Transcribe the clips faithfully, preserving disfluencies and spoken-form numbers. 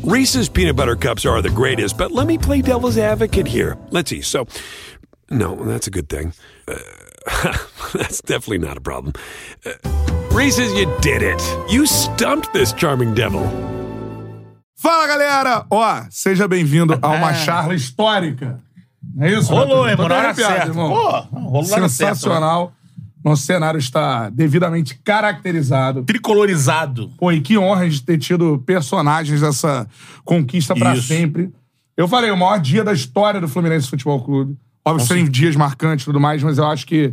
Reese's peanut butter cups are the greatest, but let me play devil's advocate here. Let's see. So, no, that's a good thing. Uh, that's definitely not a problem. Uh, Reese's, you did it. You stumped this charming devil. Fala, galera! Ó, seja bem-vindo a uma charla histórica. É isso? Rolou, irmão. irmão. Na hora certa. Pô, rolou na sensacional. Nosso cenário está devidamente caracterizado. Tricolorizado. Pô, e que honra de ter tido personagens dessa conquista pra Isso. sempre. Eu falei, o maior dia da história do Fluminense Futebol Clube. Óbvio, sem dias marcantes e tudo mais, mas eu acho que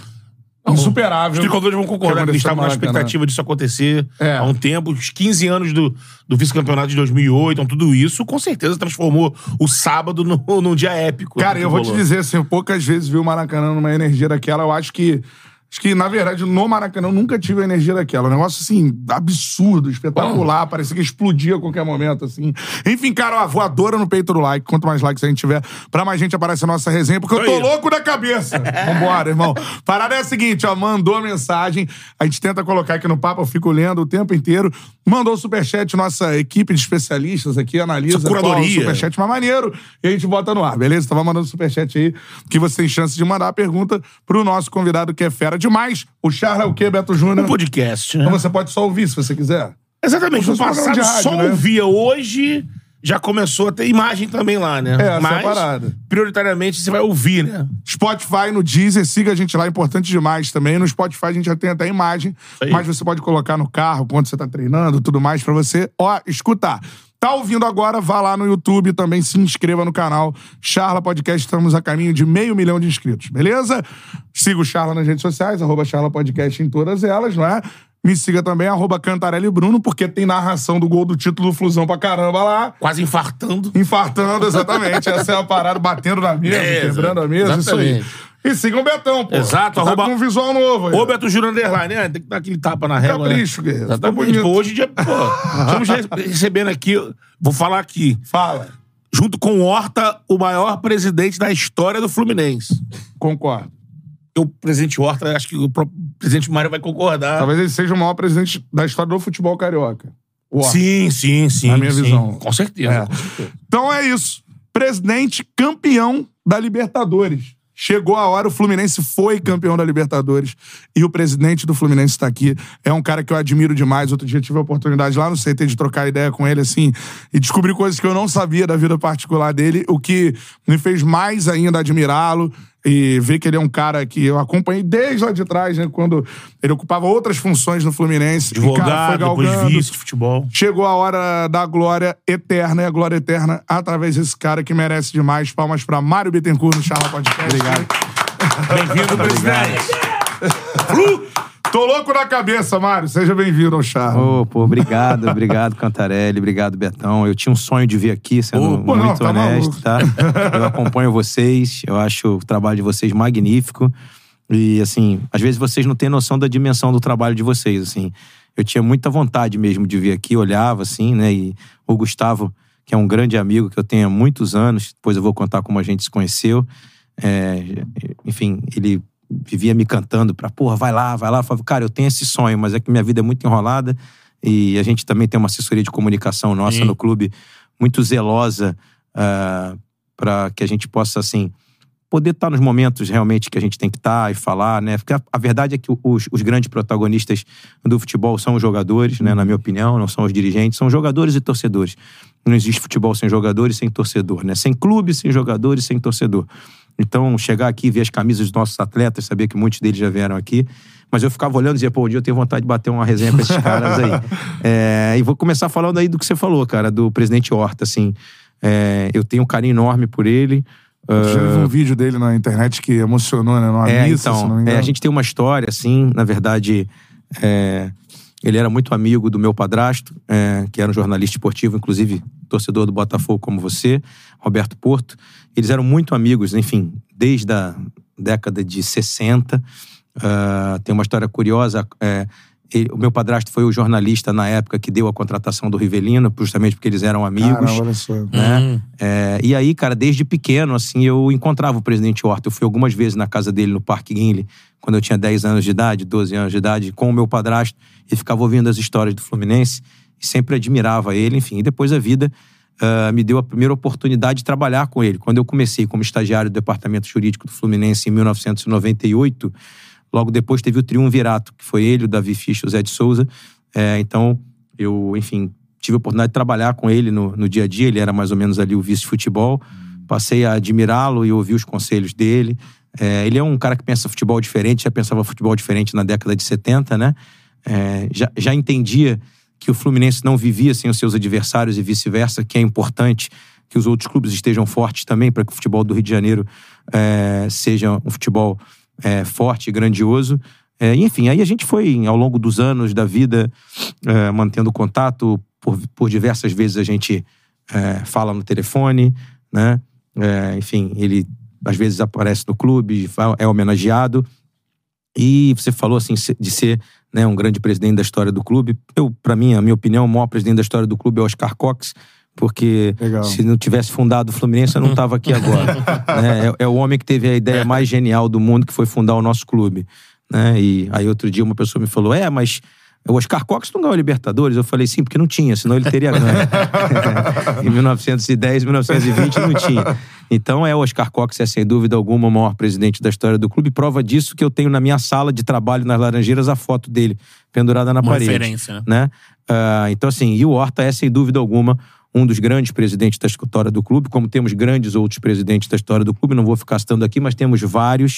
insuperável. Os tricolores vão concordar que eles estavam na expectativa disso acontecer é. há um tempo. Os quinze anos do, do vice-campeonato de dois mil e oito, então tudo isso com certeza transformou o sábado no, num dia épico. Cara, eu vou te dizer, assim, eu poucas vezes vi o Maracanã numa energia daquela. Eu acho que, acho que na verdade, no Maracanã eu nunca tive a energia daquela. Um negócio, assim, absurdo, espetacular. Oh. Parecia que explodia a qualquer momento, assim. Enfim, cara, ó, voadora no peito do like. Quanto mais likes a gente tiver, pra mais gente aparecer a nossa resenha, porque eu tô louco da cabeça. Vambora, irmão. Parada é a seguinte, ó, mandou a mensagem, a gente tenta colocar aqui no papo, eu fico lendo o tempo inteiro. Mandou o superchat, nossa equipe de especialistas aqui analisa essa curadoria. Qual o superchat mais maneiro e a gente bota no ar, beleza? Então vai mandando superchat aí, que você tem chance de mandar a pergunta pro nosso convidado que é fera demais. O Charla é o quê, Beto Júnior? Um podcast, né? Então você pode só ouvir, se você quiser. Exatamente. No passado rádio, só né? ouvia. Hoje já começou a ter imagem também lá, né? É, essa Mas, é a parada. prioritariamente, você vai ouvir, né? Spotify, no Deezer, siga a gente lá, é importante demais também. No Spotify a gente já tem até imagem, mas você pode colocar no carro, quando você tá treinando, tudo mais, pra você, ó, escutar. Tá ouvindo agora, vá lá no YouTube também, se inscreva no canal Charla Podcast, estamos a caminho de meio milhão de inscritos, beleza? Siga o Charla nas redes sociais, arroba Charla Podcast em todas elas, não é? Me siga também, arroba Cantarelli Bruno, porque tem narração do gol do título do Flusão pra caramba lá. Quase infartando. Infartando, exatamente. Essa é a parada, batendo na mesa, é, quebrando a mesa, exatamente. Isso aí. E sigam o Betão, pô. Exato. Tá arroba... com um visual novo aí. Ô, Beto Júnior Underline, né? Tem que dar aquele tapa na régua. Capricho, né? guerreiro. Exatamente. Tá pô, hoje em dia, pô, estamos recebendo aqui, vou falar aqui. Fala. Junto com o Horta, o maior presidente da história do Fluminense. Concordo. O presidente Horta, acho que o próprio presidente Mário vai concordar. Talvez ele seja o maior presidente da história do futebol carioca. Sim, sim, sim. Na minha sim. visão. Com certeza, é. com certeza. Então é isso. Presidente campeão da Libertadores. Chegou a hora, o Fluminense foi campeão da Libertadores e o presidente do Fluminense tá aqui. É um cara que eu admiro demais. Outro dia tive a oportunidade lá no C T de trocar ideia com ele, assim, e descobri coisas que eu não sabia da vida particular dele, o que me fez mais ainda admirá-lo e ver que ele é um cara que eu acompanhei desde lá de trás, né, quando ele ocupava outras funções no Fluminense. Advogado, e, cara, foi depois galgando. vice de futebol. Chegou a hora da glória eterna, e a glória eterna através desse cara que merece demais. Palmas pra Mário Bittencourt no Charla Podcast. Obrigado. Bem-vindo, presidente. Tô louco na cabeça, Mário. Seja bem-vindo ao Charla. Ô, oh, pô, obrigado, obrigado, Cantarelli, obrigado, Betão. Eu tinha um sonho de vir aqui, sendo oh, pô, muito não, tá honesto, tá? Eu acompanho vocês, eu acho o trabalho de vocês magnífico. E, assim, às vezes vocês não têm noção da dimensão do trabalho de vocês, assim. Eu tinha muita vontade mesmo de vir aqui, olhava, assim, né? E o Gustavo, que é um grande amigo que eu tenho há muitos anos, depois eu vou contar como a gente se conheceu. É, enfim, ele vivia me cantando pra, porra, vai lá, vai lá. Eu falava, cara, eu tenho esse sonho, mas é que minha vida é muito enrolada e a gente também tem uma assessoria de comunicação nossa Sim. no clube muito zelosa uh, pra que a gente possa, assim, poder estar nos momentos realmente que a gente tem que estar e falar, né? Porque a, a verdade é que os, os grandes protagonistas do futebol são os jogadores, né? Na minha opinião, não são os dirigentes, são jogadores e torcedores. Não existe futebol sem jogadores e sem torcedor, né? Sem clube, sem jogadores, sem torcedor. Então, chegar aqui e ver as camisas dos nossos atletas, saber que muitos deles já vieram aqui, mas eu ficava olhando e dizia, pô, um dia eu tenho vontade de bater uma resenha com esses caras aí. É, e vou começar falando aí do que você falou, cara, do presidente Horta, assim. É, eu tenho um carinho enorme por ele. Eu já vi um vídeo dele na internet que emocionou, né? Numa é, missa, então, se não me engano. É, a gente tem uma história, assim, na verdade, é, ele era muito amigo do meu padrasto, é, que era um jornalista esportivo, inclusive torcedor do Botafogo como você, Roberto Porto. Eles eram muito amigos, enfim, desde a década de sessenta. Uh, tem uma história curiosa. É, ele, o meu padrasto foi o jornalista na época que deu a contratação do Rivelino, justamente porque eles eram amigos. Caramba, olha só. Né? Uhum. É, e aí, cara, desde pequeno, assim, eu encontrava o presidente Horta. Eu fui algumas vezes na casa dele, no Parque Guinle, quando eu tinha dez anos de idade, doze anos de idade, com o meu padrasto, e ficava ouvindo as histórias do Fluminense. e sempre admirava ele, enfim. E depois a vida uh, me deu a primeira oportunidade de trabalhar com ele. Quando eu comecei como estagiário do Departamento Jurídico do Fluminense em mil novecentos e noventa e oito, logo depois teve o triunvirato, que foi ele, o Davi Ficha e o Zé de Souza. É, então, eu, enfim, tive a oportunidade de trabalhar com ele no, no dia a dia. Ele era mais ou menos ali o vice-futebol. Passei a admirá-lo e ouvir os conselhos dele. É, ele é um cara que pensa futebol diferente, já pensava futebol diferente na década de setenta, né? É, já, já entendia que o Fluminense não vivia sem os seus adversários e vice-versa, que é importante que os outros clubes estejam fortes também para que o futebol do Rio de Janeiro é, seja um futebol é, forte e grandioso. É, enfim, aí a gente foi, ao longo dos anos da vida, é, mantendo contato. Por, por diversas vezes a gente é, fala no telefone, né? É, enfim, ele às vezes aparece no clube, é homenageado. E você falou assim de ser, né, um grande presidente da história do clube. Eu, para mim, a minha opinião, o maior presidente da história do clube é o Oscar Cox, porque Legal. Se não tivesse fundado o Fluminense, eu não estava aqui agora. né? é, é o homem que teve a ideia mais genial do mundo, que foi fundar o nosso clube. Né? E aí outro dia uma pessoa me falou, é, mas o Oscar Cox não ganhou a Libertadores. Eu falei, sim, porque não tinha, senão ele teria ganho. Em mil novecentos e dez, mil novecentos e vinte não tinha. Então é o Oscar Cox, é sem dúvida alguma o maior presidente da história do clube. Prova disso que eu tenho na minha sala de trabalho nas Laranjeiras a foto dele pendurada na Uma parede. referência, né? né? Uh, então assim, e o Horta é sem dúvida alguma um dos grandes presidentes da história do clube, como temos grandes outros presidentes da história do clube, não vou ficar citando aqui, mas temos vários.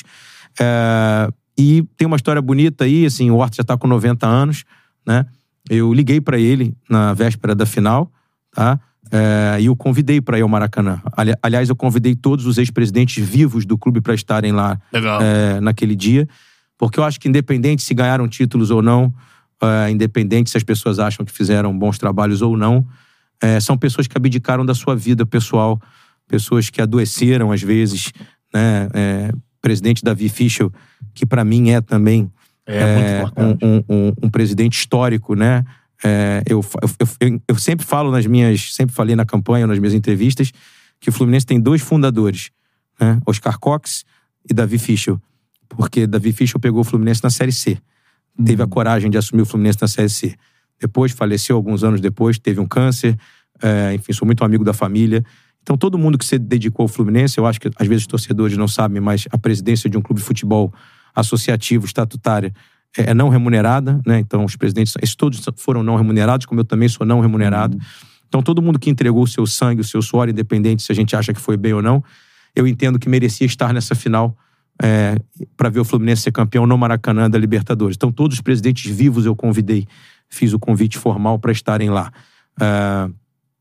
Uh, E tem uma história bonita aí, assim, o Horta já tá com noventa anos, né? Eu liguei pra ele na véspera da final, tá? É, e o convidei pra ir ao Maracanã. Ali, aliás, eu convidei todos os ex-presidentes vivos do clube pra estarem lá é, naquele dia, porque eu acho que independente se ganharam títulos ou não, é, independente se as pessoas acham que fizeram bons trabalhos ou não, é, são pessoas que abdicaram da sua vida pessoal, pessoas que adoeceram às vezes, né? É, presidente Davi Ficha, que para mim é também é, é muito importante. Um, um, um presidente histórico, né? É, eu, eu, eu, eu sempre falo nas minhas, sempre falei na campanha, nas minhas entrevistas, que o Fluminense tem dois fundadores, né? Oscar Cox e Davi Ficha, porque Davi Ficha pegou o Fluminense na Série C, uhum. teve a coragem de assumir o Fluminense na Série C. Depois faleceu alguns anos depois, teve um câncer, é, enfim, sou muito amigo da família. Então, todo mundo que se dedicou ao Fluminense, eu acho que às vezes os torcedores não sabem, mas a presidência de um clube de futebol associativo, estatutária, é não remunerada, né? Então, os presidentes, esses todos foram não remunerados, como eu também sou não remunerado. Uhum. Então, todo mundo que entregou o seu sangue, o seu suor, independente se a gente acha que foi bem ou não, eu entendo que merecia estar nessa final é, para ver o Fluminense ser campeão no Maracanã da Libertadores. Então, todos os presidentes vivos eu convidei, fiz o convite formal para estarem lá. Uh,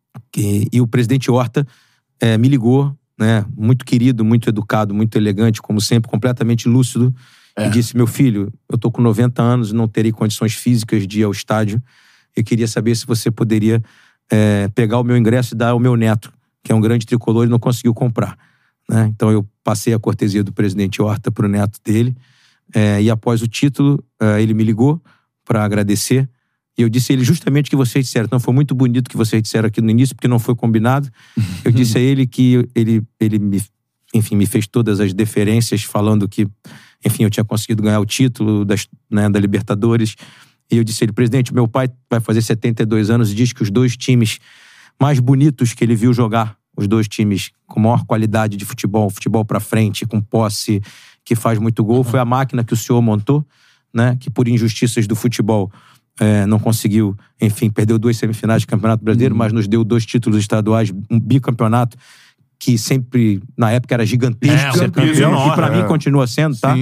e, e o presidente Horta É, me ligou, né, muito querido, muito educado, muito elegante, como sempre, completamente lúcido, é. e disse, meu filho, eu tô com noventa anos e não terei condições físicas de ir ao estádio, eu queria saber se você poderia é, pegar o meu ingresso e dar ao meu neto, que é um grande tricolor e não conseguiu comprar. Né? Então eu passei a cortesia do presidente Horta pro neto dele, é, e após o título, é, ele me ligou para agradecer. E eu disse a ele justamente o que vocês disseram. Então foi muito bonito o que vocês disseram aqui no início, porque não foi combinado. Eu disse a ele que ele, ele me, enfim, me fez todas as deferências, falando que, enfim, eu tinha conseguido ganhar o título das, né, da Libertadores. E eu disse a ele, presidente, meu pai vai fazer setenta e dois anos e diz que os dois times mais bonitos que ele viu jogar, os dois times com maior qualidade de futebol, futebol pra frente, com posse, que faz muito gol, foi a máquina que o senhor montou, né, que por injustiças do futebol É, não conseguiu, enfim, perdeu duas semifinais de Campeonato Brasileiro, uhum. mas nos deu dois títulos estaduais, um bicampeonato que sempre, na época, era gigantesco, é, ser campeão, e pra é. mim continua sendo, tá?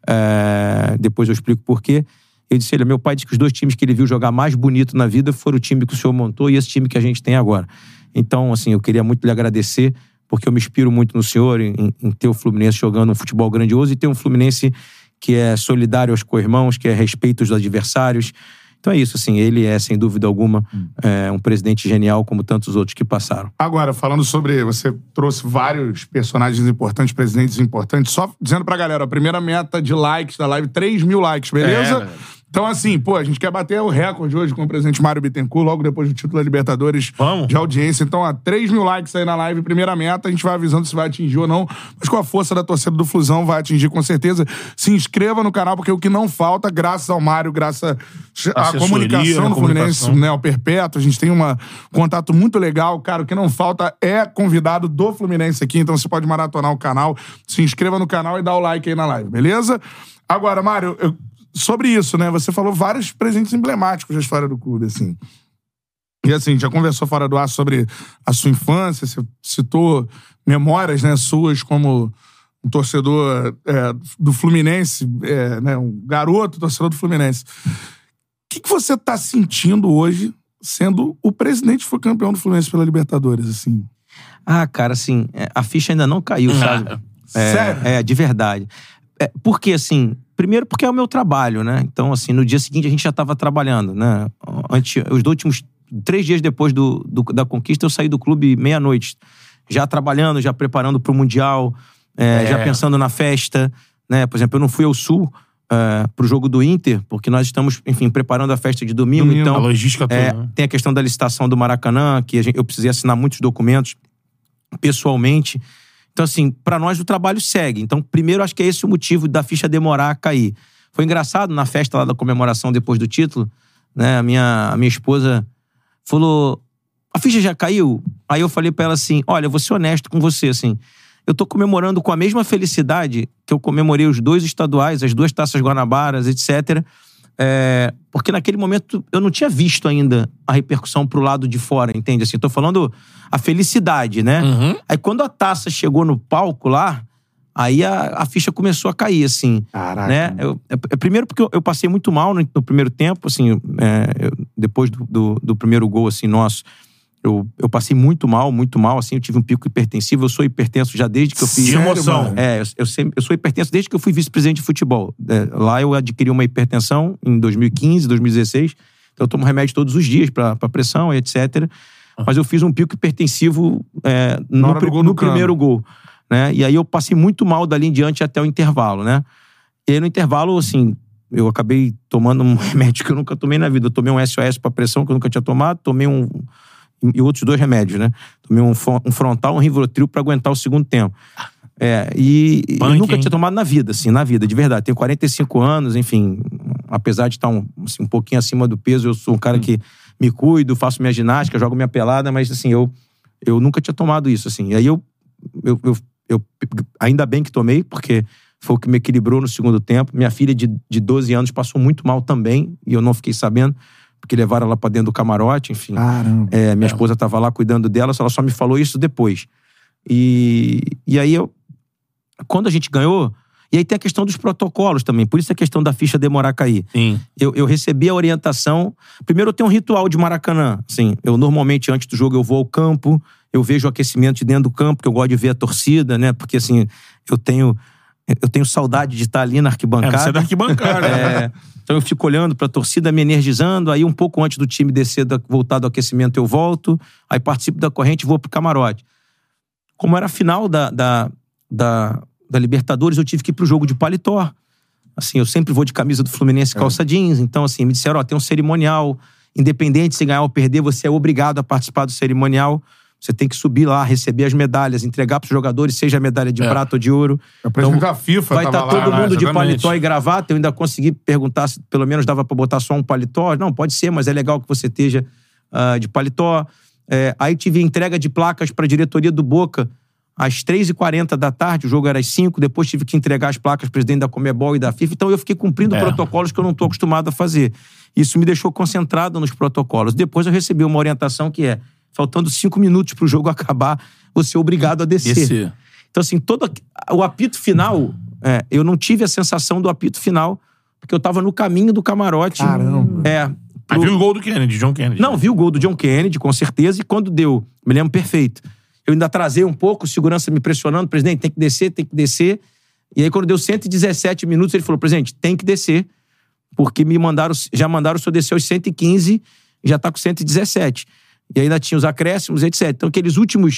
É, depois eu explico por quê. Eu disse, ele, meu pai disse que os dois times que ele viu jogar mais bonito na vida foram o time que o senhor montou e esse time que a gente tem agora. Então, assim, eu queria muito lhe agradecer, porque eu me inspiro muito no senhor em, em ter o Fluminense jogando um futebol grandioso e ter um Fluminense que é solidário aos co-irmãos, que é respeito aos adversários. Então é isso, assim, ele é, sem dúvida alguma, é, um presidente genial, como tantos outros que passaram. Agora, falando sobre... Você trouxe vários personagens importantes, presidentes importantes. Só dizendo pra galera, a primeira meta de likes da live, três mil likes, beleza? Então, assim, pô, a gente quer bater o recorde hoje com o presidente Mário Bittencourt, logo depois do título da Libertadores Vamos. de audiência. Então, ó, três mil likes aí na live, primeira meta. A gente vai avisando se vai atingir ou não. Mas com a força da torcida do Flusão, vai atingir com certeza. Se inscreva no canal, porque o que não falta, graças ao Mário, graças à Assessoria, comunicação do Fluminense, comunicação. né, o Perpétuo, a gente tem uma, um contato muito legal. Cara, o que não falta é convidado do Fluminense aqui. Então, você pode maratonar o canal, se inscreva no canal e dá o like aí na live, beleza? Agora, Mário, eu... sobre isso, né? Você falou vários presentes emblemáticos da história do clube, assim. E assim, já conversou fora do ar sobre a sua infância, você citou memórias, né, suas como um torcedor é, do Fluminense, é, né, um garoto torcedor do Fluminense. O que, que você tá sentindo hoje, sendo o presidente que foi campeão do Fluminense pela Libertadores, assim? Ah, cara, assim, a ficha ainda não caiu, sabe? É, Sério? É, de verdade. É, porque, assim, primeiro porque é o meu trabalho, né? Então, assim, no dia seguinte a gente já estava trabalhando, né? Antes, os últimos três dias depois do, do, da conquista, eu saí do clube meia-noite. Já trabalhando, já preparando para o Mundial, é, É. já pensando na festa, né? Por exemplo, eu não fui ao Sul é, pro jogo do Inter, porque nós estamos, enfim, preparando a festa de domingo. Domingo. Então, A logística toda, é, né? tem a questão da licitação do Maracanã, que a gente, eu precisei assinar muitos documentos pessoalmente. Então, assim, pra nós o trabalho segue. Então, primeiro, acho que é esse o motivo da ficha demorar a cair. Foi engraçado, na festa lá da comemoração depois do título, né, a minha, a minha esposa falou, a ficha já caiu? Aí eu falei pra ela assim, olha, eu vou ser honesto com você, assim, eu tô comemorando com a mesma felicidade que eu comemorei os dois estaduais, as duas taças Guanabaras, etcétera. É, porque naquele momento eu não tinha visto ainda a repercussão pro lado de fora, entende? Assim, tô falando a felicidade, né? Uhum. Aí quando a taça chegou no palco lá, aí a, a ficha começou a cair, assim. Caraca. Né? Eu, é, primeiro porque eu, eu passei muito mal no, no primeiro tempo, assim, é, eu, depois do, do, do primeiro gol, assim, nosso, eu, eu passei muito mal, muito mal, assim, eu tive um pico hipertensivo, eu sou hipertenso já desde que eu fiz... De emoção. mano? É, eu, eu, sempre, eu sou hipertenso desde que eu fui vice-presidente de futebol. É, lá eu adquiri uma hipertensão em dois mil e quinze, dois mil e dezesseis, então eu tomo remédio todos os dias pra, pra pressão, etcétera. Mas eu fiz um pico hipertensivo é, no, hora do gol no do Cano. primeiro gol. Né? E aí eu passei muito mal dali em diante até o intervalo, né? E aí no intervalo, assim, eu acabei tomando um remédio que eu nunca tomei na vida. Eu tomei um S O S pra pressão que eu nunca tinha tomado, tomei um... E outros dois remédios, né? Tomei um, um frontal, um Rivotril pra aguentar o segundo tempo. É, e, e Punk, nunca hein? tinha tomado na vida, assim, na vida, de verdade. Tenho quarenta e cinco anos, enfim, apesar de estar um, assim, um pouquinho acima do peso, eu sou um cara que me cuido, faço minha ginástica, jogo minha pelada, mas assim, eu, eu nunca tinha tomado isso, assim. E aí eu, eu, eu, eu ainda bem que tomei, porque foi o que me equilibrou no segundo tempo. Minha filha de, de doze anos passou muito mal também, e eu não fiquei sabendo, porque levaram ela pra dentro do camarote, enfim. Caramba. É, minha É. esposa tava lá cuidando dela, ela só me falou isso depois. E, e aí, eu, quando a gente ganhou... E aí tem a questão dos protocolos também, por isso a questão da ficha demorar a cair. Sim. Eu, eu recebi a orientação... Primeiro eu tenho um ritual de Maracanã. Assim, eu normalmente, antes do jogo, eu vou ao campo, eu vejo o aquecimento de dentro do campo, que eu gosto de ver a torcida, né? Porque assim, eu tenho, eu tenho saudade de estar ali na É, arquibancada. você é da arquibancada. É, então eu fico olhando pra torcida, me energizando, aí um pouco antes do time descer, da, voltar do aquecimento, eu volto, aí participo da corrente e vou pro camarote. Como era a final da, da, da, da Libertadores, eu tive que ir pro jogo de paletó. Assim, eu sempre vou de camisa do Fluminense, calça jeans, então assim, me disseram, ó, tem um cerimonial, independente se ganhar ou perder, você é obrigado a participar do cerimonial. Você tem que subir lá, receber as medalhas, entregar pros jogadores, seja a medalha de É. prata ou de ouro. O presidente da FIFA Vai tava estar lá, todo né? mundo de exatamente. paletó e gravata. Eu ainda consegui perguntar se pelo menos dava pra botar só um paletó. Não, pode ser, mas é legal que você esteja uh, de paletó. É, aí tive entrega de placas pra diretoria do Boca às três e quarenta da tarde, o jogo era às cinco, depois tive que entregar as placas pro presidente da Conmebol e da FIFA. Então eu fiquei cumprindo É. protocolos que eu não tô acostumado a fazer. Isso me deixou concentrado nos protocolos. Depois eu recebi uma orientação que é, faltando cinco minutos pro jogo acabar, você é obrigado a descer. Esse... Então, assim, todo o apito final, é, eu não tive a sensação do apito final, porque eu tava no caminho do camarote. Caramba. É. Aí pro- viu o gol do Kennedy, John Kennedy. Não, vi o gol do John Kennedy, com certeza, e quando deu, me lembro perfeito. Eu ainda atrasei um pouco, segurança me pressionando, presidente, tem que descer, tem que descer. E aí, quando deu cento e dezessete minutos, ele falou, presidente, tem que descer, porque me mandaram, já mandaram o senhor descer aos cento e quinze, e já tá com cento e dezessete. E ainda tinha os acréscimos, etcétera. Então, aqueles últimos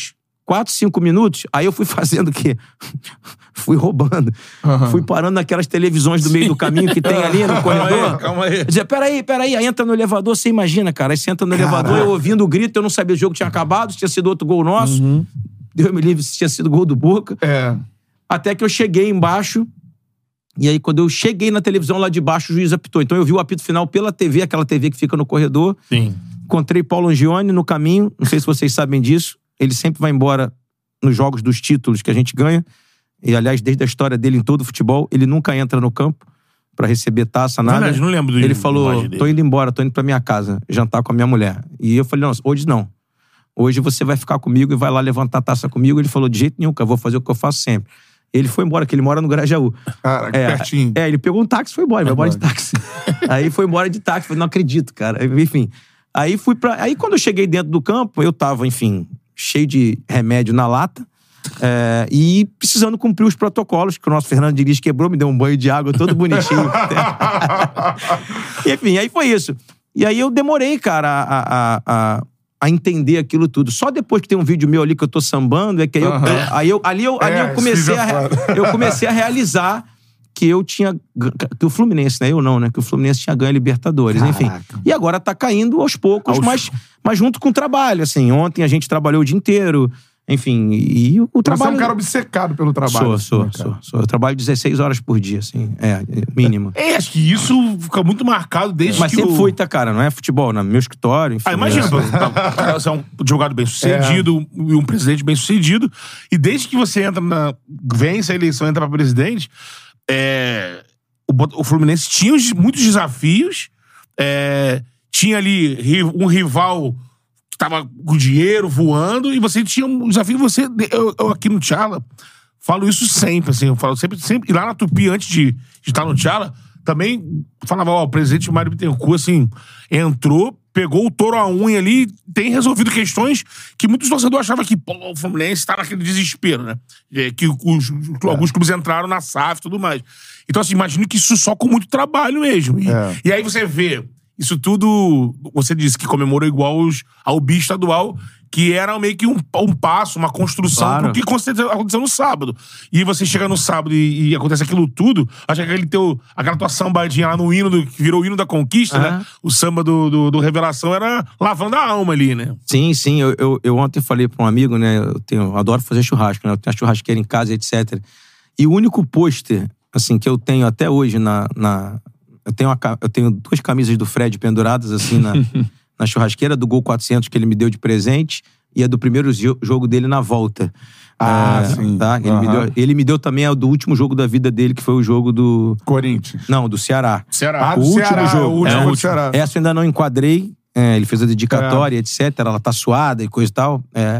quatro, cinco minutos, aí eu fui fazendo o quê? Fui roubando. Uhum. Fui parando naquelas televisões do meio do caminho que tem ali no corredor. Calma aí, calma aí. Dizia, peraí, peraí. Aí entra no elevador, você imagina, cara. Aí você entra no Caraca. elevador, eu ouvindo o grito, eu não sabia, o jogo tinha acabado, se tinha sido outro gol nosso. Uhum. Deus me livre se tinha sido gol do Boca. É. Até que eu cheguei embaixo, e aí quando eu cheguei na televisão lá de baixo, o juiz apitou. Então eu vi o apito final pela T V, aquela T V que fica no corredor. Sim. Encontrei Paulo Angione no caminho, não sei se vocês sabem disso. Ele sempre vai embora nos jogos dos títulos que a gente ganha. E, aliás, desde a história dele em todo o futebol, ele nunca entra no campo pra receber taça, nada. Verdade, não lembro do Ele falou, tô indo embora, tô indo pra minha casa, jantar com a minha mulher. E eu falei, não, hoje não. Hoje você vai ficar comigo e vai lá levantar a taça comigo. Ele falou, de jeito nenhum, cara, eu vou fazer o que eu faço sempre. Ele foi embora, que ele mora no Grajaú. Cara, é, pertinho. É, ele pegou um táxi e foi embora, vai embora de táxi. Aí foi embora de táxi, falei, não acredito, cara. Enfim, aí fui pra... Aí quando eu cheguei dentro do campo, eu tava, enfim, cheio de remédio na lata. É, e precisando cumprir os protocolos que o nosso Fernando Diniz quebrou, me deu um banho de água todo bonitinho. Enfim, aí foi isso. E aí eu demorei, cara, a, a, a, a entender aquilo tudo. Só depois que tem um vídeo meu ali que eu tô sambando, é que aí, uhum. eu, eu, aí eu, ali, eu, ali é, eu, comecei a, eu comecei a realizar que eu tinha... Que o Fluminense, né? Eu não, né? Que o Fluminense tinha ganho a Libertadores, Caraca. enfim. E agora tá caindo aos poucos, aos... Mas, mas junto com o trabalho, assim. Ontem a gente trabalhou o dia inteiro... Enfim, e o, o trabalho... Você é um cara obcecado pelo trabalho. Sou, sou, né, sou, sou. Eu trabalho dezesseis horas por dia, assim, é, mínimo. É, acho que isso fica muito marcado desde Mas que sempre o... foi, tá, cara? Não é futebol, no meu escritório, enfim. Ah, imagina, é. Você é um advogado bem-sucedido e é. um presidente bem-sucedido, e desde que você entra na... vence a eleição, entra pra presidente, é, o, o Fluminense tinha muitos desafios, é, tinha ali um rival... tava com dinheiro voando e você tinha um desafio. Você, eu, eu aqui no Tchala falo isso sempre, assim, eu falo sempre, sempre. E lá na Tupi, antes de, de estar no Tchala, também falava, ó, o presidente Mário Bittencourt, assim, entrou, pegou o touro à unha ali, tem resolvido questões que muitos torcedores achavam que, pô, o Fluminense tá naquele desespero, né? É, que os, é. alguns clubes entraram na S A F e tudo mais. Então, assim, imagino que isso só com muito trabalho mesmo. E, é. e aí você vê. Isso tudo, você disse que comemorou igual os, ao bi estadual, que era meio que um, um passo, uma construção claro. pro que aconteceu no sábado. E você chega no sábado e, e acontece aquilo tudo, acho que aquele teu, aquela tua sambadinha lá no hino, do, que virou o hino da conquista, uhum. né? O samba do, do, do Revelação era lavando a alma ali, né? Sim, sim. Eu, eu, eu ontem falei pra um amigo, né? Eu, tenho, eu adoro fazer churrasco, né? Eu tenho a churrasqueira em casa, etcétera. E o único pôster, assim, que eu tenho até hoje na... na Eu tenho, uma, eu tenho duas camisas do Fred penduradas, assim, na, na churrasqueira, do Gol quatrocentos que ele me deu de presente, e a do primeiro jogo dele na volta. Ah, é, sim. Tá? Ele, uhum. me deu, ele me deu também a do último jogo da vida dele, que foi o jogo do... Corinthians. Não, do Ceará. Ceará. Ah, o do último Ceará, jogo. O último é, do Ceará. Essa eu ainda não enquadrei. É, ele fez a dedicatória, é. etcétera. Ela tá suada e coisa e tal. É.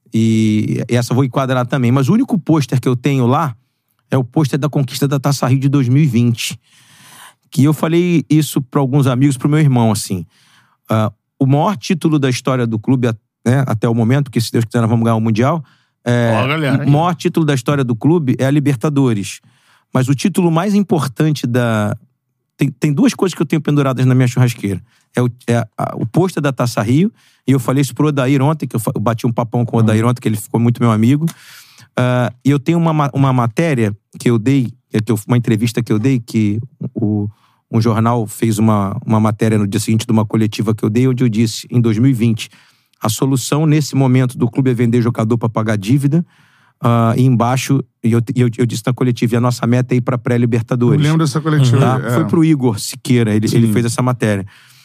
E essa eu vou enquadrar também. Mas o único pôster que eu tenho lá é o pôster da conquista da Taça Rio de dois mil e vinte. Que eu falei isso para alguns amigos, pro meu irmão, assim. Uh, o maior título da história do clube, né, até o momento, porque se Deus quiser nós vamos ganhar o Mundial, é, Ó, galera, o maior título da história do clube é a Libertadores. Mas o título mais importante da... Tem, tem duas coisas que eu tenho penduradas na minha churrasqueira. É o, é a, o pôster da Taça Rio, e eu falei isso pro Odair ontem, que eu, eu bati um papão com o Odair ontem, que ele ficou muito meu amigo. Uh, e eu tenho uma, uma matéria que eu dei, que eu, uma entrevista que eu dei, que o, um jornal fez uma, uma matéria no dia seguinte de uma coletiva que eu dei, onde eu disse, em dois mil e vinte, a solução nesse momento do clube é vender jogador para pagar dívida, uh, e embaixo, e eu, eu, eu disse na coletiva, e a nossa meta é ir para pré-Libertadores. Eu lembro dessa coletiva. Tá? É. Foi pro Igor Siqueira, ele, ele fez essa matéria.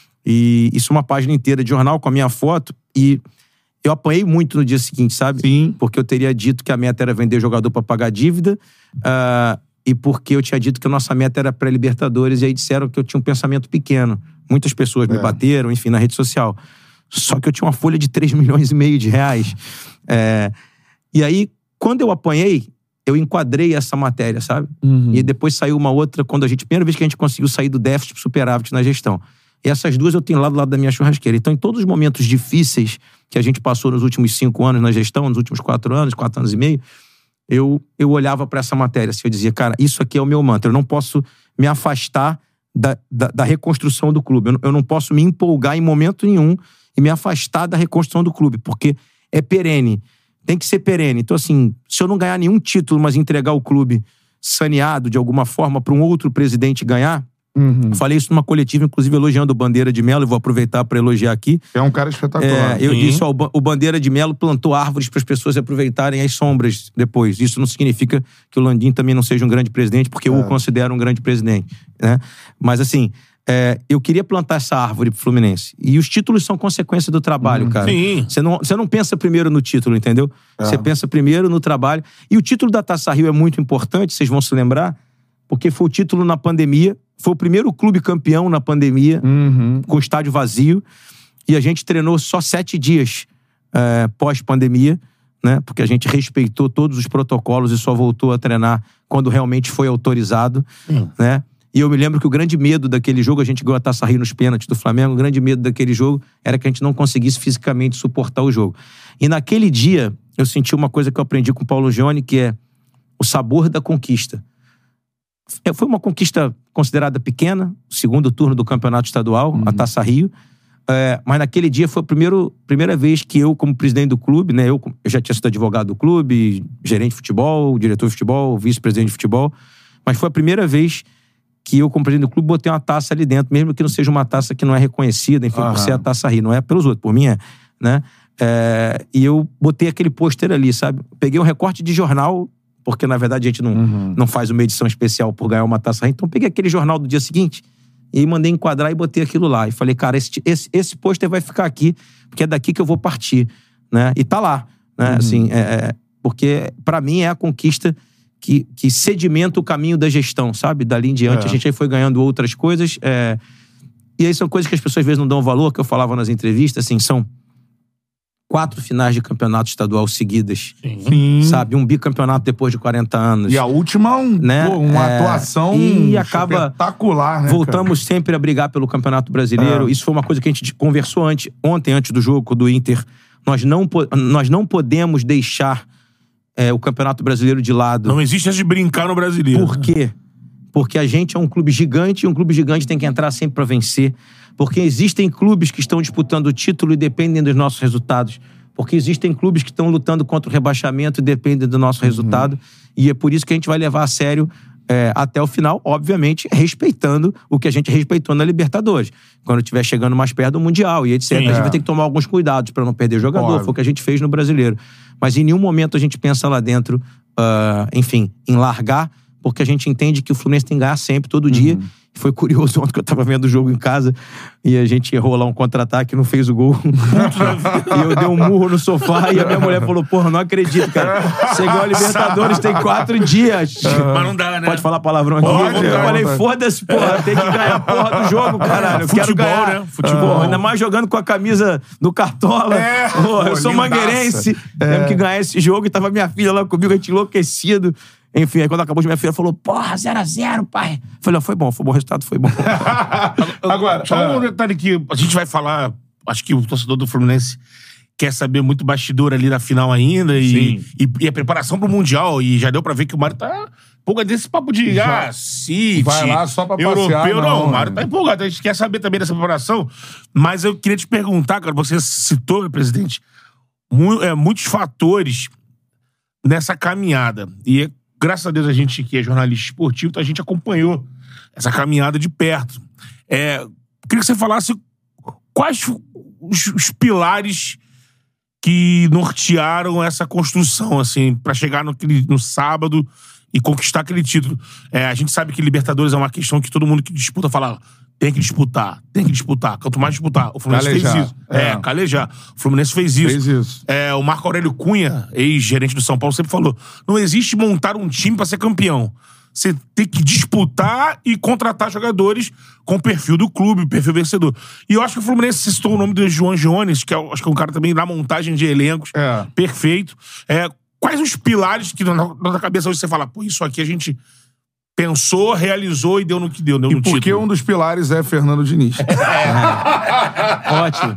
E isso é uma página inteira de jornal com a minha foto, e eu apanhei muito no dia seguinte, sabe? Sim. Porque eu teria dito que a meta era vender jogador para pagar dívida, uh, e porque eu tinha dito que a nossa meta era pré-Libertadores, e aí disseram que eu tinha um pensamento pequeno. Muitas pessoas é. me bateram, enfim, na rede social. Só que eu tinha uma folha de três milhões e meio de reais. É, e aí, quando eu apanhei, eu enquadrei essa matéria, sabe? Uhum. E depois saiu uma outra, quando a gente, primeira vez que a gente conseguiu sair do déficit pro superávit na gestão. E essas duas eu tenho lá do lado da minha churrasqueira. Então, em todos os momentos difíceis que a gente passou nos últimos cinco anos na gestão, nos últimos quatro anos, quatro anos e meio, eu, eu olhava para essa matéria assim, eu dizia, cara, isso aqui é o meu mantra. Eu não posso me afastar da, da, da reconstrução do clube. Eu, eu não posso me empolgar em momento nenhum e me afastar da reconstrução do clube, porque é perene. tem que ser perene. Então, assim, se eu não ganhar nenhum título, mas entregar o clube saneado de alguma forma para um outro presidente ganhar, Uhum. falei isso numa coletiva, inclusive elogiando o Bandeira de Melo, e vou aproveitar para elogiar aqui. É um cara espetacular. É, eu Sim. disse, ó, o Ba- o Bandeira de Melo plantou árvores para as pessoas aproveitarem as sombras depois. Isso não significa que o Landim também não seja um grande presidente, porque eu o considero um grande presidente, né? Mas assim, é, eu queria plantar essa árvore pro Fluminense. E os títulos são consequência do trabalho, cara. Sim. Você não, você não pensa primeiro no título, entendeu? Você pensa primeiro no trabalho. E o título da Taça Rio é muito importante, vocês vão se lembrar, porque foi o título na pandemia, foi o primeiro clube campeão na pandemia, Uhum. com o estádio vazio, e a gente treinou só sete dias é, pós-pandemia, né? Porque a gente respeitou todos os protocolos e só voltou a treinar quando realmente foi autorizado, Hum. né? E eu me lembro que o grande medo daquele jogo, a gente ganhou a Taça Rio nos pênaltis do Flamengo, o grande medo daquele jogo era que a gente não conseguisse fisicamente suportar o jogo. E naquele dia, eu senti uma coisa que eu aprendi com o Paulo Jone, que é o sabor da conquista. É, foi uma conquista considerada pequena, o segundo turno do campeonato estadual, a Taça Rio. É, mas naquele dia foi a primeiro, primeira vez que eu, como presidente do clube, né, eu, eu já tinha sido advogado do clube, gerente de futebol, diretor de futebol, vice-presidente de futebol, mas foi a primeira vez que eu, como presidente do clube, botei uma taça ali dentro, mesmo que não seja uma taça que não é reconhecida, enfim, Aham. por ser a Taça Rio, não é pelos outros, por mim é, né? É, e eu botei aquele pôster ali, sabe? Peguei um recorte de jornal, porque na verdade a gente não, Uhum. não faz uma edição especial por ganhar uma Taça Rio, então peguei aquele jornal do dia seguinte e aí mandei enquadrar e botei aquilo lá. E falei, cara, esse, esse, esse pôster vai ficar aqui, porque é daqui que eu vou partir, né? E tá lá, né? Uhum. Assim, é, é, porque pra mim é a conquista que, que sedimenta o caminho da gestão, sabe? Dali em diante É. a gente aí foi ganhando outras coisas. É... E aí são coisas que as pessoas às vezes não dão valor, que eu falava nas entrevistas, assim, são quatro finais de campeonato estadual seguidas, Sim. sabe? Um bicampeonato depois de quarenta anos. E a última, um, Né? pô, uma É, atuação e acaba- espetacular, né? Voltamos sempre a brigar pelo Campeonato Brasileiro. É. Isso foi uma coisa que a gente conversou antes, ontem, antes do jogo do Inter. Nós não, po- nós não podemos deixar é, o Campeonato Brasileiro de lado. Não existe essa de brincar no brasileiro. Por quê? Porque a gente é um clube gigante e um clube gigante tem que entrar sempre pra vencer. Porque existem clubes que estão disputando o título e dependem dos nossos resultados. Porque existem clubes que estão lutando contra o rebaixamento e dependem do nosso resultado. E é por isso que a gente vai levar a sério é, até o final, obviamente, respeitando o que a gente respeitou na Libertadores. Quando estiver chegando mais perto do Mundial e etcétera. Sim, a gente é. vai ter que tomar alguns cuidados pra não perder jogador. Óbvio. Foi o que a gente fez no Brasileiro. Mas em nenhum momento a gente pensa lá dentro, ah, enfim, em largar, porque a gente entende que o Fluminense tem que ganhar sempre, todo dia. Foi curioso ontem que eu tava vendo o jogo em casa e a gente errou lá um contra-ataque, não fez o gol. E eu dei um murro no sofá e a minha mulher falou, porra, não acredito, cara. Você ganhou a Libertadores tem quatro dias. Mas não dá, né? Pode falar palavrão aqui? Pode, eu é, falei, pode. foda-se, porra, tem que ganhar a porra do jogo, caralho. Eu quero Futebol, ganhar. né? Futebol. Ainda mais jogando com a camisa do Cartola. É, Porra, eu pô, sou lindaça. mangueirense. Temos que ganhar esse jogo e tava minha filha lá comigo, a gente enlouquecido. Enfim, aí quando acabou, minha filha falou, porra, zero a zero, pai. Eu falei, ó, foi bom, foi bom, o resultado foi bom. Agora, Só um ah, detalhe que a gente vai falar, acho que o torcedor do Fluminense quer saber muito bastidor ali da final ainda e, e, e a preparação pro Mundial. E já deu pra ver que o Mário tá empolgado desse papo de Já. ah, City, Vai lá só pra europeu. passear, Não, não, o Mário né? tá empolgado. A gente quer saber também dessa preparação. Mas eu queria te perguntar, cara, você citou, presidente, mu- é, muitos fatores nessa caminhada. E graças a Deus a gente que é jornalista esportivo, então a gente acompanhou essa caminhada de perto. É, queria que você falasse quais os, os pilares que nortearam essa construção, assim, pra chegar no, no sábado e conquistar aquele título. É, a gente sabe que Libertadores é uma questão que todo mundo que disputa fala tem que disputar, tem que disputar. Quanto mais disputar. O Fluminense Calejar. fez isso. É, É. calejar. O Fluminense fez isso. Fez isso. É, o Marco Aurélio Cunha, ex-gerente do São Paulo, sempre falou: não existe montar um time pra ser campeão. Você tem que disputar e contratar jogadores com o perfil do clube, o perfil vencedor. E eu acho que o Fluminense citou o nome do João Jones, que é, acho que é um cara também da montagem de elencos. É. Perfeito. É, quais os pilares que na, na tua cabeça hoje você fala, pô, isso aqui a gente pensou, realizou e deu no que deu, deu E no porque título. um dos pilares é Fernando Diniz. Ótimo.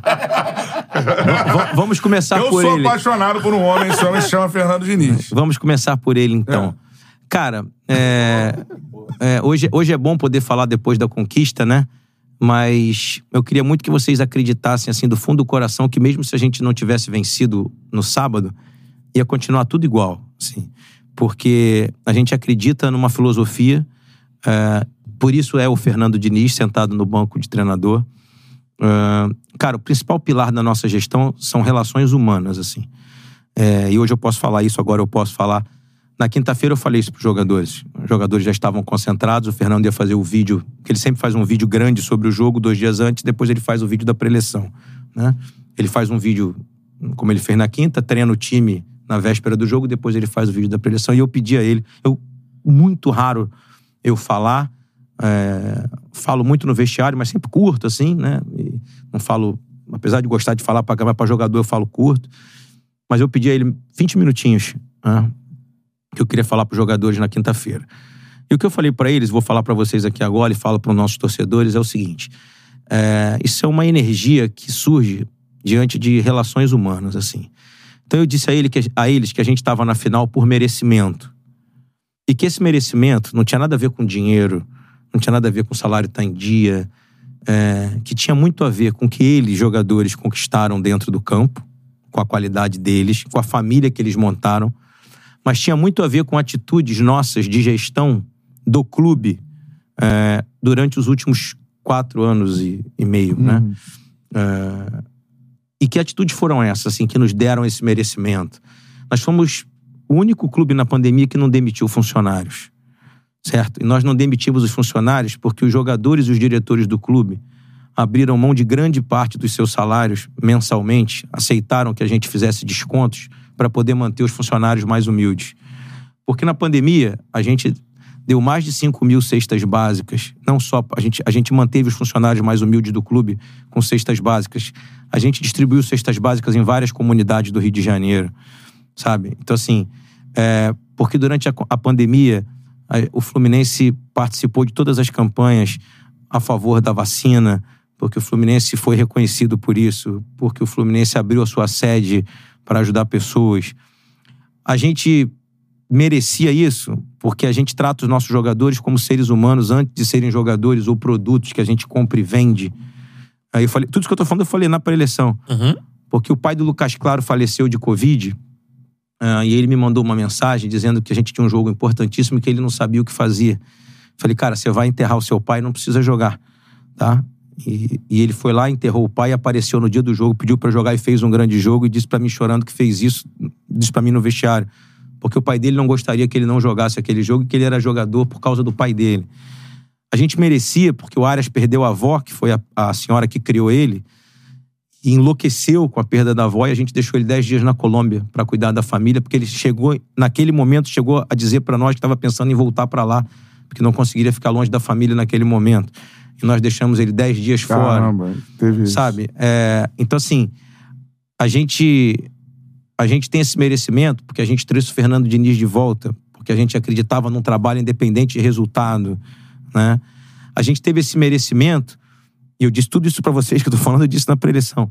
V- v- vamos começar Eu por sou ele. apaixonado por um homem, esse homem se chama Fernando Diniz. Vamos começar por ele, então. Cara, é, é, hoje, hoje é bom poder falar depois da conquista, né? Mas eu queria muito que vocês acreditassem, assim, do fundo do coração, que mesmo se a gente não tivesse vencido no sábado, ia continuar tudo igual, assim. Porque a gente acredita numa filosofia, é, por isso é o Fernando Diniz sentado no banco de treinador. É, cara, o principal pilar da nossa gestão são relações humanas, assim. É, e hoje eu posso falar isso, agora eu posso falar. Na quinta-feira eu falei isso para os jogadores. Os jogadores já estavam concentrados, o Fernando ia fazer o vídeo, que ele sempre faz um vídeo grande sobre o jogo, dois dias antes, depois ele faz o vídeo da pré-eleição, né? Ele faz um vídeo, como ele fez na quinta, treina o time na véspera do jogo, depois ele faz o vídeo da pré-eleição, e eu pedi a ele, eu, muito raro eu falar, é, falo muito no vestiário, mas sempre curto, assim, né? E não falo, apesar de gostar de falar pra câmera, pra jogador eu falo curto, mas eu pedi a ele vinte minutinhos, né, que eu queria falar pros jogadores na quinta-feira. E o que eu falei pra eles, vou falar pra vocês aqui agora e falo pros nossos torcedores, é o seguinte, é, isso é uma energia que surge diante de relações humanas, assim. Então eu disse a, ele que, a eles que a gente estava na final por merecimento. E que esse merecimento não tinha nada a ver com dinheiro, não tinha nada a ver com o salário estar em dia, é, que tinha muito a ver com o que eles, jogadores, conquistaram dentro do campo, com a qualidade deles, com a família que eles montaram, mas tinha muito a ver com atitudes nossas de gestão do clube é, durante os últimos quatro anos e, e meio, uhum. né? É, E que atitudes foram essas, assim, que nos deram esse merecimento? Nós fomos o único clube na pandemia que não demitiu funcionários, certo? E nós não demitimos os funcionários porque os jogadores e os diretores do clube abriram mão de grande parte dos seus salários mensalmente, aceitaram que a gente fizesse descontos para poder manter os funcionários mais humildes. Porque na pandemia, a gente deu mais de cinco mil cestas básicas. Não só, a gente, a gente manteve os funcionários mais humildes do clube com cestas básicas. A gente distribuiu cestas básicas em várias comunidades do Rio de Janeiro, sabe? Então, assim, é, porque durante a, a pandemia, a, o Fluminense participou de todas as campanhas a favor da vacina, porque o Fluminense foi reconhecido por isso, porque o Fluminense abriu a sua sede para ajudar pessoas. A gente merecia isso porque a gente trata os nossos jogadores como seres humanos antes de serem jogadores ou produtos que a gente compra e vende. Aí eu falei, tudo isso que eu tô falando eu falei na pré-eleição. Uhum. Porque o pai do Lucas Claro faleceu de Covid, uh, e ele me mandou uma mensagem dizendo que a gente tinha um jogo importantíssimo e que ele não sabia o que fazia. Falei, cara, você vai enterrar o seu pai, não precisa jogar, tá? E, e ele foi lá, enterrou o pai, apareceu no dia do jogo, pediu pra jogar e fez um grande jogo e disse pra mim, chorando, que fez isso, disse pra mim no vestiário. Porque o pai dele não gostaria que ele não jogasse aquele jogo e que ele era jogador por causa do pai dele. A gente merecia, porque o Arias perdeu a avó, que foi a, a senhora que criou ele, e enlouqueceu com a perda da avó, e a gente deixou ele dez dias na Colômbia para cuidar da família, porque ele chegou, naquele momento, chegou a dizer para nós que estava pensando em voltar para lá, porque não conseguiria ficar longe da família naquele momento. E nós deixamos ele dez dias Caramba, fora. Teve sabe? Isso. É, então, assim, a gente... A gente tem esse merecimento porque a gente trouxe o Fernando Diniz de volta, porque a gente acreditava num trabalho independente de resultado, né? A gente teve esse merecimento, e eu disse tudo isso pra vocês que eu tô falando, eu disse na pré-eleição,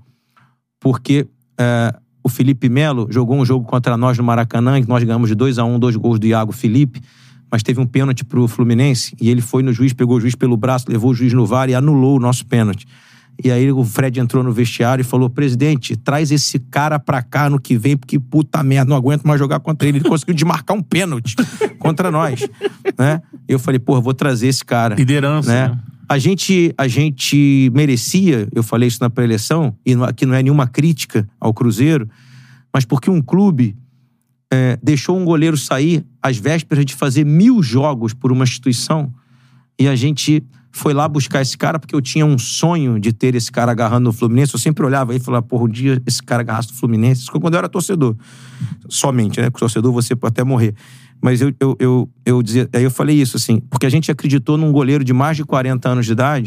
porque é, o Felipe Melo jogou um jogo contra nós no Maracanã, em que nós ganhamos de dois a um, dois gols do Iago Felipe, mas teve um pênalti pro Fluminense, e ele foi no juiz, pegou o juiz pelo braço, levou o juiz no V A R e anulou o nosso pênalti. E aí o Fred entrou no vestiário e falou, presidente, traz esse cara pra cá no que vem, porque puta merda, não aguento mais jogar contra ele. Ele conseguiu desmarcar um pênalti contra nós, né? E eu falei, porra, vou trazer esse cara. Liderança, né? né? A gente, a gente merecia, eu falei isso na pré-eleição, e aqui não é nenhuma crítica ao Cruzeiro, mas porque um clube é, deixou um goleiro sair às vésperas de fazer mil jogos por uma instituição, e a gente foi lá buscar esse cara, porque eu tinha um sonho de ter esse cara agarrando no Fluminense. Eu sempre olhava aí e falava, porra, um dia esse cara agarrasse no Fluminense. Isso foi quando eu era torcedor. Somente, né? Com torcedor você pode até morrer. Mas eu, eu, eu, eu dizia... Aí eu falei isso, assim, porque a gente acreditou num goleiro de mais de quarenta anos de idade,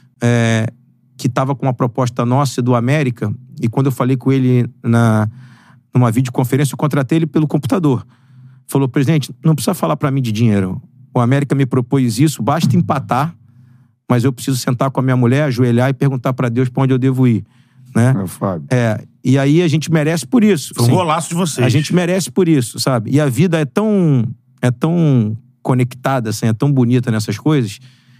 é, que estava com uma proposta nossa do América, e quando eu falei com ele na, numa videoconferência, eu contratei ele pelo computador. Falou, presidente, não precisa falar pra mim de dinheiro. O América me propôs isso, basta empatar, mas eu preciso sentar com a minha mulher, ajoelhar e perguntar pra Deus pra onde eu devo ir, né? É, Fábio. É, e aí a gente merece por isso. Foi um golaço de vocês. A gente merece por isso, sabe? E a vida é tão, é tão conectada, assim, é tão bonita nessas coisas,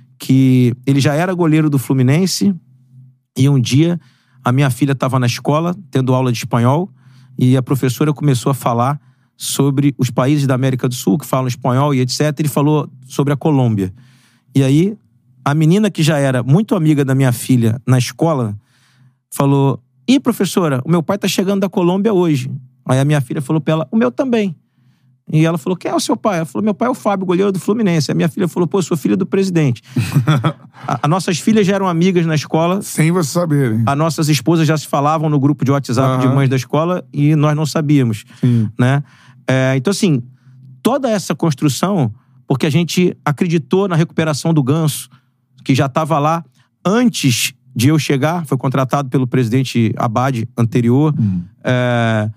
que ele já era goleiro do Fluminense, e um dia a minha filha estava na escola, tendo aula de espanhol, e a professora começou a falar sobre os países da América do Sul, que falam espanhol e etcétera. Ele falou sobre a Colômbia. E aí, a menina que já era muito amiga da minha filha na escola, falou, ih, professora, o meu pai tá chegando da Colômbia hoje. Aí a minha filha falou pra ela, o meu também. E ela falou, quem é o seu pai? Ela falou, meu pai é o Fábio, goleiro do Fluminense. A minha filha falou, pô, eu sou filha do presidente. As nossas filhas já eram amigas na escola. Sem você saber, hein? As nossas esposas já se falavam no grupo de WhatsApp Uhum. de mães da escola e nós não sabíamos. Sim. Né? É, então, assim, toda essa construção, porque a gente acreditou na recuperação do Ganso, que já estava lá antes de eu chegar, foi contratado pelo presidente Abad anterior. Hum. É,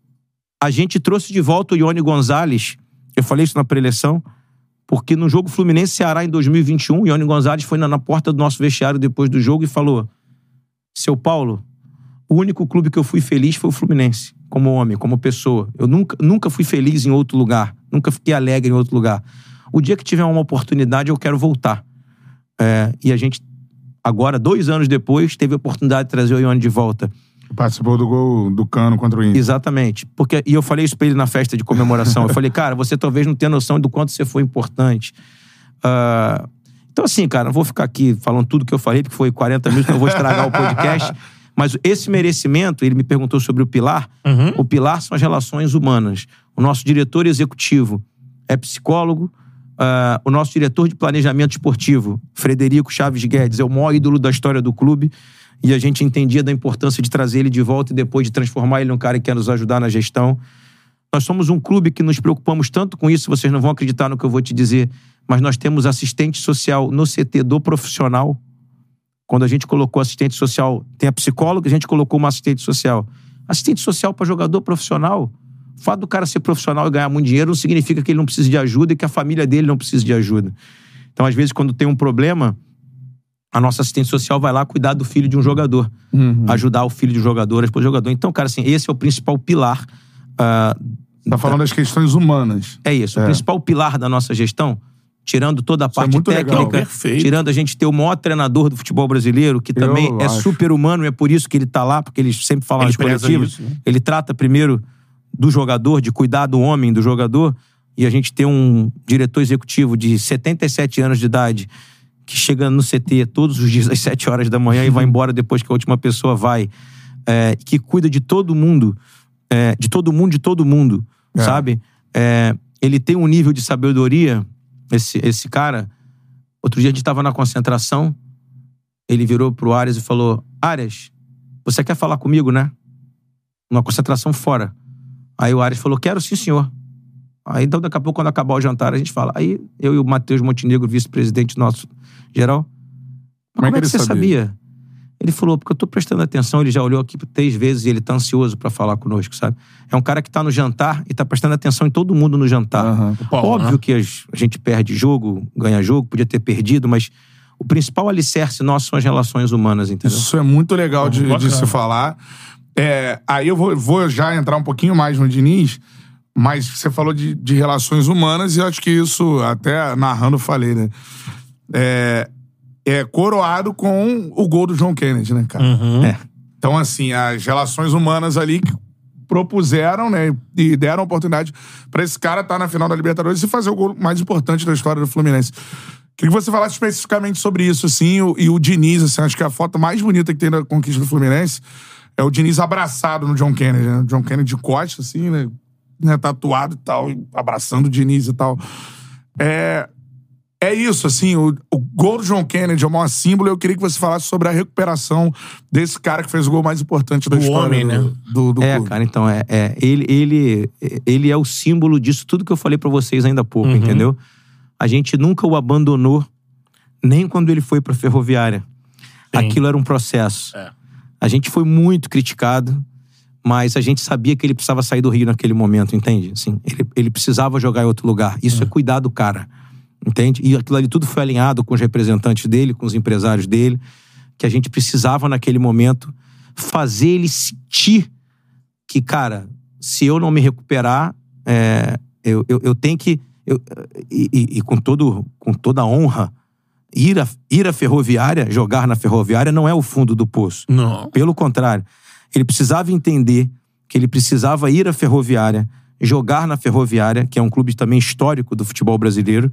a gente trouxe de volta o Ione Gonzalez, eu falei isso na pré-eleição, porque no jogo Fluminense-Ceará em dois mil e vinte e um, o Ione Gonzalez foi na, na porta do nosso vestiário depois do jogo e falou, seu Paulo, o único clube que eu fui feliz foi o Fluminense, como homem, como pessoa. Eu nunca, nunca fui feliz em outro lugar, nunca fiquei alegre em outro lugar. O dia que tiver uma oportunidade, eu quero voltar. É, e a gente, agora, dois anos depois, teve a oportunidade de trazer o Ione de volta. Participou do gol do Cano contra o Inter. Exatamente. Porque, e eu falei isso pra ele na festa de comemoração. Eu falei, cara, você talvez não tenha noção do quanto você foi importante. Uh, então, assim, cara, não vou ficar aqui falando tudo que eu falei, porque foi quarenta minutos, eu vou estragar o podcast. Mas esse merecimento, ele me perguntou sobre o pilar. Uhum. O pilar são as relações humanas. O nosso diretor executivo é psicólogo. Uh, o nosso diretor de planejamento esportivo, Frederico Chaves Guedes, é o maior ídolo da história do clube. E a gente entendia da importância de trazer ele de volta e depois de transformar ele num cara que quer nos ajudar na gestão. Nós somos um clube que nos preocupamos tanto com isso, vocês não vão acreditar no que eu vou te dizer, mas nós temos assistente social no C T do profissional. Quando a gente colocou assistente social, tem a psicóloga, a gente colocou uma assistente social. Assistente social para jogador profissional. O fato do cara ser profissional e ganhar muito dinheiro não significa que ele não precisa de ajuda e que a família dele não precisa de ajuda. Então, às vezes, quando tem um problema, a nossa assistente social vai lá cuidar do filho de um jogador. Uhum. Ajudar o filho de um jogador, a esposa do jogador. Então, cara, assim, esse é o principal pilar. Uh, Tá falando das questões humanas. É isso. É. O principal pilar da nossa gestão, tirando toda a Isso é parte muito técnica, legal. Perfeito. tirando a gente ter o maior treinador do futebol brasileiro, que também Eu é acho. super humano, e é por isso que ele tá lá, porque eles sempre falam Ele nas preza coletivas. isso, né? Ele trata primeiro do jogador, de cuidar do homem, do jogador, e a gente tem um diretor executivo de setenta e sete anos de idade que chega no C T todos os dias às sete horas da manhã e vai embora depois que a última pessoa vai, é, que cuida de todo mundo, é, de todo mundo, de todo mundo, É. sabe? É, ele tem um nível de sabedoria, esse, esse cara. Outro dia a gente estava na concentração, ele virou pro Arias e falou, Arias, você quer falar comigo, né? Uma concentração fora. Aí o Arias falou, quero sim, senhor. Aí, então, daqui a pouco, quando acabar o jantar, a gente fala. Aí, eu e o Matheus Montenegro, vice-presidente nosso geral, como, é que é que ele você sabia? sabia? Ele falou, porque eu tô prestando atenção, ele já olhou aqui três vezes e ele tá ansioso pra falar conosco, sabe? É um cara que tá no jantar e tá prestando atenção em todo mundo no jantar. Aham. Paulo, Óbvio né? que as- a gente perde jogo, ganha jogo, podia ter perdido, mas o principal alicerce nosso são as relações humanas, entendeu? Isso é muito legal de, Bacana. de se falar. É, aí eu vou, vou já entrar um pouquinho mais no Diniz, mas você falou de, de relações humanas e eu acho que isso, até narrando, eu falei, né? É, é coroado com o gol do John Kennedy, né, cara? Uhum. É. Então, assim, as relações humanas ali que propuseram, né, e deram oportunidade pra esse cara estar na final da Libertadores e fazer o gol mais importante da história do Fluminense. Queria que você falasse especificamente sobre isso, assim, o- e o Diniz, assim, acho que a foto mais bonita que tem da conquista do Fluminense é o Diniz abraçado no John Kennedy, né? O John Kennedy de costas, assim, né, né, tatuado e tal, e abraçando o Diniz e tal. É... É isso, assim, o, o gol do John Kennedy é o maior símbolo. Eu queria que você falasse sobre a recuperação desse cara que fez o gol mais importante da Do história homem, do, né? do, do É, clube. cara, então, é, é, ele, ele, ele é o símbolo disso tudo que eu falei pra vocês ainda há pouco, Uhum. entendeu? A gente nunca o abandonou, nem quando ele foi pra Ferroviária. Sim. Aquilo era um processo. É. A gente foi muito criticado, mas a gente sabia que ele precisava sair do Rio naquele momento, entende? Assim, ele, ele precisava jogar em outro lugar. Isso é cuidar do cara, entende? E aquilo ali tudo foi alinhado com os representantes dele, com os empresários dele, que a gente precisava naquele momento fazer ele sentir que, cara, se eu não me recuperar, é, eu, eu, eu tenho que... Eu, e, e, e com, todo, com toda a honra, ir à ir à Ferroviária, jogar na Ferroviária não é o fundo do poço. Não. Pelo contrário, ele precisava entender que ele precisava ir à Ferroviária, jogar na Ferroviária, que é um clube também histórico do futebol brasileiro,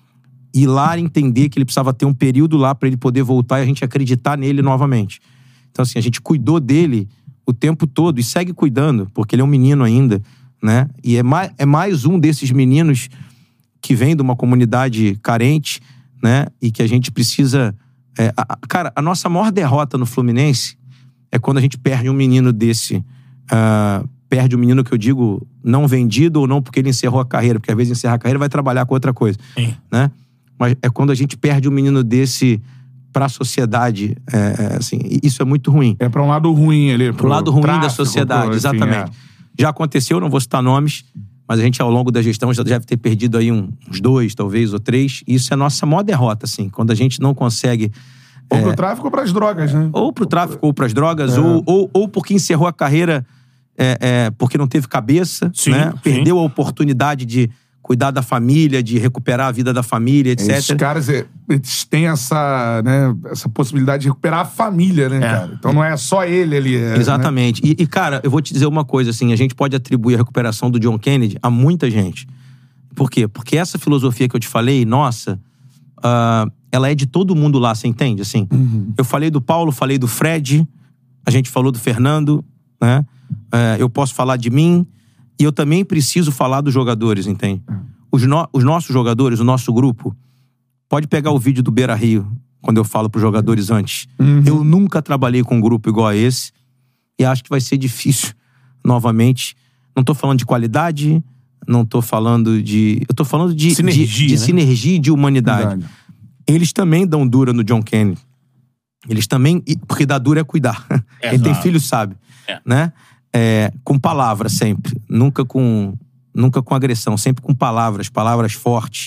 e lá entender que ele precisava ter um período lá para ele poder voltar e a gente acreditar nele novamente. Então, assim, a gente cuidou dele o tempo todo e segue cuidando, porque ele é um menino ainda, né? E é mais, é mais um desses meninos que vem de uma comunidade carente, né? E que a gente precisa... É, a, cara, a nossa maior derrota no Fluminense é quando a gente perde um menino desse. Uh, perde um menino que eu digo não vendido ou não porque ele encerrou a carreira, porque às vezes encerrar a carreira vai trabalhar com outra coisa, Sim. né? Mas é quando a gente perde um menino desse pra sociedade, é, assim, isso é muito ruim. É pra um lado ruim ali. Pro, pro lado ruim tráfico, da sociedade, pro, exatamente. Enfim, é. Já aconteceu, não vou citar nomes, mas a gente ao longo da gestão já deve ter perdido aí um, uns dois, talvez, ou três. E isso é a nossa maior derrota, assim, quando a gente não consegue... Ou é, pro tráfico ou pras drogas, né? Ou pro tráfico ou pras drogas, é. ou, ou, ou porque encerrou a carreira é, é, porque não teve cabeça, sim, né? Sim. Perdeu a oportunidade de cuidar da família, de recuperar a vida da família, etcétera. Esses caras, eles têm essa, né, essa possibilidade de recuperar a família, né, é. cara? Então não é só ele ali. É, Exatamente. Né? E, e, cara, eu vou te dizer uma coisa, assim, a gente pode atribuir a recuperação do John Kennedy a muita gente. Por quê? Porque essa filosofia que eu te falei, nossa, uh, ela é de todo mundo lá, você entende? Assim, uhum. Eu falei do Paulo, falei do Fred, a gente falou do Fernando, né? Uh, eu posso falar de mim, e eu também preciso falar dos jogadores, entende? Os, no, os nossos jogadores, o nosso grupo, pode pegar o vídeo do Beira Rio, quando eu falo pros jogadores antes. Uhum. Eu nunca trabalhei com um grupo igual a esse, e acho que vai ser difícil, novamente. Não tô falando de qualidade, não tô falando de... Eu tô falando de sinergia, de, de, né? sinergia e de humanidade. Verdade. Eles também dão dura no John Kennedy. Eles também... Porque dar dura é cuidar. É, Quem tem filho sabe. É. Né? É, com palavras sempre. Nunca com, nunca com agressão. Sempre com palavras. Palavras fortes.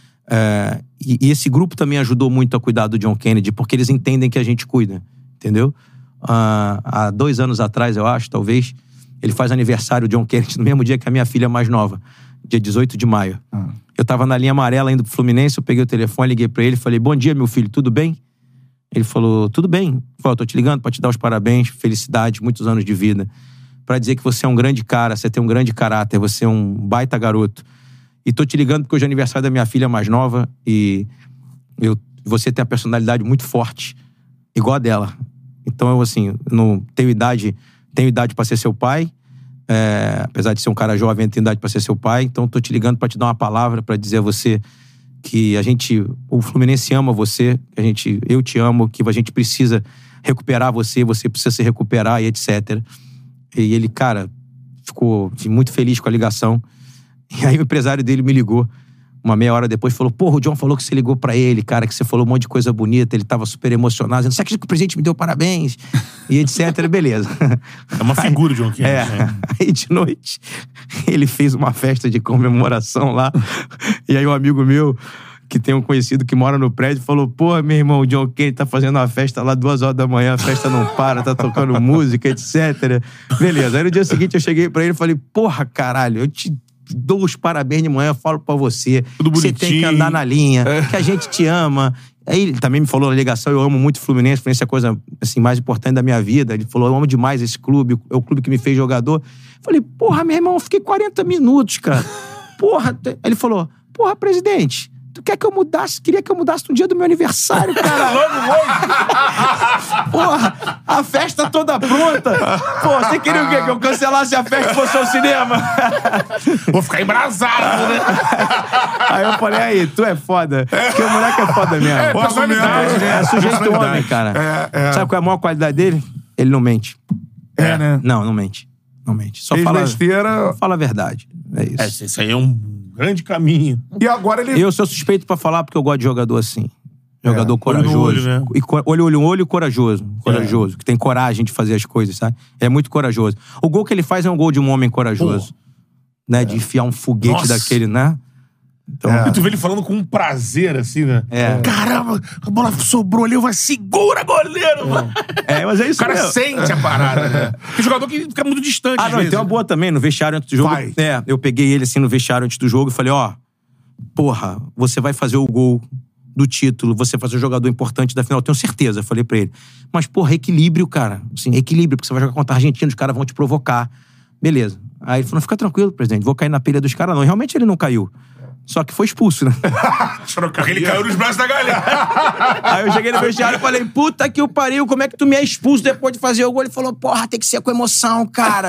É, e, e esse grupo também ajudou muito a cuidar do John Kennedy, porque eles entendem que a gente cuida. Entendeu? Ah, há dois anos atrás, eu acho, talvez, ele faz aniversário, o John Kennedy, no mesmo dia que a minha filha mais nova. Dia dezoito de maio. Ah. Eu tava na linha amarela indo pro Fluminense, eu peguei o telefone, liguei pra ele, falei, bom dia, meu filho, tudo bem? Ele falou, tudo bem. Eu falei, tô te ligando pra te dar os parabéns, felicidade, muitos anos de vida. Pra dizer que você é um grande cara, você tem um grande caráter, você é um baita garoto. E tô te ligando porque hoje é aniversário da minha filha mais nova e eu, você tem a personalidade muito forte, igual a dela. Então, eu, assim, não tenho idade, tenho idade pra ser seu pai, é, apesar de ser um cara jovem, tenho idade pra ser seu pai. Então, tô te ligando pra te dar uma palavra, pra dizer a você que a gente, o Fluminense ama você, que a gente, eu te amo, que a gente precisa recuperar você, você precisa se recuperar e etcétera. E ele, cara, ficou muito feliz com a ligação. E aí o empresário dele me ligou uma meia hora depois, falou, porra, o John falou que você ligou pra ele, cara, que você falou um monte de coisa bonita, ele tava super emocionado, dizendo, você acredita que o presidente me deu parabéns? E etcétera, beleza. É uma figura, o John Kennedy. É, né? Aí de noite, ele fez uma festa de comemoração lá, e aí um amigo meu, que tem um conhecido que mora no prédio, falou, pô, meu irmão, o John Kennedy tá fazendo uma festa lá duas horas da manhã, a festa não para, tá tocando música, etcétera. Beleza. Aí no dia seguinte eu cheguei pra ele e falei, porra, caralho, eu te dou os parabéns de manhã, falo pra você, tudo você tem que andar na linha, é. que a gente te ama. Aí ele também me falou na ligação, eu amo muito o Fluminense, Fluminense é a coisa assim, mais importante da minha vida. Ele falou, eu amo demais esse clube, é o clube que me fez jogador. Falei, porra, meu irmão, eu fiquei quarenta minutos, cara. Porra. Aí ele falou, porra, presidente, tu quer que eu mudasse? Queria que eu mudasse no dia do meu aniversário, cara. Logo hoje. Porra, a festa toda pronta. Pô, você queria o quê? Que eu cancelasse a festa e fosse ao cinema? Vou ficar embrasado, né? Aí eu falei, aí, tu é foda. Porque o moleque é foda mesmo. É, personalidade, né? É sujeito homem, cara. É, é. Sabe qual é a maior qualidade dele? Ele não mente. É, né? Não, não mente. Não mente. Só Fez fala, besteira. fala a verdade. É isso. É, isso aí é um grande caminho. E agora ele... Eu sou suspeito pra falar porque eu gosto de jogador assim. Jogador é, corajoso. Olho, olho, né? E olho, olho, olho e corajoso. Corajoso. É. Que tem coragem de fazer as coisas, sabe? É muito corajoso. O gol que ele faz é um gol de um homem corajoso. Pô. Né? É. De enfiar um foguete Nossa. daquele, né? Então, é. E tu vê ele falando com um prazer, assim, né? É. Caramba, a bola sobrou ali, vai, segura, goleiro! É, é mas é isso. O cara mesmo. sente a parada, né? Tem jogador que fica muito distante. Ah, não, vezes. Tem uma boa também, no vestiário antes do jogo. Vai. É, eu peguei ele assim no vestiário antes do jogo e falei, ó, porra, você vai fazer o gol do título, você vai fazer o jogador importante da final, eu tenho certeza, eu falei pra ele. Mas, porra, equilíbrio, cara. Assim, equilíbrio, porque você vai jogar contra a Argentina, os caras vão te provocar. Beleza. Aí ele falou, fica tranquilo, presidente, vou cair na pilha dos caras não. E realmente ele não caiu. Só que foi expulso, né? Porque ele caiu nos braços da galera. Aí eu cheguei no vestiário e falei, puta que o pariu, como é que tu me é expulso depois de fazer o gol? Ele falou, porra, tem que ser com emoção, cara.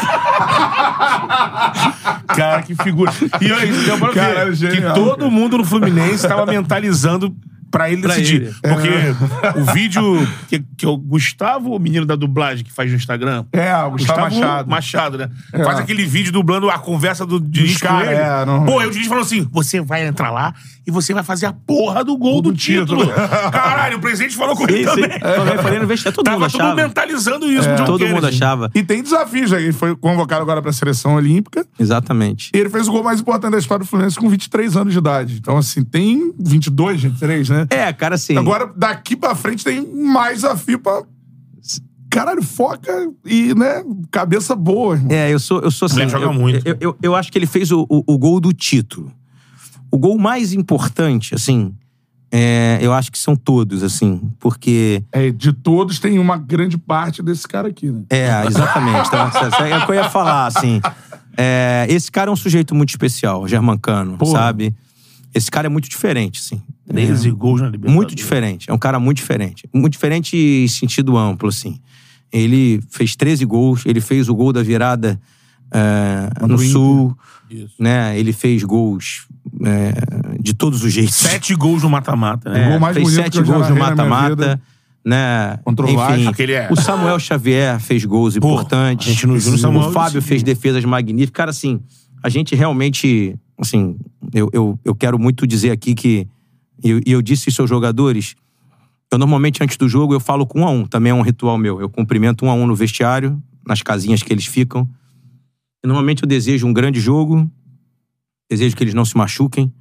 Cara, que figura. E aí, deu pra ver Caralho, que genial, todo cara. mundo no Fluminense tava mentalizando pra ele Pra decidir. ele. Porque o vídeo que, que o Gustavo, o menino da dublagem que faz no Instagram... É, o Gustavo Machado. Machado, né? É. Faz aquele vídeo dublando a conversa do Diniz com cara, ele. é, não- Pô, aí o Diniz falou assim, você vai entrar lá e você vai fazer a porra do gol do, do título. título. Caralho, o presidente falou com ele Sim, também. sim. Eu falei no vestiário, todo mundo Tava todo mundo achava. mentalizando isso pro John Todo Kennedy. mundo achava. E tem desafios, né? Ele foi convocado agora pra seleção olímpica. Exatamente. E ele fez o gol mais importante da história do Fluminense com vinte e três anos de idade. Então, assim, tem vinte e dois, vinte e três, né? É, cara, assim... Agora, daqui pra frente, tem mais desafio pra... Caralho, foca e, né, cabeça boa, irmão. É, eu sou, eu sou assim... moleque joga eu, muito. Eu, eu, eu acho que ele fez o, o, o gol do título. O gol mais importante, assim... É, eu acho que são todos, assim, porque... É, de todos, tem uma grande parte desse cara aqui, né? É, exatamente. Então, é o que eu ia falar, assim. É, esse cara é um sujeito muito especial, Germancano, Porra. sabe? Esse cara é muito diferente, assim. treze gols na Libertadores. Muito diferente. É um cara muito diferente. Muito diferente em sentido amplo, assim. Ele fez treze gols, ele fez o gol da virada é, no Inter. Sul, Isso. né? Ele fez gols é, de todos os jeitos. Sete gols no mata-mata, né? É. O gol mais fez bonito sete que eu já gols no narrei na minha mata-mata, vida. né? Contra o Enfim, Vasco. Aquele é- o Samuel Xavier fez gols Pô, importantes. a gente não viu o Samuel O Fábio decidir. fez defesas magníficas. Cara, assim, a gente realmente, assim, eu, eu, eu quero muito dizer aqui que, e eu, eu disse isso aos jogadores, eu normalmente antes do jogo eu falo com um a um, também é um ritual meu. Eu cumprimento um a um no vestiário, nas casinhas que eles ficam. E normalmente eu desejo um grande jogo, desejo que eles não se machuquem.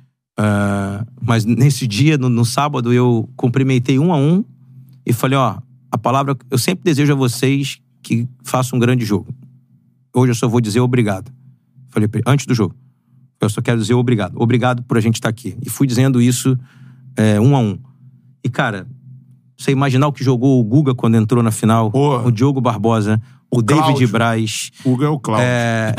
Uh, mas nesse dia, no, no sábado, eu cumprimentei um a um e falei, ó, a palavra... Eu sempre desejo a vocês que façam um grande jogo. Hoje eu só vou dizer obrigado. Falei pra ele, antes do jogo. Eu só quero dizer obrigado. Obrigado por a gente estar aqui. E fui dizendo isso é, um a um. E, cara, você imaginar o que jogou o Guga quando entrou na final, Porra. o Diogo Barbosa, o, O David Cláudio. Braz... O Hugo é o Cláudio. É,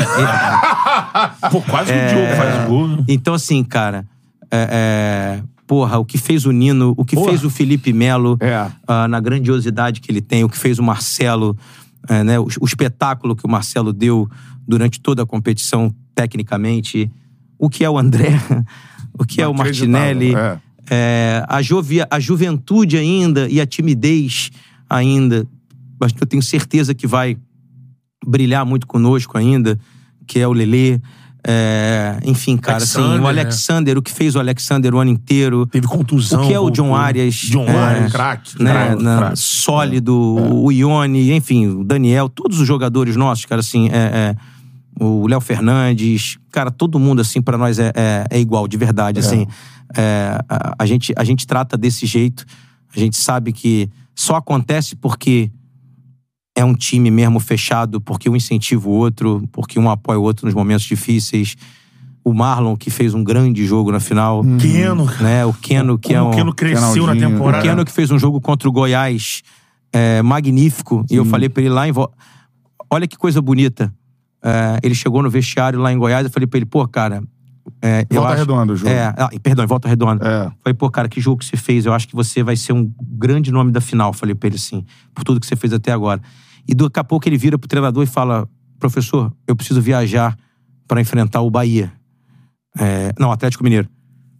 é, Pô, quase que o Diogo faz o gol, né? então, assim, cara, é, é, porra, o que fez o Nino, o que Porra. fez o Felipe Melo, É. ah, na grandiosidade que ele tem, o que fez o Marcelo, é, né, o, o espetáculo que o Marcelo deu durante toda a competição, tecnicamente, o que é o André, o que é o Martinelli, É. é, a, jovia, a juventude ainda e a timidez ainda, mas eu tenho certeza que vai brilhar muito conosco ainda, que é o Lelê. É, enfim, cara, assim, Alexander, o Alexander, o que fez o Alexander o ano inteiro. Teve contusão. O que é o John voltou. Arias. John é, Arias. craque, Né, craque, na- craque. sólido, o Ione, enfim, o Daniel, todos os jogadores nossos, cara, assim, é, é, o Léo Fernandes, cara, todo mundo, assim, pra nós é, é, é igual, de verdade, assim. É, a, a gente, a gente trata desse jeito, a gente sabe que só acontece porque é um time mesmo fechado, porque um incentiva o outro, porque um apoia o outro nos momentos difíceis. O Marlon, que fez um grande jogo na final. Keno. Né? O Keno, que é Como um... o Keno cresceu na Kenaldinho. temporada. O Keno que fez um jogo contra o Goiás é, magnífico. E eu falei pra ele lá em... Vo... Olha que coisa bonita. É, ele chegou no vestiário lá em Goiás. Eu falei pra ele, pô, cara... É, eu Volta acho... Redonda o jogo. É, ah, perdão, em Volta Redonda. É. Falei, pô, cara, que jogo que você fez. Eu acho que você vai ser um grande nome da final. Falei pra ele assim, por tudo que você fez até agora. E daqui a pouco ele vira pro treinador e fala, professor, eu preciso viajar pra enfrentar o Bahia. É, não, Atlético Mineiro.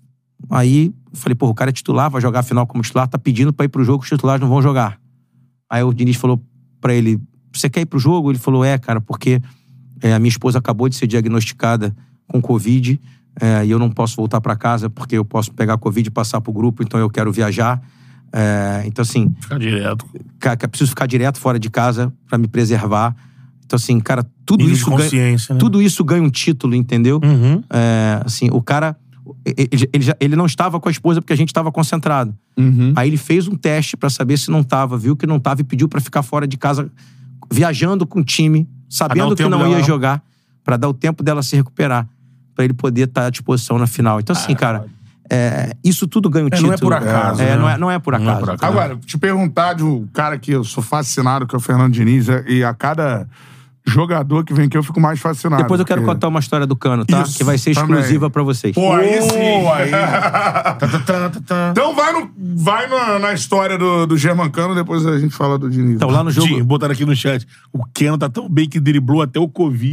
Aí, eu falei, pô, o cara é titular, vai jogar a final como titular, tá pedindo pra ir pro jogo, os titulares não vão jogar. Aí o Diniz falou pra ele, você quer ir pro jogo? Ele falou, é, cara, porque é, a minha esposa acabou de ser diagnosticada com Covid, é, e eu não posso voltar pra casa porque eu posso pegar Covid e passar pro grupo, então eu quero viajar. É, então, assim, Ficar direto. cara, preciso ficar direto fora de casa pra me preservar. Então, assim, cara, tudo Nível de isso ganha, consciência, né? tudo isso ganha um título, entendeu? Uhum. É, assim, o cara, ele, ele, já- ele não estava com a esposa porque a gente estava concentrado. Uhum. Aí ele fez um teste pra saber se não tava, viu que não tava e pediu pra ficar fora de casa, viajando com o time, sabendo o que tempo não dela- ia jogar, pra dar o tempo dela se recuperar, pra ele poder estar à disposição na final. Então, assim, cara, é, isso tudo ganha um É, título. não é por acaso, É, né? não, é, não é por Não é acaso. por acaso. Agora, te perguntar de um cara que eu sou fascinado, que é o Fernando Diniz, e a cada jogador que vem aqui, eu fico mais fascinado. Depois eu quero porque... contar uma história do Cano, tá? Isso, que vai ser exclusiva também. pra vocês. Pô, aí sim. Pô, aí. Tá, tá, tá, tá, tá. Então vai, no, vai na, na história do, do Germancano, depois a gente fala do Diniz. Então, lá no jogo... Dinho, botaram aqui no chat. O Keno tá tão bem que driblou até o Covid.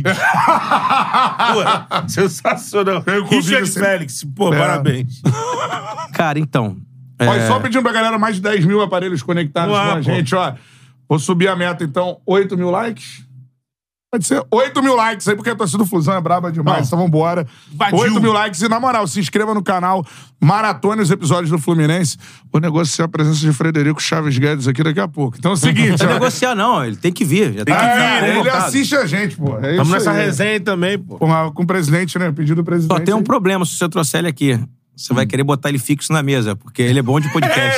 Pô, sensacional. Tem o Covid, Richard assim. Félix, pô, É. parabéns. Cara, então... é, Olha, só pedindo pra galera, mais de dez mil aparelhos conectados Ué, com a pô. gente, ó. Vou subir a meta, então, oito mil likes. Pode ser oito mil likes aí, porque a torcida do Flusão é braba demais, Não. então vambora. Invadiu. oito mil likes e, na moral, se inscreva no canal, maratone os episódios do Fluminense. Vou negociar a presença de Frederico Chaves Guedes aqui daqui a pouco. Então é o seguinte, Não ó. é negociar, não. Ele tem que vir. Já Tem que tá vir, É, ele convocado. assiste a gente, pô. É Tamo isso nessa aí. resenha também, pô. Com, a- com o presidente, né? Pedido do presidente. Só tem um aí. problema se você trouxer ele aqui. Você vai querer botar ele fixo na mesa, porque ele é bom de podcast. É,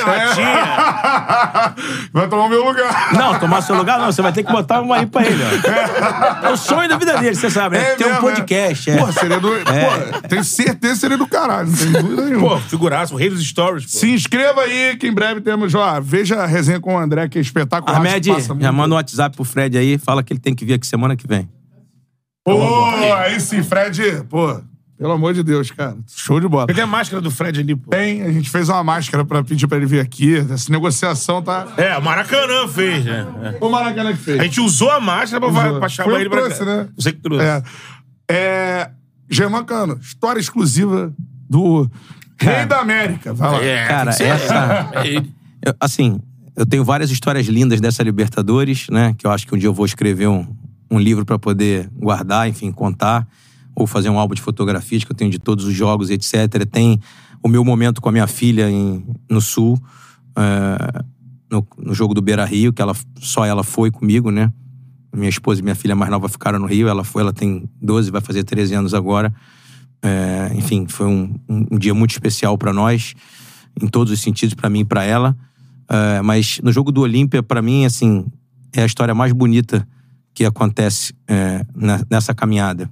latinha. Vai tomar o meu lugar. Não, tomar seu lugar não. Você vai ter que botar uma aí pra ele, ó. É o sonho da vida dele, você sabe, né? É Ter um mesmo, podcast, é. é. Pô, seria do... Pô, tenho certeza que seria do caralho, não tem dúvida nenhuma. Pô, figuraço, o rei dos stories, pô. Se inscreva aí, que em breve temos, ó, veja a resenha com o André, que é espetacular. Ahmed, passa muito. já manda um WhatsApp pro Fred aí, fala que ele tem que vir aqui semana que vem. Pô, aí sim, Fred, pô, pelo amor de Deus, cara, show de bola. Cadê a máscara do Fred ali, pô? Tem, a gente fez uma máscara pra pedir pra ele vir aqui, essa negociação tá... É, o Maracanã fez, né? É. O Maracanã que fez. A gente usou a máscara pra, Usou. pra chamar Foi eu ele que pra trouxe, cá. né? Você que trouxe. É. É... Germancano, história exclusiva do Rei da América. Vai lá. É, Cara, tem que ser- essa- É ele. Eu, assim, eu tenho várias histórias lindas dessa Libertadores, né? Que eu acho que um dia eu vou escrever um, um livro pra poder guardar, enfim, contar. Ou fazer um álbum de fotografias que eu tenho de todos os jogos, etcétera. Tem o meu momento com a minha filha em, no Sul, é, no, no jogo do Beira-Rio, que ela, só ela foi comigo, né? Minha esposa e minha filha mais nova ficaram no Rio. Ela foi, ela tem doze, vai fazer treze anos agora. É, enfim, foi um, um, um dia muito especial pra nós, em todos os sentidos, pra mim e pra ela. É, mas no jogo do Olímpia, pra mim, assim, é a história mais bonita que acontece é, na, nessa caminhada.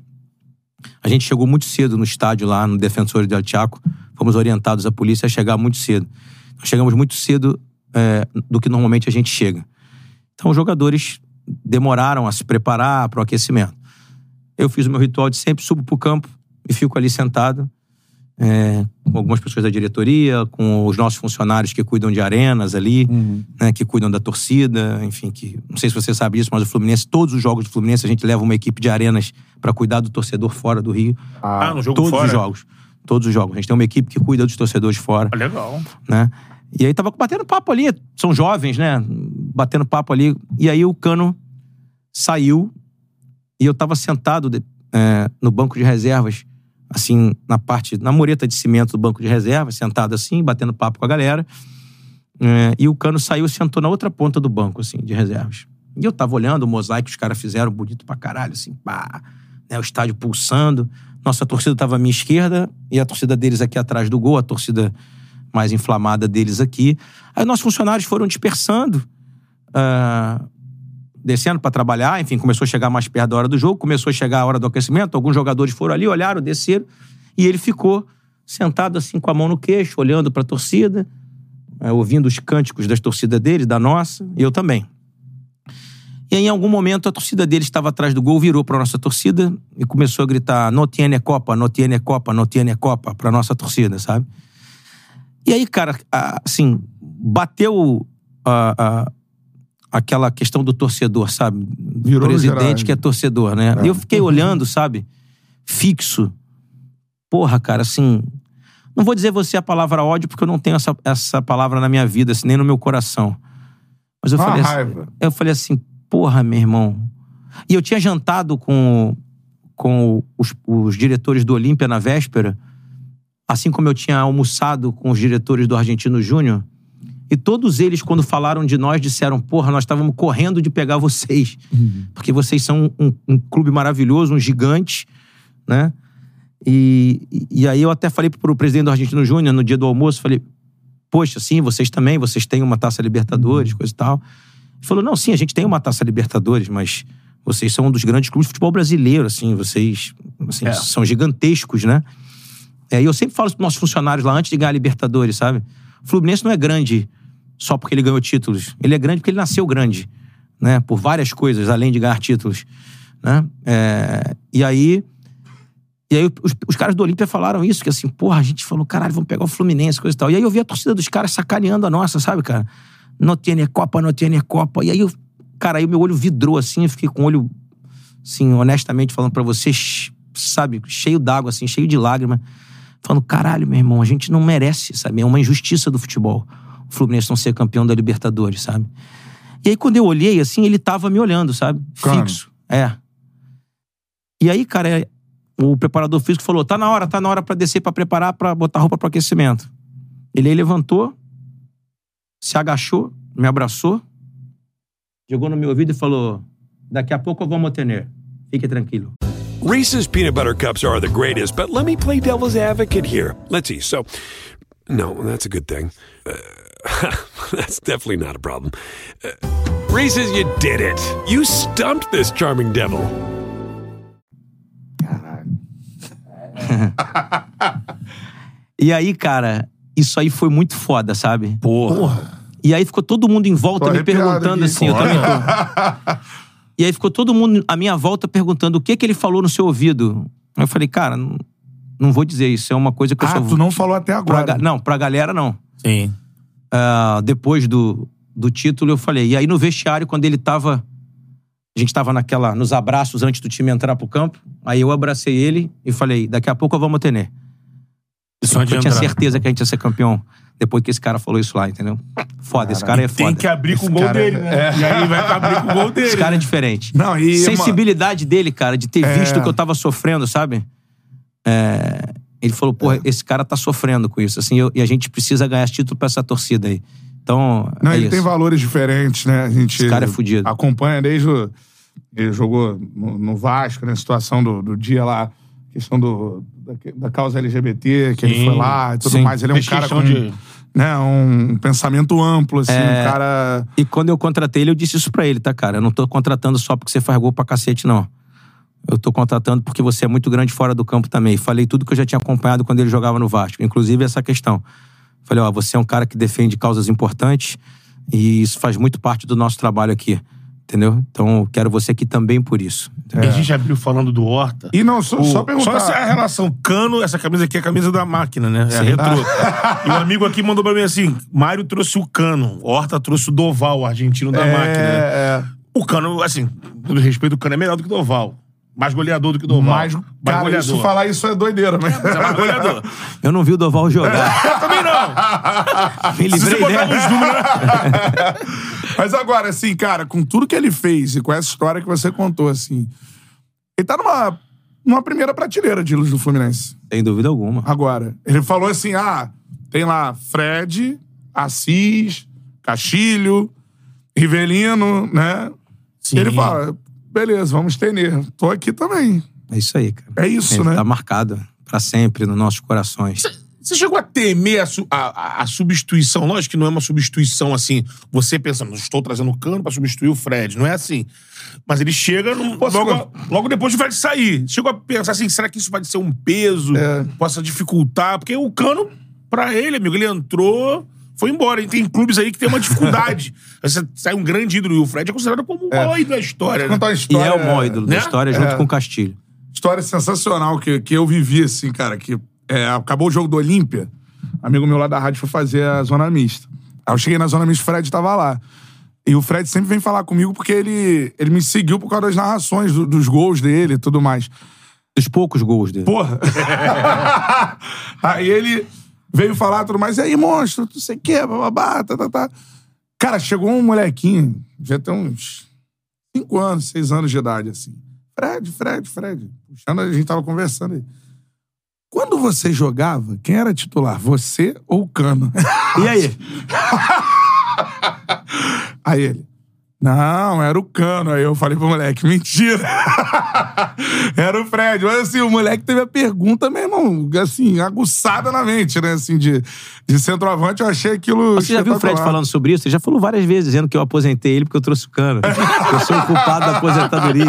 A gente chegou muito cedo no estádio lá, no Defensor del Chaco. Fomos orientados a polícia a chegar muito cedo. Nós chegamos muito cedo é, do que normalmente a gente chega. Então os jogadores demoraram a se preparar para o aquecimento. Eu fiz o meu ritual de sempre, subo pro campo e fico ali sentado é, com algumas pessoas da diretoria, com os nossos funcionários que cuidam de arenas ali, Uhum. né, que cuidam da torcida, enfim, que não sei se você sabe disso, mas o Fluminense, todos os jogos do Fluminense, a gente leva uma equipe de arenas para cuidar do torcedor fora do Rio. Ah, no jogo Todos fora? os jogos. Todos os jogos. A gente tem uma equipe que cuida dos torcedores fora, Ah, legal. né? E aí tava batendo papo ali, são jovens, né? Batendo papo ali. E aí o Cano saiu e eu tava sentado de- é, no banco de reservas, assim, na parte, na mureta de cimento do banco de reservas, sentado assim, batendo papo com a galera. É, e o Cano saiu e sentou na outra ponta do banco, assim, de reservas. E eu tava olhando o mosaico que os caras fizeram, bonito pra caralho, assim, pá, né? O estádio pulsando. Nossa torcida tava à minha esquerda e a torcida deles aqui atrás do gol, a torcida mais inflamada deles aqui. Aí nossos funcionários foram dispersando, ah, descendo para trabalhar, enfim, começou a chegar mais perto da hora do jogo, começou a chegar a hora do aquecimento, alguns jogadores foram ali, olharam, desceram, e ele ficou sentado assim com a mão no queixo, olhando para a torcida, eh, ouvindo os cânticos das torcidas dele, da nossa, e eu também. E aí, em algum momento, a torcida dele estava atrás do gol, virou para nossa torcida e começou a gritar: "No tiene Copa, no tiene Copa, no tiene Copa", para nossa torcida, sabe? E aí, cara, assim, bateu a, a, aquela questão do torcedor, sabe? Do Virou no presidente geral, que é torcedor, né? É. E eu fiquei olhando, sabe? Fixo. Porra, cara, assim... Não vou dizer você a palavra ódio, porque eu não tenho essa, essa palavra na minha vida, assim, nem no meu coração. Mas eu Uma falei raiva. assim... Eu falei assim, porra, meu irmão... E eu tinha jantado com, com os, os diretores do Olímpia na véspera, assim como eu tinha almoçado com os diretores do Argentino Júnior, e todos eles, quando falaram de nós, disseram: porra, nós estávamos correndo de pegar vocês, Uhum. porque vocês são um, um clube maravilhoso, um gigante, né? E, e aí eu até falei pro presidente do Argentino Júnior, no dia do almoço, falei: poxa, sim, vocês também, vocês têm uma Taça Libertadores, coisa e tal. Ele falou: não, sim, a gente tem uma Taça Libertadores, mas vocês são um dos grandes clubes de futebol brasileiro, assim, vocês assim, É. são gigantescos, né? É, e eu sempre falo para os nossos funcionários lá, antes de ganhar a Libertadores, sabe? O Fluminense não é grande só porque ele ganhou títulos. Ele é grande porque ele nasceu grande, né? Por várias coisas, além de ganhar títulos. né? É, e aí... E aí os, os caras do Olímpia falaram isso, que assim, porra, a gente falou, caralho, vamos pegar o Fluminense, coisa e tal. E aí eu vi a torcida dos caras sacaneando a nossa, sabe, cara? Não tiene Copa, não tiene Copa. E aí, eu, cara, aí o meu olho vidrou, assim, eu fiquei com o olho, assim, honestamente falando pra vocês, sabe, cheio d'água, assim, cheio de lágrima. Falando, caralho, meu irmão, a gente não merece, sabe? É uma injustiça do futebol. O Fluminense não ser campeão da Libertadores, sabe? E aí, quando eu olhei, assim, ele tava me olhando, sabe? Claro. Fixo. É. E aí, cara... O preparador físico falou, tá na hora, tá na hora pra descer, pra preparar, pra botar roupa pro aquecimento. Ele aí levantou, se agachou, me abraçou, jogou no meu ouvido e falou, daqui a pouco vamos ter. Fique tranquilo. Reese's peanut butter cups are the greatest, but let me play devil's advocate here. Let's see. So, no, that's a good thing. Uh, that's definitely not a problem. Uh, Reese's, you did it. You stumped this charming devil. E aí, cara, isso aí foi muito foda, sabe? Porra. E aí ficou todo mundo em volta Tô me arrepiado perguntando aqui, assim, eu porra. também tô. E aí ficou todo mundo à minha volta perguntando o que que ele falou no seu ouvido. Eu falei, cara, não, não vou dizer isso, é uma coisa que eu Ah, só... tu não falou até pra, agora. ga- Não, pra galera não. Sim. Ah, depois do, do título eu falei. E aí no vestiário, quando ele tava... A gente tava naquela, nos abraços antes do time entrar pro campo. Aí eu abracei ele e falei, daqui a pouco vamos ter. Isso Eu tinha certeza que a gente ia ser campeão depois que esse cara falou isso lá, entendeu? Foda, esse cara é foda. Tem que abrir com o gol cara dele, é- né? E aí vai abrir com o gol dele. Esse cara é diferente. Não, e Sensibilidade dele, cara, de ter É. visto que eu tava sofrendo, sabe? É, ele falou, porra, esse cara tá sofrendo com isso, assim, eu- e a gente precisa ganhar esse título pra essa torcida aí. Então, Não, é ele isso. tem valores diferentes, né? A gente Esse cara é fudido. acompanha desde o... Ele jogou no, no Vasco, na situação do, do dia lá, questão do, da, da causa L G B T, que ele Sim, foi lá e tudo sim. mais. Ele é um Fez cara questão com de- né, um pensamento amplo, assim, É. um cara... E quando eu contratei ele, eu disse isso pra ele, tá, cara? Eu não tô contratando só porque você faz gol pra cacete, não. Eu tô contratando porque você é muito grande fora do campo também. Falei tudo que eu já tinha acompanhado quando ele jogava no Vasco, inclusive essa questão. Falei, ó, você é um cara que defende causas importantes e isso faz muito parte do nosso trabalho aqui, entendeu? Então, eu quero você aqui também por isso. A gente abriu falando do Horta. E não, só, O- só perguntar... Só essa é a relação. Cano, essa camisa aqui é a camisa da máquina, né? É a retrô. E um amigo aqui mandou pra mim assim: Mário trouxe o Cano, Horta trouxe o Doval, o argentino da É, máquina. Né? é. O Cano, assim, com todo respeito, o Cano é melhor do que o Doval. Mais goleador do que o Doval. Mas, mais cara, goleador. isso falar isso é doideira, mas... Mas é mais goleador. Eu não vi o Doval jogar. Eu também não. Me Se você livrei botar dela. nos números... Mas agora, assim, cara, com tudo que ele fez e com essa história que você contou, assim... Ele tá numa, numa primeira prateleira de ídolos do Fluminense. Sem dúvida alguma. Agora, ele falou assim, ah, tem lá Fred, Assis, Castilho, Rivelino, né? Sim. Ele fala, beleza, vamos ter. Tô aqui também. É isso aí, cara. É isso, Ele né? tá marcado pra sempre nos nossos corações. Você chegou a temer a, su- a- a- a substituição? Lógico que não é uma substituição assim, você pensando, estou trazendo o Cano pra substituir o Fred. Não é assim. Mas ele chega no- Posso- logo, logo depois do Fred sair. Chegou a pensar assim, será que isso vai ser um peso? É. Possa dificultar? Porque o Cano, pra ele, amigo, ele entrou, foi embora. E tem clubes aí que tem uma dificuldade. Você sai um grande ídolo e o Fred é considerado como o maior ídolo da história. Vou Né? contar uma E história... é o maior ídolo né? da história junto É. com o Castilho. História sensacional que, que eu vivi, assim, cara, que é, acabou o jogo do Olímpia, amigo meu lá da rádio foi fazer a zona mista. Aí eu cheguei na zona mista, o Fred tava lá. E o Fred sempre vem falar comigo porque ele, ele me seguiu por causa das narrações, do- dos gols dele e tudo mais. Dos poucos gols dele. Porra! Aí ele veio falar tudo mais, e aí, monstro, não sei o quê, bababá, tá, tá, tá. Cara, chegou um molequinho, devia ter uns cinco anos, seis anos de idade, assim. Fred, Fred, Fred. Puxando, a gente tava conversando aí. Quando você jogava, quem era titular? Você ou o Cano? E aí? Aí ele, não, era o Cano. Aí eu falei pro moleque, mentira. Era o Fred. Mas assim, o moleque teve a pergunta, meu irmão, assim, aguçada na mente, né? Assim, de, de centroavante, eu achei aquilo Você já viu o Fred espetacular. falando sobre isso? Ele já falou várias vezes, dizendo que eu aposentei ele porque eu trouxe o Cano. Eu sou o culpado da aposentadoria.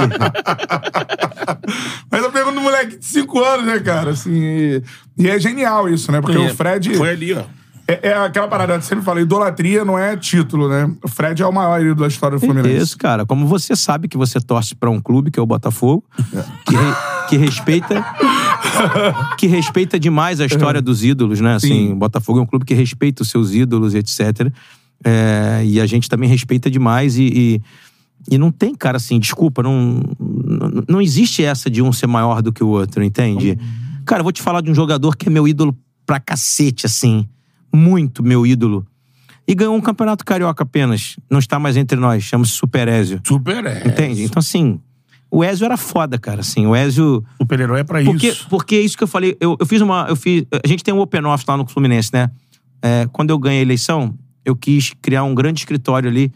Mas eu pergunto do moleque de cinco anos, né, cara? Assim, e, e é genial isso, né? Porque É, o Fred... Foi ali, ó. É, é aquela parada, eu sempre falei, idolatria não é título, né? O Fred é o maior ídolo da história do Fluminense. Isso, cara. Como você sabe que você torce pra um clube, que é o Botafogo, é. Que, re, que respeita que respeita demais a história dos ídolos, né? Assim, o Botafogo é um clube que respeita os seus ídolos e etcétera. É, e a gente também respeita demais e, e, e não tem, cara, assim, desculpa, não, não, não existe essa de um ser maior do que o outro, entende? Cara, eu vou te falar de um jogador que é meu ídolo pra cacete, assim. Muito meu ídolo. E ganhou um campeonato carioca apenas. Não está mais entre nós. Chama-se Super Ézio. Super Ézio. Entende? Então, assim, o Ézio era foda, cara. Assim, o Ézio... Super-herói é pra porque, isso. Porque é isso que eu falei. Eu, eu fiz uma... Eu fiz, a gente tem um open office lá no Fluminense, né? É, quando eu ganhei a eleição, eu quis criar um grande escritório ali.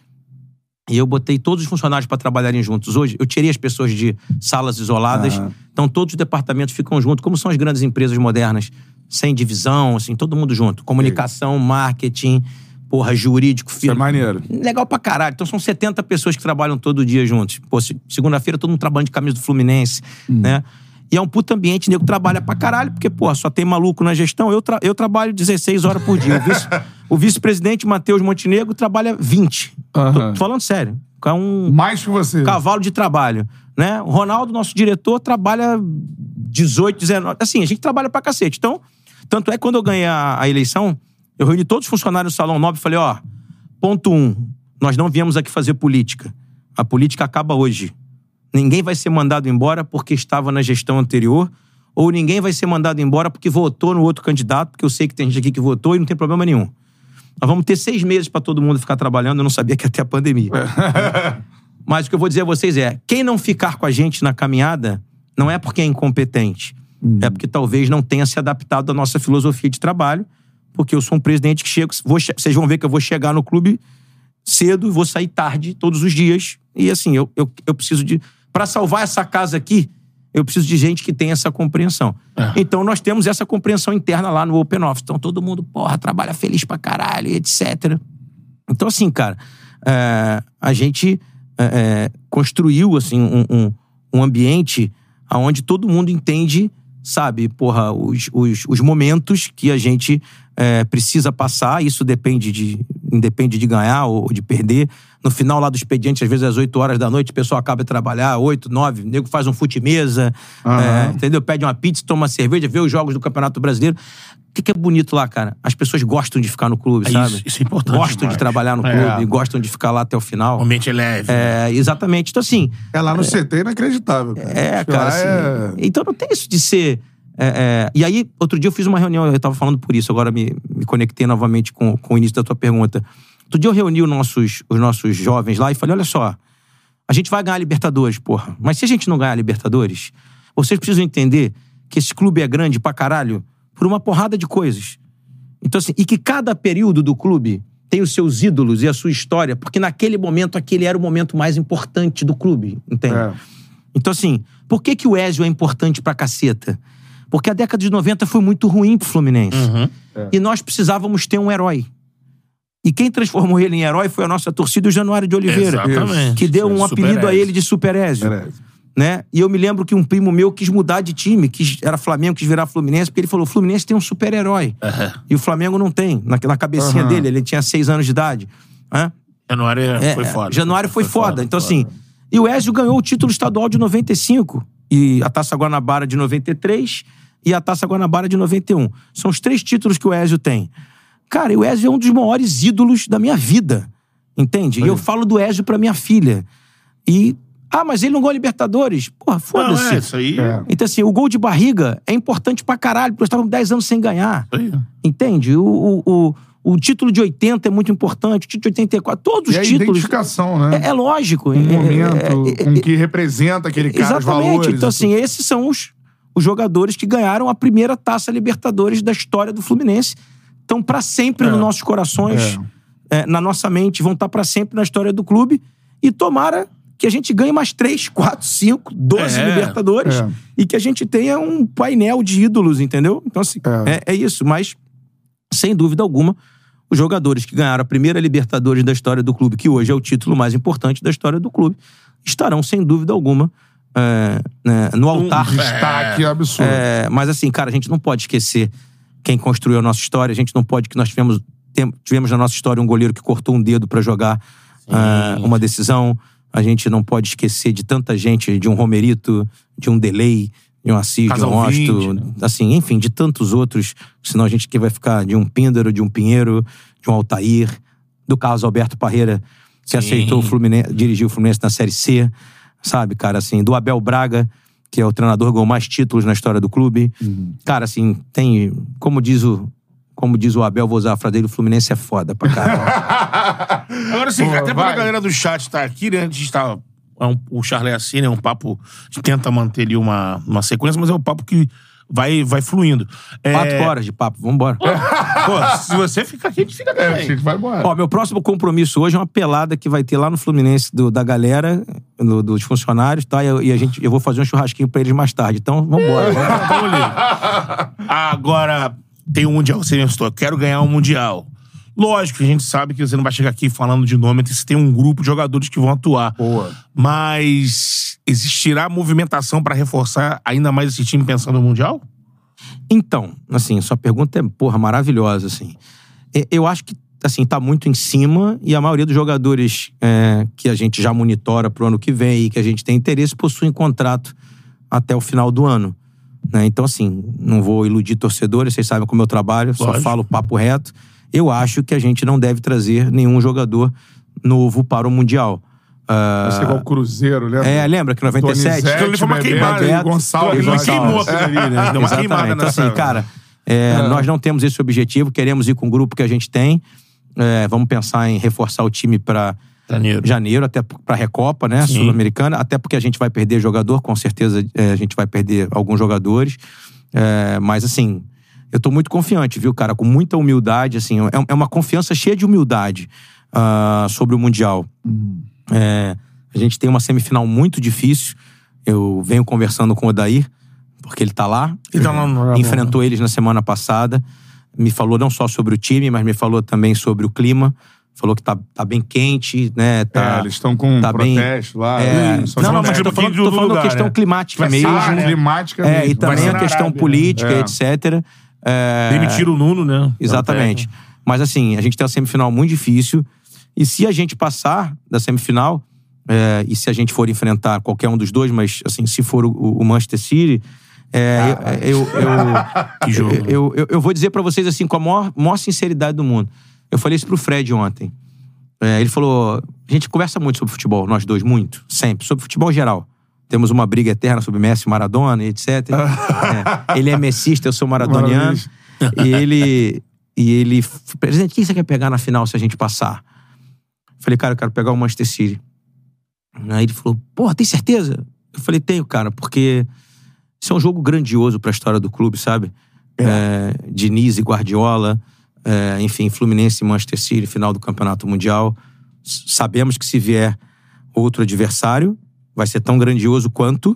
E eu botei todos os funcionários para trabalharem juntos. Hoje, eu tirei as pessoas de salas isoladas. Ah. Então, todos os departamentos ficam juntos. Como são as grandes empresas modernas. Sem divisão, assim, todo mundo junto. Comunicação, marketing, porra, jurídico, filho. Isso é maneiro. Legal pra caralho. Então são setenta pessoas que trabalham todo dia juntos. Pô, segunda-feira todo mundo trabalhando de camisa do Fluminense, hum. né? E é um puto ambiente, nego trabalha pra caralho, porque, porra, só tem maluco na gestão. Eu, tra eu trabalho dezesseis horas por dia. O, vice o vice-presidente, Matheus Montenegro, trabalha vinte. Uhum. Tô, tô falando sério. É um mais que você. Cavalo de trabalho, né? O Ronaldo, nosso diretor, trabalha dezoito, dezenove... Assim, a gente trabalha pra cacete. Então, tanto é que quando eu ganhei a, a eleição, eu reuni todos os funcionários do Salão Nobre e falei, ó, ponto um, nós não viemos aqui fazer política. A política acaba hoje. Ninguém vai ser mandado embora porque estava na gestão anterior, ou ninguém vai ser mandado embora porque votou no outro candidato, porque eu sei que tem gente aqui que votou e não tem problema nenhum. Nós vamos ter seis meses para todo mundo ficar trabalhando, eu não sabia que ia ter a pandemia. Mas o que eu vou dizer a vocês é, quem não ficar com a gente na caminhada, não é porque é incompetente, hum. é porque talvez não tenha se adaptado à nossa filosofia de trabalho, porque eu sou um presidente que chego, vou, vocês vão ver que eu vou chegar no clube cedo, vou sair tarde todos os dias, e assim, eu, eu, eu preciso de... Para salvar essa casa aqui, eu preciso de gente que tenha essa compreensão. É. Então, nós temos essa compreensão interna lá no Open Office. Então, todo mundo, porra, trabalha feliz pra caralho, etcétera. Então, assim, cara, é, a gente é, construiu, assim, um, um, um ambiente onde todo mundo entende, sabe, porra, os, os, os momentos que a gente é, precisa passar. Isso depende de, independe de ganhar ou de perder. No final lá do expediente, às vezes às oito horas da noite, o pessoal acaba de trabalhar, oito, nove, o nego faz um fute-mesa, uhum. é, entendeu? Pede uma pizza, toma uma cerveja, vê os jogos do Campeonato Brasileiro. O que, que é bonito lá, cara? As pessoas gostam de ficar no clube, é sabe? Isso, isso é importante. Gostam demais. de trabalhar no clube, é. gostam de ficar lá até o final. O ambiente é leve. É, exatamente. Então, assim... É lá no é, C T inacreditável, cara. É, cara, assim, é... Então não tem isso de ser... É, é... E aí, outro dia eu fiz uma reunião, eu tava falando por isso, agora me, me conectei novamente com, com o início da tua pergunta. Outro dia eu reuni os nossos, os nossos jovens lá e falei, olha só, a gente vai ganhar a Libertadores, porra. Mas se a gente não ganhar a Libertadores, vocês precisam entender que esse clube é grande pra caralho por uma porrada de coisas. Então, assim, e que cada período do clube tem os seus ídolos e a sua história, porque naquele momento, aquele era o momento mais importante do clube, entende? É. Então, assim, por que que o Ézio é importante pra caceta? Porque a década de noventa foi muito ruim pro Fluminense. Uhum. É. E nós precisávamos ter um herói. E quem transformou ele em herói foi a nossa torcida, o Januário de Oliveira. Exatamente. Que deu um apelido a ele de Super Ézio. Né? E eu me lembro que um primo meu quis mudar de time, que era Flamengo, quis virar Fluminense, porque ele falou, o Fluminense tem um super-herói. Uhum. E o Flamengo não tem. Na, na cabecinha uhum. dele, ele tinha seis anos de idade. Né? Januário é, foi foda. Januário foi, foi foda. foda. Então, foda. assim... E o Ézio ganhou o título estadual de noventa e cinco. E a Taça Guanabara de noventa e três. E a Taça Guanabara de noventa e um. São os três títulos que o Ézio tem. Cara, o Ézio é um dos maiores ídolos da minha vida. Entende? E eu falo do Ézio pra minha filha. E... Ah, mas ele não ganhou a Libertadores? Porra, foda-se. Não, é, isso aí... É. Então, assim, o gol de barriga é importante pra caralho, porque nós estávamos dez anos sem ganhar. Aí. Entende? O, o, o, o título de oitenta é muito importante, o título de oitenta e quatro, todos e os a títulos... identificação, né? É, é lógico. Um é, momento é, é, com que representa aquele cara, os valores. Exatamente. Então, assim, esses são os, os jogadores que ganharam a primeira Taça Libertadores da história do Fluminense. Estão pra sempre é. nos nossos corações, é. É, na nossa mente, vão estar pra sempre na história do clube. E tomara... que a gente ganhe mais três, quatro, cinco, doze é, Libertadores é. e que a gente tenha um painel de ídolos, entendeu? Então, assim, é. É, é isso. Mas, sem dúvida alguma, os jogadores que ganharam a primeira Libertadores da história do clube, que hoje é o título mais importante da história do clube, estarão, sem dúvida alguma, é, né, no altar. Um destaque absurdo. É, mas, assim, cara, a gente não pode esquecer quem construiu a nossa história. A gente não pode que nós tivemos, tivemos na nossa história um goleiro que cortou um dedo pra jogar uh, uma decisão. A gente não pode esquecer de tanta gente, de um Romerito, de um Delay, de um Assis, de um Osto, né? Assim, enfim, de tantos outros. Senão a gente que vai ficar de um Píndaro, de um Pinheiro, de um Altair, do Carlos Alberto Parreira, que Sim. aceitou o Fluminense, dirigiu o Fluminense na Série C, sabe, cara, assim, do Abel Braga, que é o treinador com mais títulos na história do clube. Uhum. Cara, assim, tem, como diz o como diz o Abel, vou usar a frase dele, o Fluminense é foda pra caralho. Agora, assim, Pô, até pra a galera do chat estar tá aqui, né, a gente tá, é um, o Charles é assim, né, um papo, a gente tenta manter ali uma, uma sequência, mas é um papo que vai, vai fluindo. É... Quatro horas de papo, vambora. Pô, se você ficar aqui, a gente fica aqui. É, a gente vai embora. Ó, meu próximo compromisso hoje é uma pelada que vai ter lá no Fluminense do, da galera, do, dos funcionários, tá? E, e a gente, eu vou fazer um churrasquinho pra eles mais tarde. Então, vambora. vambora. Agora, tem um Mundial, você mencionou, eu quero ganhar um Mundial. Lógico que a gente sabe que você não vai chegar aqui falando de nome, você tem um grupo de jogadores que vão atuar. Boa. Mas existirá movimentação pra reforçar ainda mais esse time pensando no Mundial? Então, assim, sua pergunta é, porra, maravilhosa, assim. Eu acho que, assim, tá muito em cima e a maioria dos jogadores é, que a gente já monitora pro ano que vem e que a gente tem interesse possuem contrato até o final do ano. Né? Então, assim, não vou iludir torcedores, vocês sabem como eu trabalho, Lógico. Só falo papo reto. Eu acho que a gente não deve trazer nenhum jogador novo para o Mundial. Uh, Você igual o Cruzeiro, lembra? É, lembra que em noventa e sete... Donizete, ele foi uma queimada. Bebeto, Gonçalves. Ele queimou aquilo ali, né? Deu uma queimada Então, nessa... assim, cara, é, é. nós não temos esse objetivo, queremos ir com o grupo que a gente tem. É, vamos pensar em reforçar o time para janeiro, janeiro até para a Recopa, né? Sul-Americana, até porque a gente vai perder jogador, com certeza é, a gente vai perder alguns jogadores. É, mas, assim... Eu tô muito confiante, viu, cara? Com muita humildade, assim. É uma confiança cheia de humildade uh, sobre o Mundial. Uhum. É, a gente tem uma semifinal muito difícil. Eu venho conversando com o Odair, porque ele tá lá. Ele tá lá no... Enfrentou eles na semana passada. Me falou não só sobre o time, mas me falou também sobre o clima. Falou que tá, tá bem quente, né? Tá, é, eles estão com um tá protesto bem, lá. É, não, não, mas um tô falando, tô falando lugar, questão né? climática vai mesmo. Ser, né? Climática é, mesmo. E também a questão Arábia, política, né? etcétera. É... Demitiram o Nuno, né? Exatamente. Mas assim, a gente tem uma semifinal muito difícil. E se a gente passar da semifinal, é, e se a gente for enfrentar qualquer um dos dois, mas assim, se for o, o Manchester City, é, ah, eu, eu, eu, que jogo. Eu, eu, eu, eu vou dizer pra vocês assim, com a maior, maior sinceridade do mundo. Eu falei isso pro Fred ontem. É, ele falou, a gente conversa muito sobre futebol, nós dois, muito, sempre, sobre futebol geral. Temos uma briga eterna sobre Messi e Maradona, etcétera. É, ele é messista, eu sou maradoniano. e ele... E ele... Presidente, quem você quer pegar na final se a gente passar? Falei, cara, eu quero pegar o Manchester City. Aí ele falou, porra, tem certeza? Eu falei, tenho, cara, porque isso é um jogo grandioso pra história do clube, sabe? É. É, Diniz e Guardiola, é, enfim, Fluminense e Manchester City, final do Campeonato Mundial. Sabemos que se vier outro adversário, vai ser tão grandioso quanto,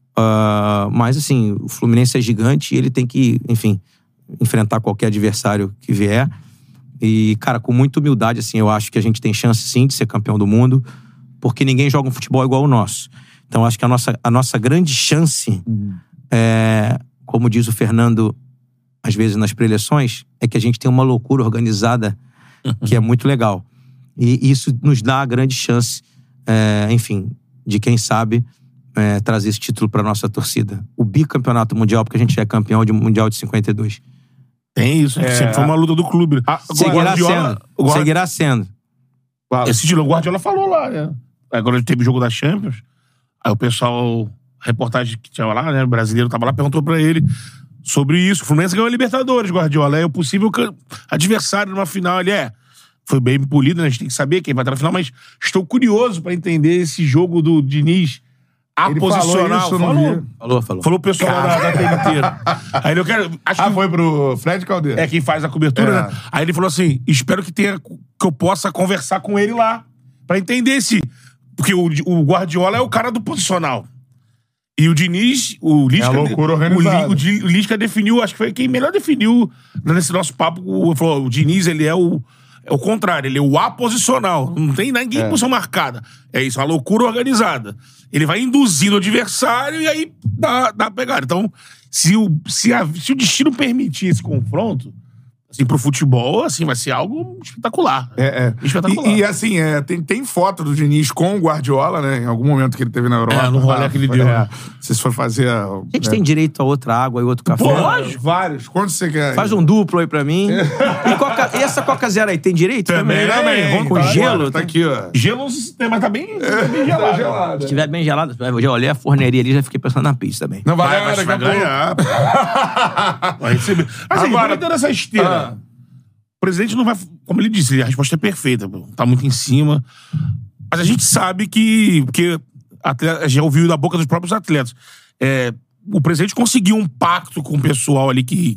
uh, mas assim, o Fluminense é gigante e ele tem que, enfim, enfrentar qualquer adversário que vier. E, cara, com muita humildade, assim, eu acho que a gente tem chance, sim, de ser campeão do mundo, porque ninguém joga um futebol igual o nosso. Então, acho que a nossa, a nossa grande chance, uhum. é, como diz o Fernando, às vezes nas preleções, é que a gente tem uma loucura organizada uhum. que é muito legal. E isso nos dá a grande chance, é, enfim... de quem sabe é, trazer esse título para nossa torcida. O bicampeonato mundial, porque a gente é campeão de mundial de cinquenta e dois. Tem isso, é... sempre foi uma luta do clube. Ah, seguirá Guardiola, sendo. Guardi... Seguirá sendo. Claro. Esse título, o Guardiola falou lá, né? Agora teve o jogo da Champions, aí o pessoal, reportagem que tinha lá, né, o brasileiro tava lá, perguntou pra ele sobre isso. O Fluminense ganhou a Libertadores, Guardiola. É o possível adversário numa final, ele é... Foi bem polido, né? A gente tem que saber quem vai estar na final, mas estou curioso pra entender esse jogo do Diniz aposicional. Falou, falou, falou, falou. Falou o pessoal da, da T N T. Aí eu quero. Acho ah, que foi pro Fred Caldeira. É quem faz a cobertura, é. né? Aí ele falou assim: espero que tenha. Que eu possa conversar com ele lá. Pra entender se. Porque o, o Guardiola é o cara do posicional. E o Diniz, o Lisca... É a loucura organizada. O, o, o Lisca definiu, acho que foi quem melhor definiu nesse nosso papo. O, falou, o Diniz, ele é o... É o contrário, ele é o aposicional. Não tem ninguém em posição marcada. É isso, uma loucura organizada. Ele vai induzindo o adversário e aí dá, dá a pegada. Então, se o, se, a, se o destino permitir esse confronto, assim, pro futebol, assim, vai ser algo espetacular. É, é. Espetacular. E, e assim, é, tem, tem foto do Diniz com o Guardiola, né? Em algum momento que ele teve na Europa. É, no rolê que ele deu. É, se for fazer... A, A gente é. tem direito a outra água e outro café. Pô, lógico. Vários. Quantos você quer? Faz um duplo aí pra mim. E, coca, e essa Coca Zero aí, tem direito? Também, também. Com Tá gelo? agora, Tá aqui, ó. Gelo não se tem, mas tá bem, tá bem gelado. Tá gelado. Se estiver bem gelado, eu já olhei a forneria ali e já fiquei pensando na pizza também. Não vai, Vai, ganhar vai, daqui vai a pouco. ganhar. Vai receber. Assim, Agora- aproveitando essa esteira, Ah. o presidente não vai... Como ele disse, a resposta é perfeita. Pô. Tá muito em cima. Mas a gente sabe que... que atleta, já ouviu da boca dos próprios atletas. É, o presidente conseguiu um pacto com o pessoal ali que...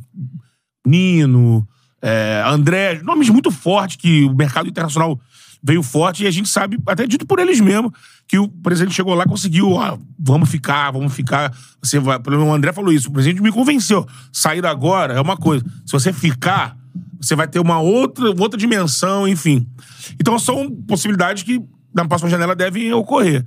Nino, é, André... Nomes muito fortes que o mercado internacional veio forte. E a gente sabe, até dito por eles mesmos, que o presidente chegou lá e conseguiu... Ó, vamos ficar, vamos ficar... Você vai, pelo menos o André falou isso. O presidente me convenceu. Sair agora é uma coisa. Se você ficar... Você vai ter uma outra, outra dimensão, enfim. Então são possibilidades que na próxima janela devem ocorrer.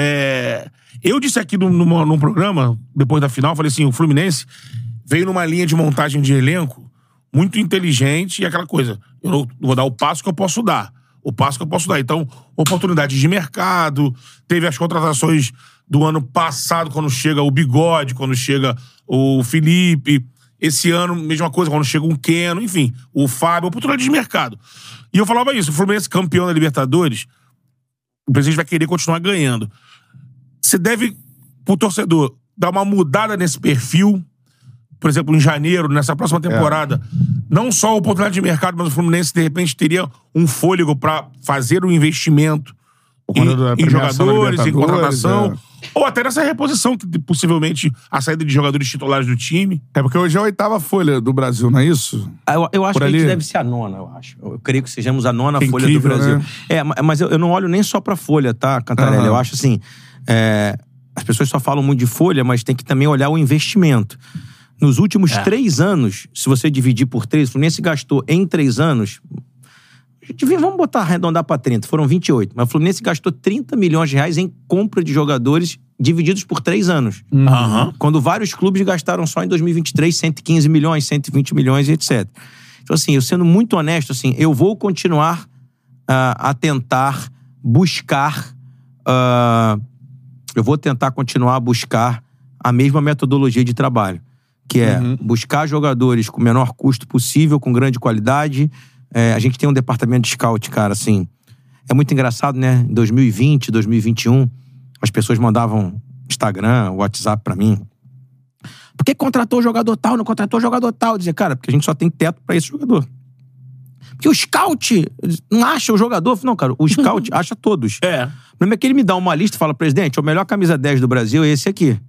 É, eu disse aqui num, num, num programa, depois da final, falei assim, o Fluminense veio numa linha de montagem de elenco muito inteligente e aquela coisa, eu não vou dar o passo que eu posso dar. O passo que eu posso dar. Então, oportunidades de mercado, teve as contratações do ano passado, quando chega o Bigode, quando chega o Felipe... Esse ano, mesma coisa, quando chega um Keno, enfim, o Fábio, oportunidade de mercado. E eu falava isso, o Fluminense campeão da Libertadores, o presidente vai querer continuar ganhando. Você deve, pro torcedor, dar uma mudada nesse perfil, por exemplo, em janeiro, nessa próxima temporada, é. não só a oportunidade de mercado, mas o Fluminense, de repente, teria um fôlego para fazer um investimento em, em jogadores, em contratação, é. ou até nessa reposição, que possivelmente a saída de jogadores titulares do time. É porque hoje é a oitava folha do Brasil, não é isso? Eu, eu acho Por que ali? a gente deve ser a nona, eu acho. Eu creio que sejamos a nona Que folha incrível, do Brasil. né? É, mas eu, eu não olho nem só pra folha, tá, Cantarelli? Uhum. Eu acho assim, é, as pessoas só falam muito de folha, mas tem que também olhar o investimento. Nos últimos é. três anos, se você dividir por três, o Fluminense gastou em três anos... Vamos botar, arredondar para trinta, foram vinte e oito. Mas o Fluminense gastou trinta milhões de reais em compra de jogadores divididos por três anos. Uhum. Quando vários clubes gastaram só em dois mil e vinte e três cento e quinze milhões, cento e vinte milhões e etcétera. Então, assim, eu sendo muito honesto, assim, eu vou continuar uh, a tentar buscar... Uh, eu vou tentar continuar a buscar a mesma metodologia de trabalho, que é uhum. buscar jogadores com o menor custo possível, com grande qualidade. É, a gente tem um departamento de scout, cara, assim... É muito engraçado, né? Em dois mil e vinte, dois mil e vinte e um, as pessoas mandavam Instagram, WhatsApp pra mim. Por que contratou o jogador tal, não contratou o jogador tal? Eu dizia, cara, porque a gente só tem teto pra esse jogador. Porque o scout não acha o jogador. Não, cara, o scout acha todos. É. O problema é que ele me dá uma lista e fala, presidente, o melhor camisa dez do Brasil é esse aqui.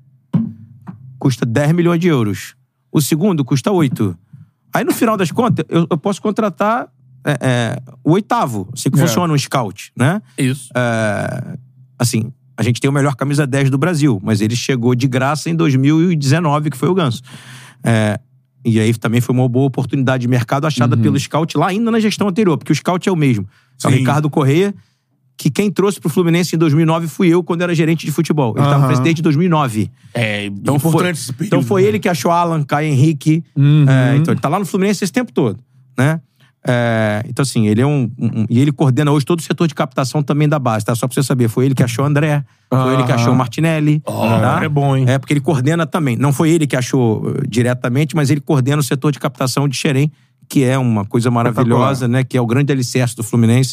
Custa dez milhões de euros. O segundo custa oito. Aí, no final das contas, eu, eu posso contratar é, é, o oitavo. Assim que é. funciona um scout, né? Isso. É, assim, a gente tem o melhor camisa dez do Brasil, mas ele chegou de graça em dois mil e dezenove, que foi o Ganso. É, e aí também foi uma boa oportunidade de mercado achada uhum. pelo scout lá ainda na gestão anterior, porque o scout é o mesmo. É o Ricardo Correia, que quem trouxe pro Fluminense em dois mil e nove fui eu, quando era gerente de futebol. Ele estava uhum. presidente em dois mil e nove. É, então importante foi, esse período. Então foi ele que achou Alan, Caio Henrique. Uhum. É, então ele tá lá no Fluminense esse tempo todo, né? É, então assim, ele é um, um... E ele coordena hoje todo o setor de captação também da base, tá? Só pra você saber, foi ele que achou o André, foi uhum. ele que achou o Martinelli. Oh, tá? É bom, hein? É, porque ele coordena também. Não foi ele que achou uh, diretamente, mas ele coordena o setor de captação de Xerém, que é uma coisa maravilhosa, né? Que é o grande alicerce do Fluminense,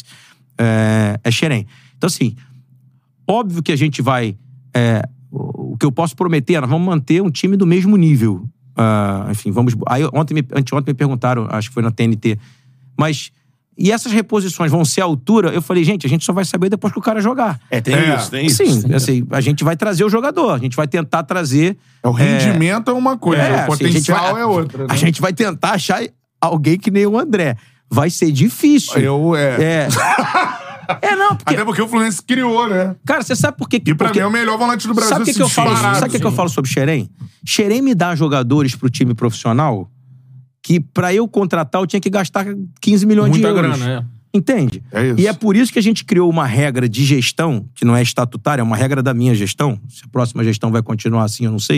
é, é Xerém. Então, assim, óbvio que a gente vai... É, o que eu posso prometer, nós vamos manter um time do mesmo nível. Uh, enfim, vamos... Aí, ontem, me, anteontem me perguntaram, acho que foi na T N T, mas... E essas reposições vão ser à altura? Eu falei, gente, a gente só vai saber depois que o cara jogar. É, tem é, isso, tem isso. Sim, assim, a gente vai trazer o jogador, a gente vai tentar trazer... O rendimento é, é uma coisa, é, o potencial assim, vai, é outra. Né? A gente vai tentar achar alguém que nem o André. Vai ser difícil. Eu, é... É... É, não, porque... Até porque o Fluminense criou, né? Cara, você sabe por quê? E pra porque... mim é o melhor volante do Brasil. Sabe o que, que eu falo? Sabe o que, que eu falo sobre Xerém? Xerém me dá jogadores pro time profissional que pra eu contratar eu tinha que gastar quinze milhões Muita de euros. grana, é. Entende? É isso. E é por isso que a gente criou uma regra de gestão, que não é estatutária, é uma regra da minha gestão. Se a próxima gestão vai continuar assim, eu não sei.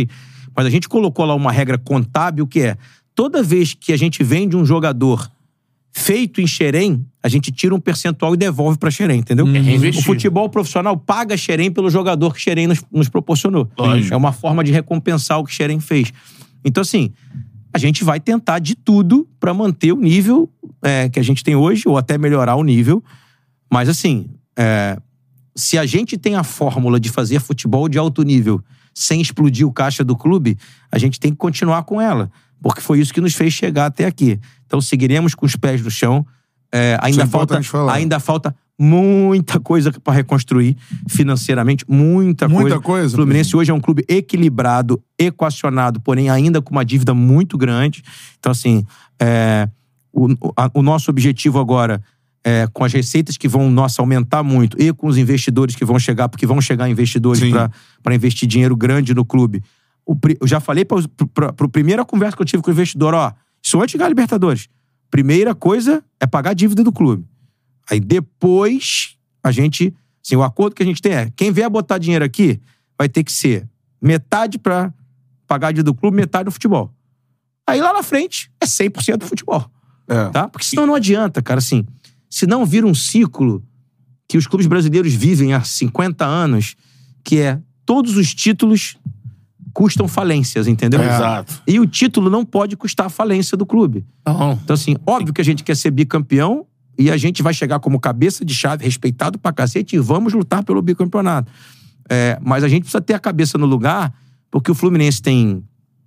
Mas a gente colocou lá uma regra contábil que é, toda vez que a gente vende um jogador feito em Xerém, a gente tira um percentual e devolve pra Xerém, entendeu? É reinvestir. O futebol profissional paga Xerém pelo jogador que Xerém nos, nos proporcionou. Lógico. É uma forma de recompensar o que Xerém fez. Então, assim, a gente vai tentar de tudo pra manter o nível é, que a gente tem hoje, ou até melhorar o nível. Mas, assim, é, se a gente tem a fórmula de fazer futebol de alto nível sem explodir o caixa do clube, a gente tem que continuar com ela. Porque foi isso que nos fez chegar até aqui. Então, seguiremos com os pés no chão. É, ainda, Isso é falta, importante falar. ainda falta muita coisa para reconstruir financeiramente. Muita, Muita coisa. coisa, O Fluminense hoje é um clube equilibrado, equacionado, porém ainda com uma dívida muito grande. Então, assim, é, o, a, o nosso objetivo agora, é, com as receitas que vão, nossa, aumentar muito, e com os investidores que vão chegar, porque vão chegar investidores para investir dinheiro grande no clube. O, eu já falei para a primeira conversa que eu tive com o investidor, ó, isso antes de ganhar a Libertadores. Primeira coisa é pagar a dívida do clube. Aí depois, a gente, assim, o acordo que a gente tem é, quem vier botar dinheiro aqui, vai ter que ser metade para pagar a dívida do clube, metade do futebol. Aí lá na frente, é cem por cento do futebol. É. Tá? Porque senão não adianta, cara, assim, se não vira um ciclo que os clubes brasileiros vivem há cinquenta anos, que é todos os títulos custam falências, entendeu? É. Exato. E o título não pode custar a falência do clube. Não. Então, assim, óbvio que a gente quer ser bicampeão e a gente vai chegar como cabeça de chave, respeitado pra cacete, e vamos lutar pelo bicampeonato. É, mas a gente precisa ter a cabeça no lugar, porque o Fluminense tem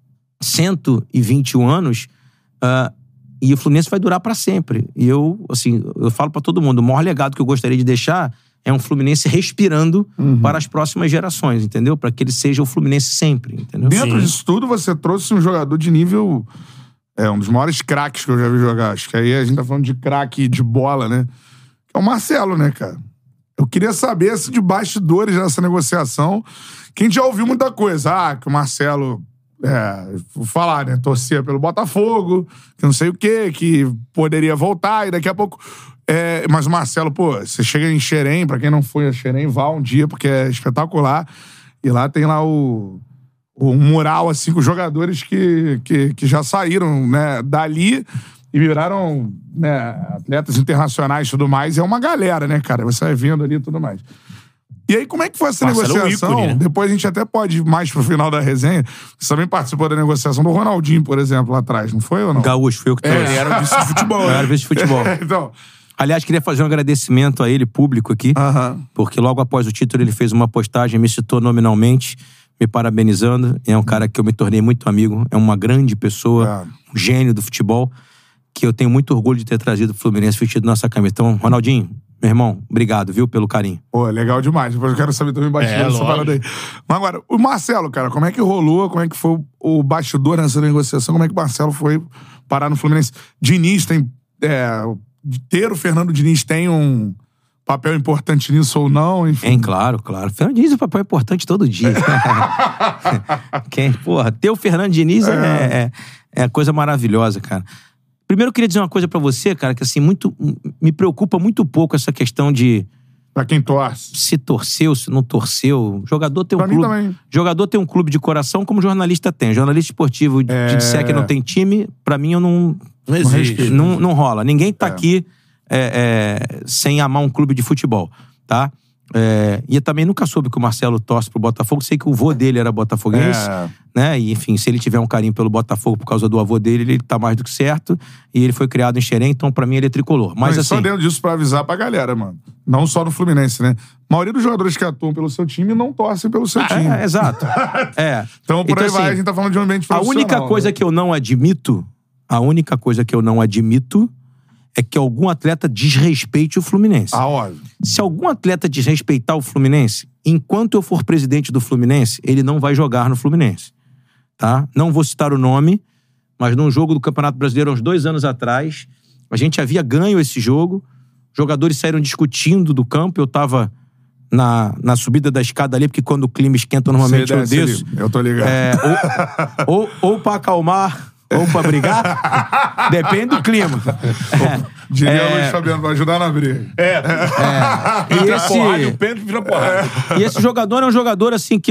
cento e vinte e um anos uh, e o Fluminense vai durar pra sempre. E eu, assim, eu falo pra todo mundo, o maior legado que eu gostaria de deixar é um Fluminense respirando uhum. para as próximas gerações, entendeu? Para que ele seja o Fluminense sempre, entendeu? Dentro Sim. disso tudo, você trouxe um jogador de nível... É, um dos maiores craques que eu já vi jogar. Acho que aí a gente tá falando de craque de bola, né? Que é o Marcelo, né, cara? Eu queria saber se de bastidores dessa negociação, que a gente já ouviu muita coisa. Ah, que o Marcelo... É, vou falar, né? Torcia pelo Botafogo, que não sei o quê, que poderia voltar, e daqui a pouco... É, mas o Marcelo, pô, você chega em Xerém, pra quem não foi a Xerém, vá um dia, porque é espetacular. E lá tem lá o, o mural, assim, com os jogadores que, que, que já saíram, né, dali e viraram, né, atletas internacionais e tudo mais. E é uma galera, né, cara? Você vai vendo ali e tudo mais. E aí, como é que foi essa Marcelo negociação? é um ícone, né? Depois a gente até pode ir mais pro final da resenha. Você também participou da negociação do Ronaldinho, por exemplo, lá atrás, não foi ou não? Gaúcho, foi eu que trouxe. Ele era vice de futebol. Eu era vice de futebol. É, então... Aliás, queria fazer um agradecimento a ele, público aqui, Uhum. porque logo após o título ele fez uma postagem, me citou nominalmente, me parabenizando. É um cara que eu me tornei muito amigo, é uma grande pessoa, É. um gênio do futebol, que eu tenho muito orgulho de ter trazido o Fluminense vestido nossa camisa. Então, Ronaldinho, meu irmão, obrigado, viu, pelo carinho. Pô, legal demais. Depois eu quero saber também bastidor É, dessa lógico. parada aí. Mas agora, o Marcelo, cara, como é que rolou? Como é que foi o bastidor nessa negociação? Como é que o Marcelo foi parar no Fluminense? Diniz tem... É, ter o Fernando Diniz tem um papel importante nisso ou não? Enfim. Hein, claro, claro. Fernando Diniz é um papel importante todo dia. Quem, porra, ter o Fernando Diniz é, é, é coisa maravilhosa, cara. Primeiro eu queria dizer uma coisa pra você, cara, que assim, muito, me preocupa muito pouco essa questão de Pra quem torce. se torceu, se não torceu. Jogador tem um Pra mim clube. também. Jogador tem um clube de coração, como jornalista tem. Jornalista esportivo de É. disser que não tem time, pra mim eu não. Não existe. Não, não rola. Ninguém tá É. aqui é, é, sem amar um clube de futebol, tá? É, e eu também nunca soube que o Marcelo torce pro Botafogo. Sei que o vô dele era botafoguense, É. né? E, enfim, se ele tiver um carinho pelo Botafogo por causa do avô dele, ele tá mais do que certo. E ele foi criado em Xerém, então pra mim ele é tricolor. Mas Mas assim... só dentro disso pra avisar pra galera, mano. Não só no Fluminense, né? A maioria dos jogadores que atuam pelo seu time não torcem pelo seu time. É, exato. É. Então, por Então, aí vai, assim, a gente tá falando de um ambiente A profissional. única coisa né? que eu não admito, a única coisa que eu não admito é que algum atleta desrespeite o Fluminense. Ah, óbvio. Se algum atleta desrespeitar o Fluminense, enquanto eu for presidente do Fluminense, ele não vai jogar no Fluminense. Tá? Não vou citar o nome, mas num jogo do Campeonato Brasileiro, uns dois anos atrás, a gente havia ganho esse jogo, jogadores saíram discutindo do campo, eu tava na, na subida da escada ali, porque quando o clima esquenta, normalmente Você eu desce desço. ali. Eu tô ligado. É, ou, ou, ou pra acalmar, ou pra brigar, depende do clima. Diria É. o Luiz Fabiano, pra ajudar na briga. É. E Vira esse, porrada e o pênalti vira porrada. e esse jogador é um jogador assim que eu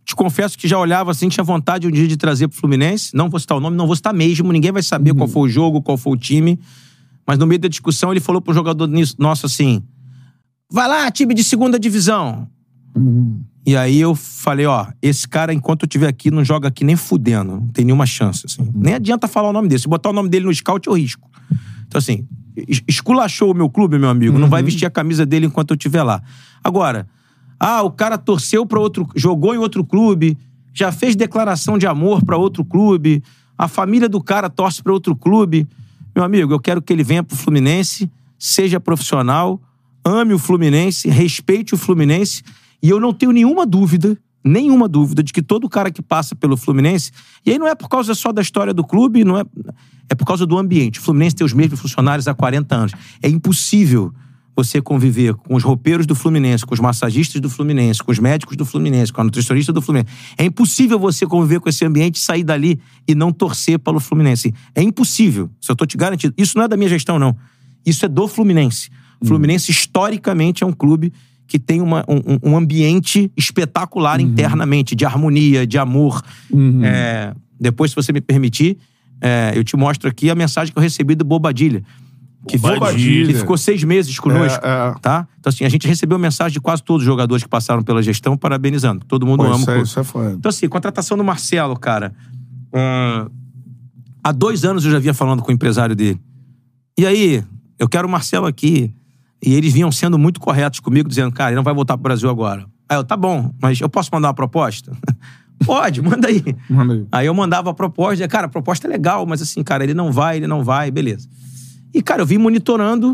te confesso que já olhava assim, tinha vontade um dia de trazer pro Fluminense. Não vou citar o nome, não vou citar mesmo, ninguém vai saber uhum. qual foi o jogo, qual foi o time. Mas no meio da discussão ele falou pro jogador nosso assim, vai lá, time de segunda divisão. Uhum. E aí eu falei, ó, esse cara, enquanto eu estiver aqui, não joga aqui nem fudendo. Não tem nenhuma chance, assim. Uhum. Nem adianta falar o nome dele. Se botar o nome dele no scout, eu risco. Então, assim, esculachou o meu clube, meu amigo. Uhum. Não vai vestir a camisa dele enquanto eu estiver lá. Agora, ah, o cara torceu pra outro... Jogou em outro clube, já fez declaração de amor pra outro clube, a família do cara torce pra outro clube. Meu amigo, eu quero que ele venha pro Fluminense, seja profissional, ame o Fluminense, respeite o Fluminense. E eu não tenho nenhuma dúvida, nenhuma dúvida, de que todo cara que passa pelo Fluminense... E aí não é por causa só da história do clube, não é, é por causa do ambiente. O Fluminense tem os mesmos funcionários há quarenta anos. É impossível você conviver com os roupeiros do Fluminense, com os massagistas do Fluminense, com os médicos do Fluminense, com a nutricionista do Fluminense. É impossível você conviver com esse ambiente, sair dali e não torcer pelo Fluminense. É impossível. Isso eu tô te garantindo. Isso não é da minha gestão, não. Isso é do Fluminense. O Fluminense, historicamente, é um clube que tem uma, um, um ambiente espetacular uhum. internamente, de harmonia, de amor. Uhum. É, depois, se você me permitir, é, eu te mostro aqui a mensagem que eu recebi do Bobadilha. Que, Bobadilha. que ficou seis meses conosco. É, é. Tá? Então, assim, a gente recebeu mensagem de quase todos os jogadores que passaram pela gestão, parabenizando. Todo mundo Pô, ama isso o é, clube. Isso é foda. Então, assim, contratação do Marcelo, cara. Uh, há dois anos eu já vinha falando com o empresário dele. E aí, eu quero o Marcelo aqui. E eles vinham sendo muito corretos comigo, dizendo, cara, ele não vai voltar pro Brasil agora. Aí eu, tá bom, mas eu posso mandar uma proposta? Pode, manda aí. Manda aí. Aí eu mandava a proposta, e, cara, a proposta é legal, mas assim, cara, ele não vai, ele não vai, beleza. E, cara, eu vim monitorando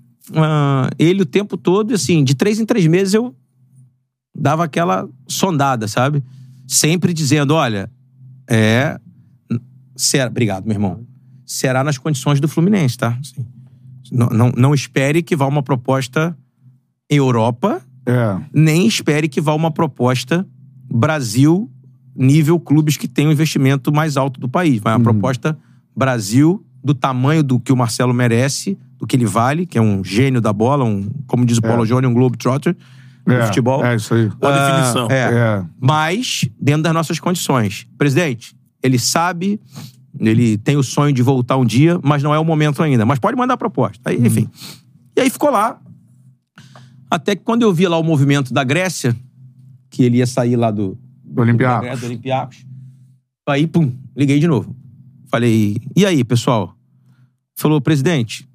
uh, ele o tempo todo, e assim, de três em três meses eu dava aquela sondada, sabe? Sempre dizendo, olha, é... Será... Obrigado, meu irmão. Será nas condições do Fluminense, tá? Assim. Não, não, não espere que vá uma proposta Europa, é. nem espere que vá uma proposta Brasil, nível clubes que tem o investimento mais alto do país. Vai uma uhum. proposta Brasil, do tamanho do que o Marcelo merece, do que ele vale, que é um gênio da bola, um, como diz o Paulo é. Johnny, um Globetrotter do é. futebol. É isso aí. Boa uh, definição. É. É. Mas, dentro das nossas condições. Presidente, ele sabe... Ele tem o sonho de voltar um dia, mas não é o momento ainda. Mas pode mandar a proposta. Aí, enfim. Hum. E aí ficou lá. Até que quando eu vi lá o movimento da Grécia, que ele ia sair lá do... Do Olympiacos. Do Olympiacos. Aí, pum, liguei de novo. Falei, e aí, pessoal? Falou, presidente,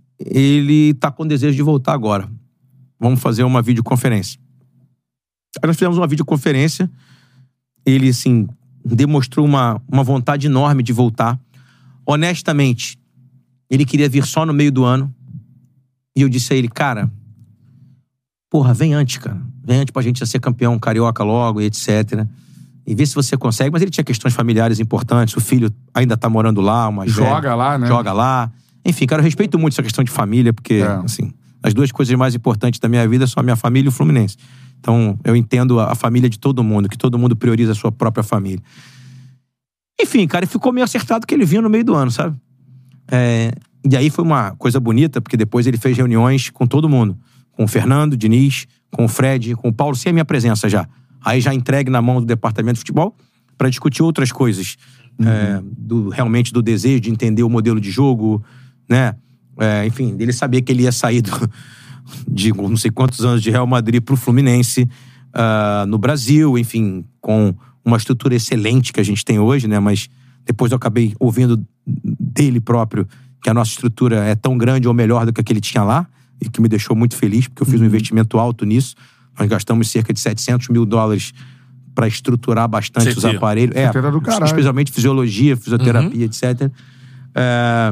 ele tá com desejo de voltar agora. Vamos fazer uma videoconferência. Aí nós fizemos uma videoconferência. Ele, assim... demonstrou uma, uma vontade enorme de voltar. Honestamente, ele queria vir só no meio do ano. E eu disse a ele, cara, porra, vem antes, cara. Vem antes pra gente já ser campeão carioca logo, e etcétera. E vê se você consegue. Mas ele tinha questões familiares importantes. O filho ainda tá morando lá, mas joga lá, né? Joga lá. Enfim, cara, eu respeito muito essa questão de família, porque, é. assim, as duas coisas mais importantes da minha vida são a minha família e o Fluminense. Então, eu entendo a família de todo mundo, que todo mundo prioriza a sua própria família. Enfim, cara, ficou meio acertado que ele vinha no meio do ano, sabe? É, e aí foi uma coisa bonita, porque depois ele fez reuniões com todo mundo. Com o Fernando, Diniz, com o Fred, com o Paulo, sem a minha presença já. Aí já entregue na mão do departamento de futebol para discutir outras coisas. Uhum. É, do, realmente do desejo de entender o modelo de jogo, né? É, enfim, dele saber que ele ia sair do... de não sei quantos anos de Real Madrid pro Fluminense uh, no Brasil, enfim, com uma estrutura excelente que a gente tem hoje, né? Mas depois eu acabei ouvindo dele próprio que a nossa estrutura é tão grande ou melhor do que a que ele tinha lá, e que me deixou muito feliz, porque eu fiz um investimento alto nisso. Nós gastamos cerca de setecentos mil dólares para estruturar bastante os aparelhos. É, especialmente fisiologia, fisioterapia, uhum. etcétera. É...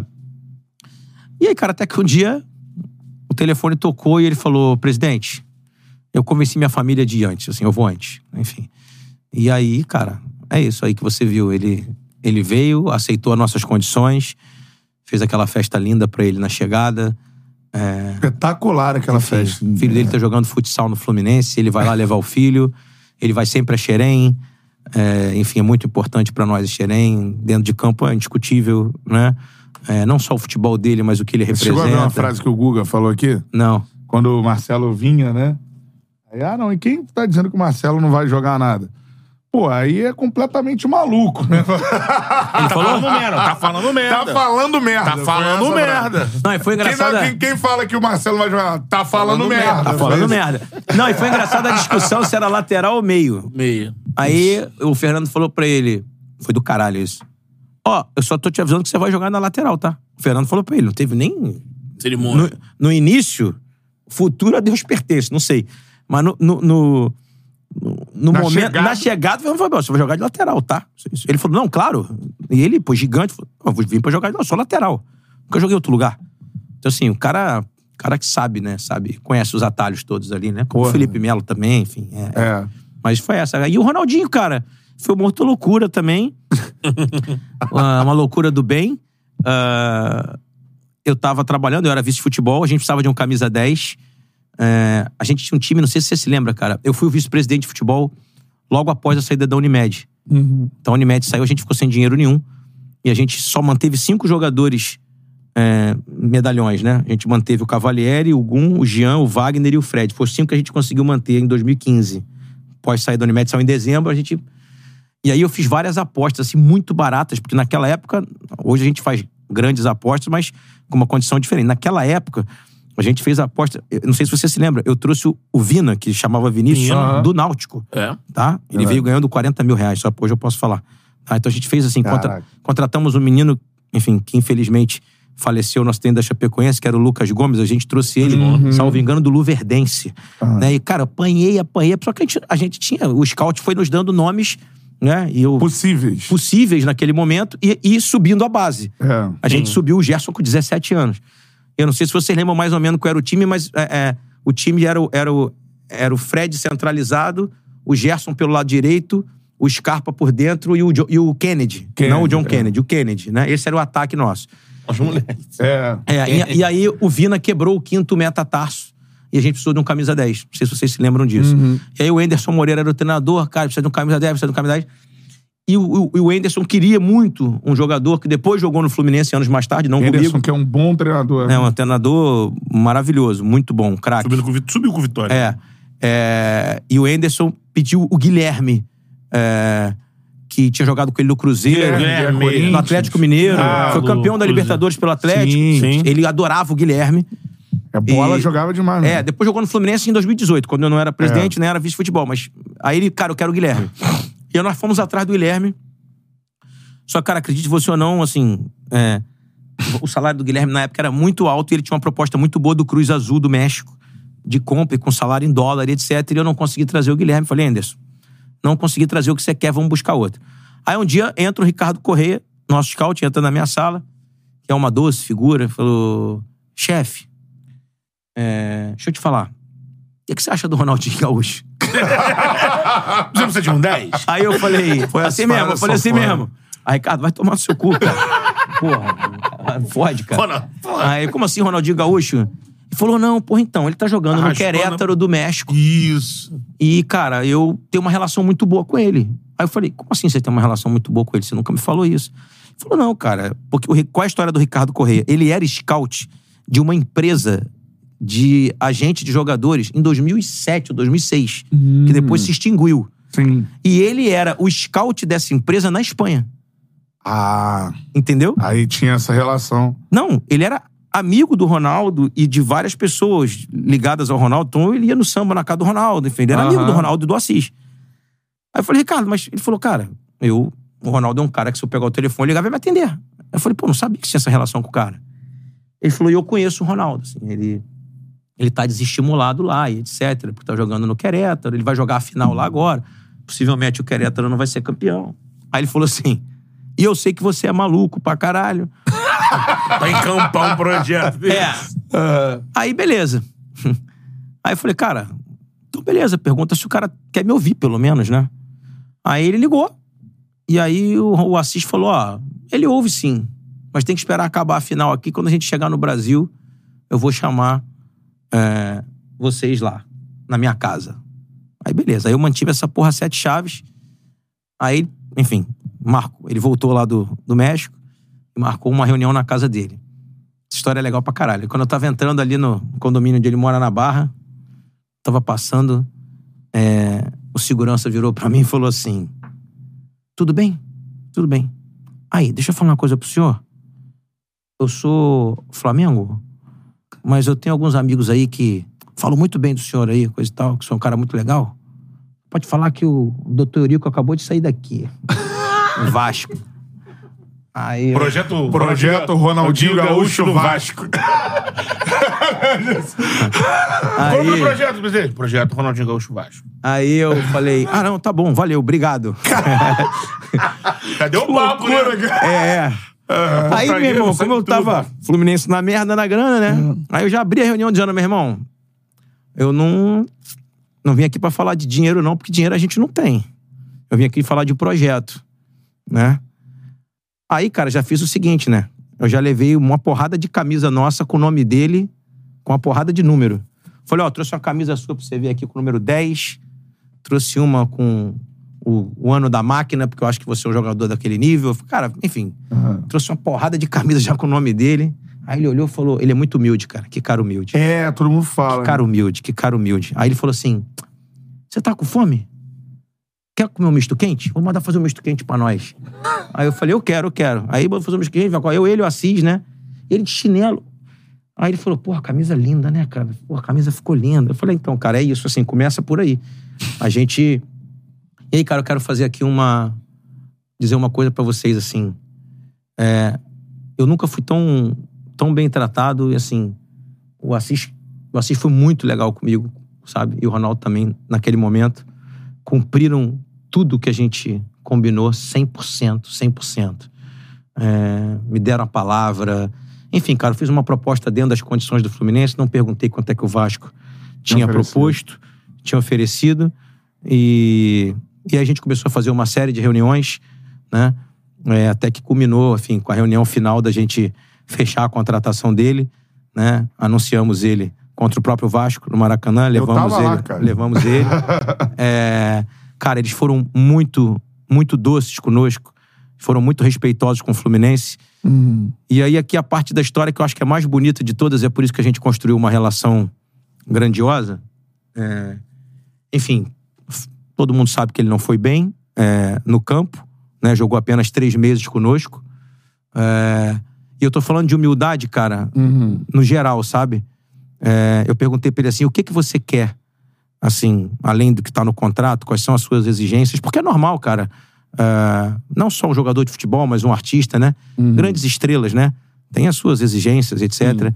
E aí, cara, até que um dia o telefone tocou e ele falou, presidente, eu convenci minha família de ir antes, assim, eu vou antes, enfim. E aí, cara, é isso aí que você viu. Ele, ele veio, aceitou as nossas condições, fez aquela festa linda pra ele na chegada. É... Espetacular aquela enfim, festa. O filho dele tá jogando futsal no Fluminense, ele vai lá levar o filho, ele vai sempre a Xerém. É, enfim, é muito importante pra nós a Xerém. Dentro de campo é indiscutível, né? É, não só o futebol dele, mas o que ele Você representa. Chegou a ver uma frase que o Guga falou aqui? Não. Quando o Marcelo vinha, né? Aí, ah, não, e quem tá dizendo que o Marcelo não vai jogar nada? Pô, aí é completamente maluco, né? Ele falou merda, tá falando merda. Tá falando merda. Tá falando merda. Não, e foi engraçado... Quem, quem, quem fala que o Marcelo vai jogar? Tá falando, falando merda. Tá falando merda. Não, e foi engraçado a discussão se era lateral ou meio. Meio. Aí o Fernando falou pra ele... Foi do caralho isso. Ó, eu só tô te avisando que você vai jogar na lateral, tá? O Fernando falou pra ele, não teve nem... Cerimônia. No, no início, futuro a Deus pertence, não sei. Mas no... no, no No na momento, chegada... na chegada, eu falei, você vai jogar de lateral, tá? Ele falou, não, claro. E ele, pô, gigante, falou, eu vou vir pra jogar de lateral, sou lateral. Nunca joguei em outro lugar. Então, assim, o cara, cara que sabe, né? Sabe, conhece os atalhos todos ali, né? Como o Felipe Melo também, enfim. É, é. Mas foi essa. E o Ronaldinho, cara, foi uma outra loucura também. uma, uma loucura do bem. Uh, eu tava trabalhando, eu era vice-futebol, a gente precisava de um camisa dez. É, a gente tinha um time, não sei se você se lembra, cara. Eu fui o vice-presidente de futebol logo após a saída da Unimed. Uhum. Então a Unimed saiu, a gente ficou sem dinheiro nenhum. E a gente só manteve cinco jogadores é, medalhões, né? A gente manteve o Cavalieri, o Gum, o Jean, o Wagner e o Fred. Foi cinco que a gente conseguiu manter em dois mil e quinze. Após sair da Unimed, saiu em dezembro, a gente... E aí eu fiz várias apostas, assim, muito baratas, porque naquela época, hoje a gente faz grandes apostas, mas com uma condição diferente. Naquela época... A gente fez a aposta... Não sei se você se lembra. Eu trouxe o, o Vina, que chamava Vinícius, Vina. do Náutico. É. Tá? Ele é. veio ganhando quarenta mil reais. Só hoje eu posso falar. Tá? Então a gente fez assim... Contra, contratamos um menino, enfim, que infelizmente faleceu no acidente da Chapecoense, que era o Lucas Gomes. A gente trouxe ele, uhum. salvo engano, do Luverdense. Uhum. Né? E, cara, apanhei, apanhei. Só que a gente, a gente tinha... O scout foi nos dando nomes... Né? E eu, possíveis. Possíveis naquele momento. E, e subindo a base. É. A gente Sim. subiu o Gerson com dezessete anos. Eu não sei se vocês lembram mais ou menos qual era o time, mas é, é, o time era o, era, o, era o Fred centralizado, o Gerson pelo lado direito, o Scarpa por dentro e o, e o Kennedy. Kennedy. Não o John é. Kennedy, o Kennedy, né? Esse era o ataque nosso. Os moleques. É. é e, e aí o Vina quebrou o quinto metatarso e a gente precisou de um camisa dez. Não sei se vocês se lembram disso. Uhum. E aí o Anderson Moreira era o treinador, cara, precisa de um camisa dez, precisa de um camisa dez. E o, o, o Anderson queria muito um jogador que depois jogou no Fluminense anos mais tarde, não Anderson, comigo. que é um bom treinador. É, um treinador maravilhoso, muito bom, craque. Subiu, subiu com vitória. É, é. E o Anderson pediu o Guilherme, é, que tinha jogado com ele no Cruzeiro, Guilherme, no Atlético Mineiro. Ah, foi campeão da Cruzeiro. Libertadores pelo Atlético. Sim, sim. Ele adorava o Guilherme. A bola e, jogava demais, né? É, depois jogou no Fluminense em dois mil e dezoito, quando eu não era presidente, é. nem era vice-futebol. Mas aí ele, cara, eu quero o Guilherme. E aí nós fomos atrás do Guilherme. Só que, cara, acredite você ou não, assim, é, o salário do Guilherme na época era muito alto e ele tinha uma proposta muito boa do Cruz Azul do México, de compra com salário em dólar, etcétera. E eu não consegui trazer o Guilherme. Falei, Anderson, não consegui trazer o que você quer, vamos buscar outro. Aí um dia entra o Ricardo Corrêa, nosso scout, entra na minha sala, que é uma doce figura, falou, chefe, é, deixa eu te falar, o que você acha do Ronaldinho Gaúcho? Você precisa de um dez? Aí eu falei, foi assim mesmo, eu falei assim mesmo. Aí, Ricardo, vai tomar no seu cu, cara. Porra, fode, cara. Porra. Aí, como assim, Ronaldinho Gaúcho? Ele falou, não, porra, então, ele tá jogando ah, no Querétaro do México. Isso. E, cara, eu tenho uma relação muito boa com ele. Aí eu falei, como assim você tem uma relação muito boa com ele? Você nunca me falou isso. Ele falou, não, cara, porque o, qual é a história do Ricardo Corrêa? Ele era scout de uma empresa de agente de jogadores em dois mil e sete ou dois mil e seis, hum. que depois se extinguiu. Sim. E ele era o scout dessa empresa na Espanha. Ah. Entendeu? Aí tinha essa relação. Não, ele era amigo do Ronaldo e de várias pessoas ligadas ao Ronaldo. Então ele ia no samba na casa do Ronaldo, enfim, ele era uh-huh. amigo do Ronaldo e do Assis. Aí eu falei, Ricardo, mas ele falou, cara, eu, o Ronaldo é um cara que se eu pegar o telefone, ele vai me atender. Eu falei, pô, não sabia que tinha essa relação com o cara. Ele falou, e eu conheço o Ronaldo, assim, ele, ele tá desestimulado lá, e etcétera, porque tá jogando no Querétaro, ele vai jogar a final lá agora, possivelmente o Querétaro não vai ser campeão. Aí ele falou assim, e eu sei que você é maluco pra caralho. Pra encampar um projeto. É. Uh, aí, beleza. Aí eu falei, cara, então beleza, pergunta se o cara quer me ouvir, pelo menos, né? Aí ele ligou. E aí o, o Assis falou, ó, ele ouve sim, mas tem que esperar acabar a final aqui. Quando a gente chegar no Brasil, eu vou chamar é, vocês lá, na minha casa. Aí beleza, aí eu mantive essa porra sete chaves. Aí, enfim, Marco, ele voltou lá do, do México e marcou uma reunião na casa dele. Essa história é legal pra caralho. Quando eu tava entrando ali no condomínio onde ele mora, na Barra, tava passando, é, o segurança virou pra mim e falou assim, tudo bem? Tudo bem. Aí, deixa eu falar uma coisa pro senhor. Eu sou Flamengo, mas eu tenho alguns amigos aí que falam muito bem do senhor aí, coisa e tal, que o senhor é um cara muito legal. Pode falar que o doutor Eurico acabou de sair daqui. Vasco. Aí, Projeto, Projeto Ronaldinho Gaúcho no Vasco. Qual aí, é o projeto, presidente? Projeto Ronaldinho Gaúcho Vasco. aí eu falei, ah não, tá bom, valeu, obrigado. Cadê o papo, né? É, é. Ah, Aí, meu irmão, como eu tava Fluminense na merda, na grana, né? Uhum. Aí eu já abri a reunião dizendo, meu irmão, eu não, não vim aqui pra falar de dinheiro não, porque dinheiro a gente não tem. Eu vim aqui falar de projeto, né? Aí, cara, já fiz o seguinte, né? Eu já levei uma porrada de camisa nossa com o nome dele, com uma porrada de número. Falei, ó, trouxe uma camisa sua pra você ver aqui com o número dez, trouxe uma com o, o ano da máquina, porque eu acho que você é um jogador daquele nível. Cara, enfim, uhum. Trouxe uma porrada de camisa já com o nome dele. Aí ele olhou e falou, ele é muito humilde, cara, que cara humilde. É, todo mundo fala. Que cara humilde, que cara humilde. Aí ele falou assim, você tá com fome? Quer comer um misto quente? Vou mandar fazer um misto quente pra nós. Aí eu falei, eu quero, eu quero. Aí vou fazer um misto quente, eu, ele, o Assis, né? Ele de chinelo. Aí ele falou, porra, camisa linda, né, cara? Porra, a camisa ficou linda. Eu falei, então, cara, é isso, assim, começa por aí. A gente... E aí, cara, eu quero fazer aqui uma... Dizer uma coisa pra vocês, assim. É... Eu nunca fui tão, tão bem tratado, e assim... O Assis, o Assis foi muito legal comigo, sabe? E o Ronaldo também, naquele momento. Cumpriram tudo que a gente combinou, cem por cento, cem por cento. É, me deram a palavra. Enfim, cara, eu fiz uma proposta dentro das condições do Fluminense, não perguntei quanto é que o Vasco tinha proposto, tinha oferecido. E, e aí a gente começou a fazer uma série de reuniões, né? É, até que culminou, enfim, com a reunião final da gente fechar a contratação dele, né? Anunciamos ele contra o próprio Vasco, no Maracanã, levamos ele. Lá, cara. Levamos ele. é, cara, eles foram muito, muito doces conosco, foram muito respeitosos com o Fluminense. Uhum. E aí aqui a parte da história que eu acho que é mais bonita de todas, é por isso que a gente construiu uma relação grandiosa. É, enfim, todo mundo sabe que ele não foi bem é, no campo, né? Jogou apenas três meses conosco. É, e eu tô falando de humildade, cara, uhum. no geral, sabe? É, eu perguntei pra ele assim, o que que você quer? Assim, além do que tá no contrato, quais são as suas exigências? Porque é normal, cara. É, não só um jogador de futebol, mas um artista, né? Uhum. Grandes estrelas, né? Tem as suas exigências, etcétera. Ele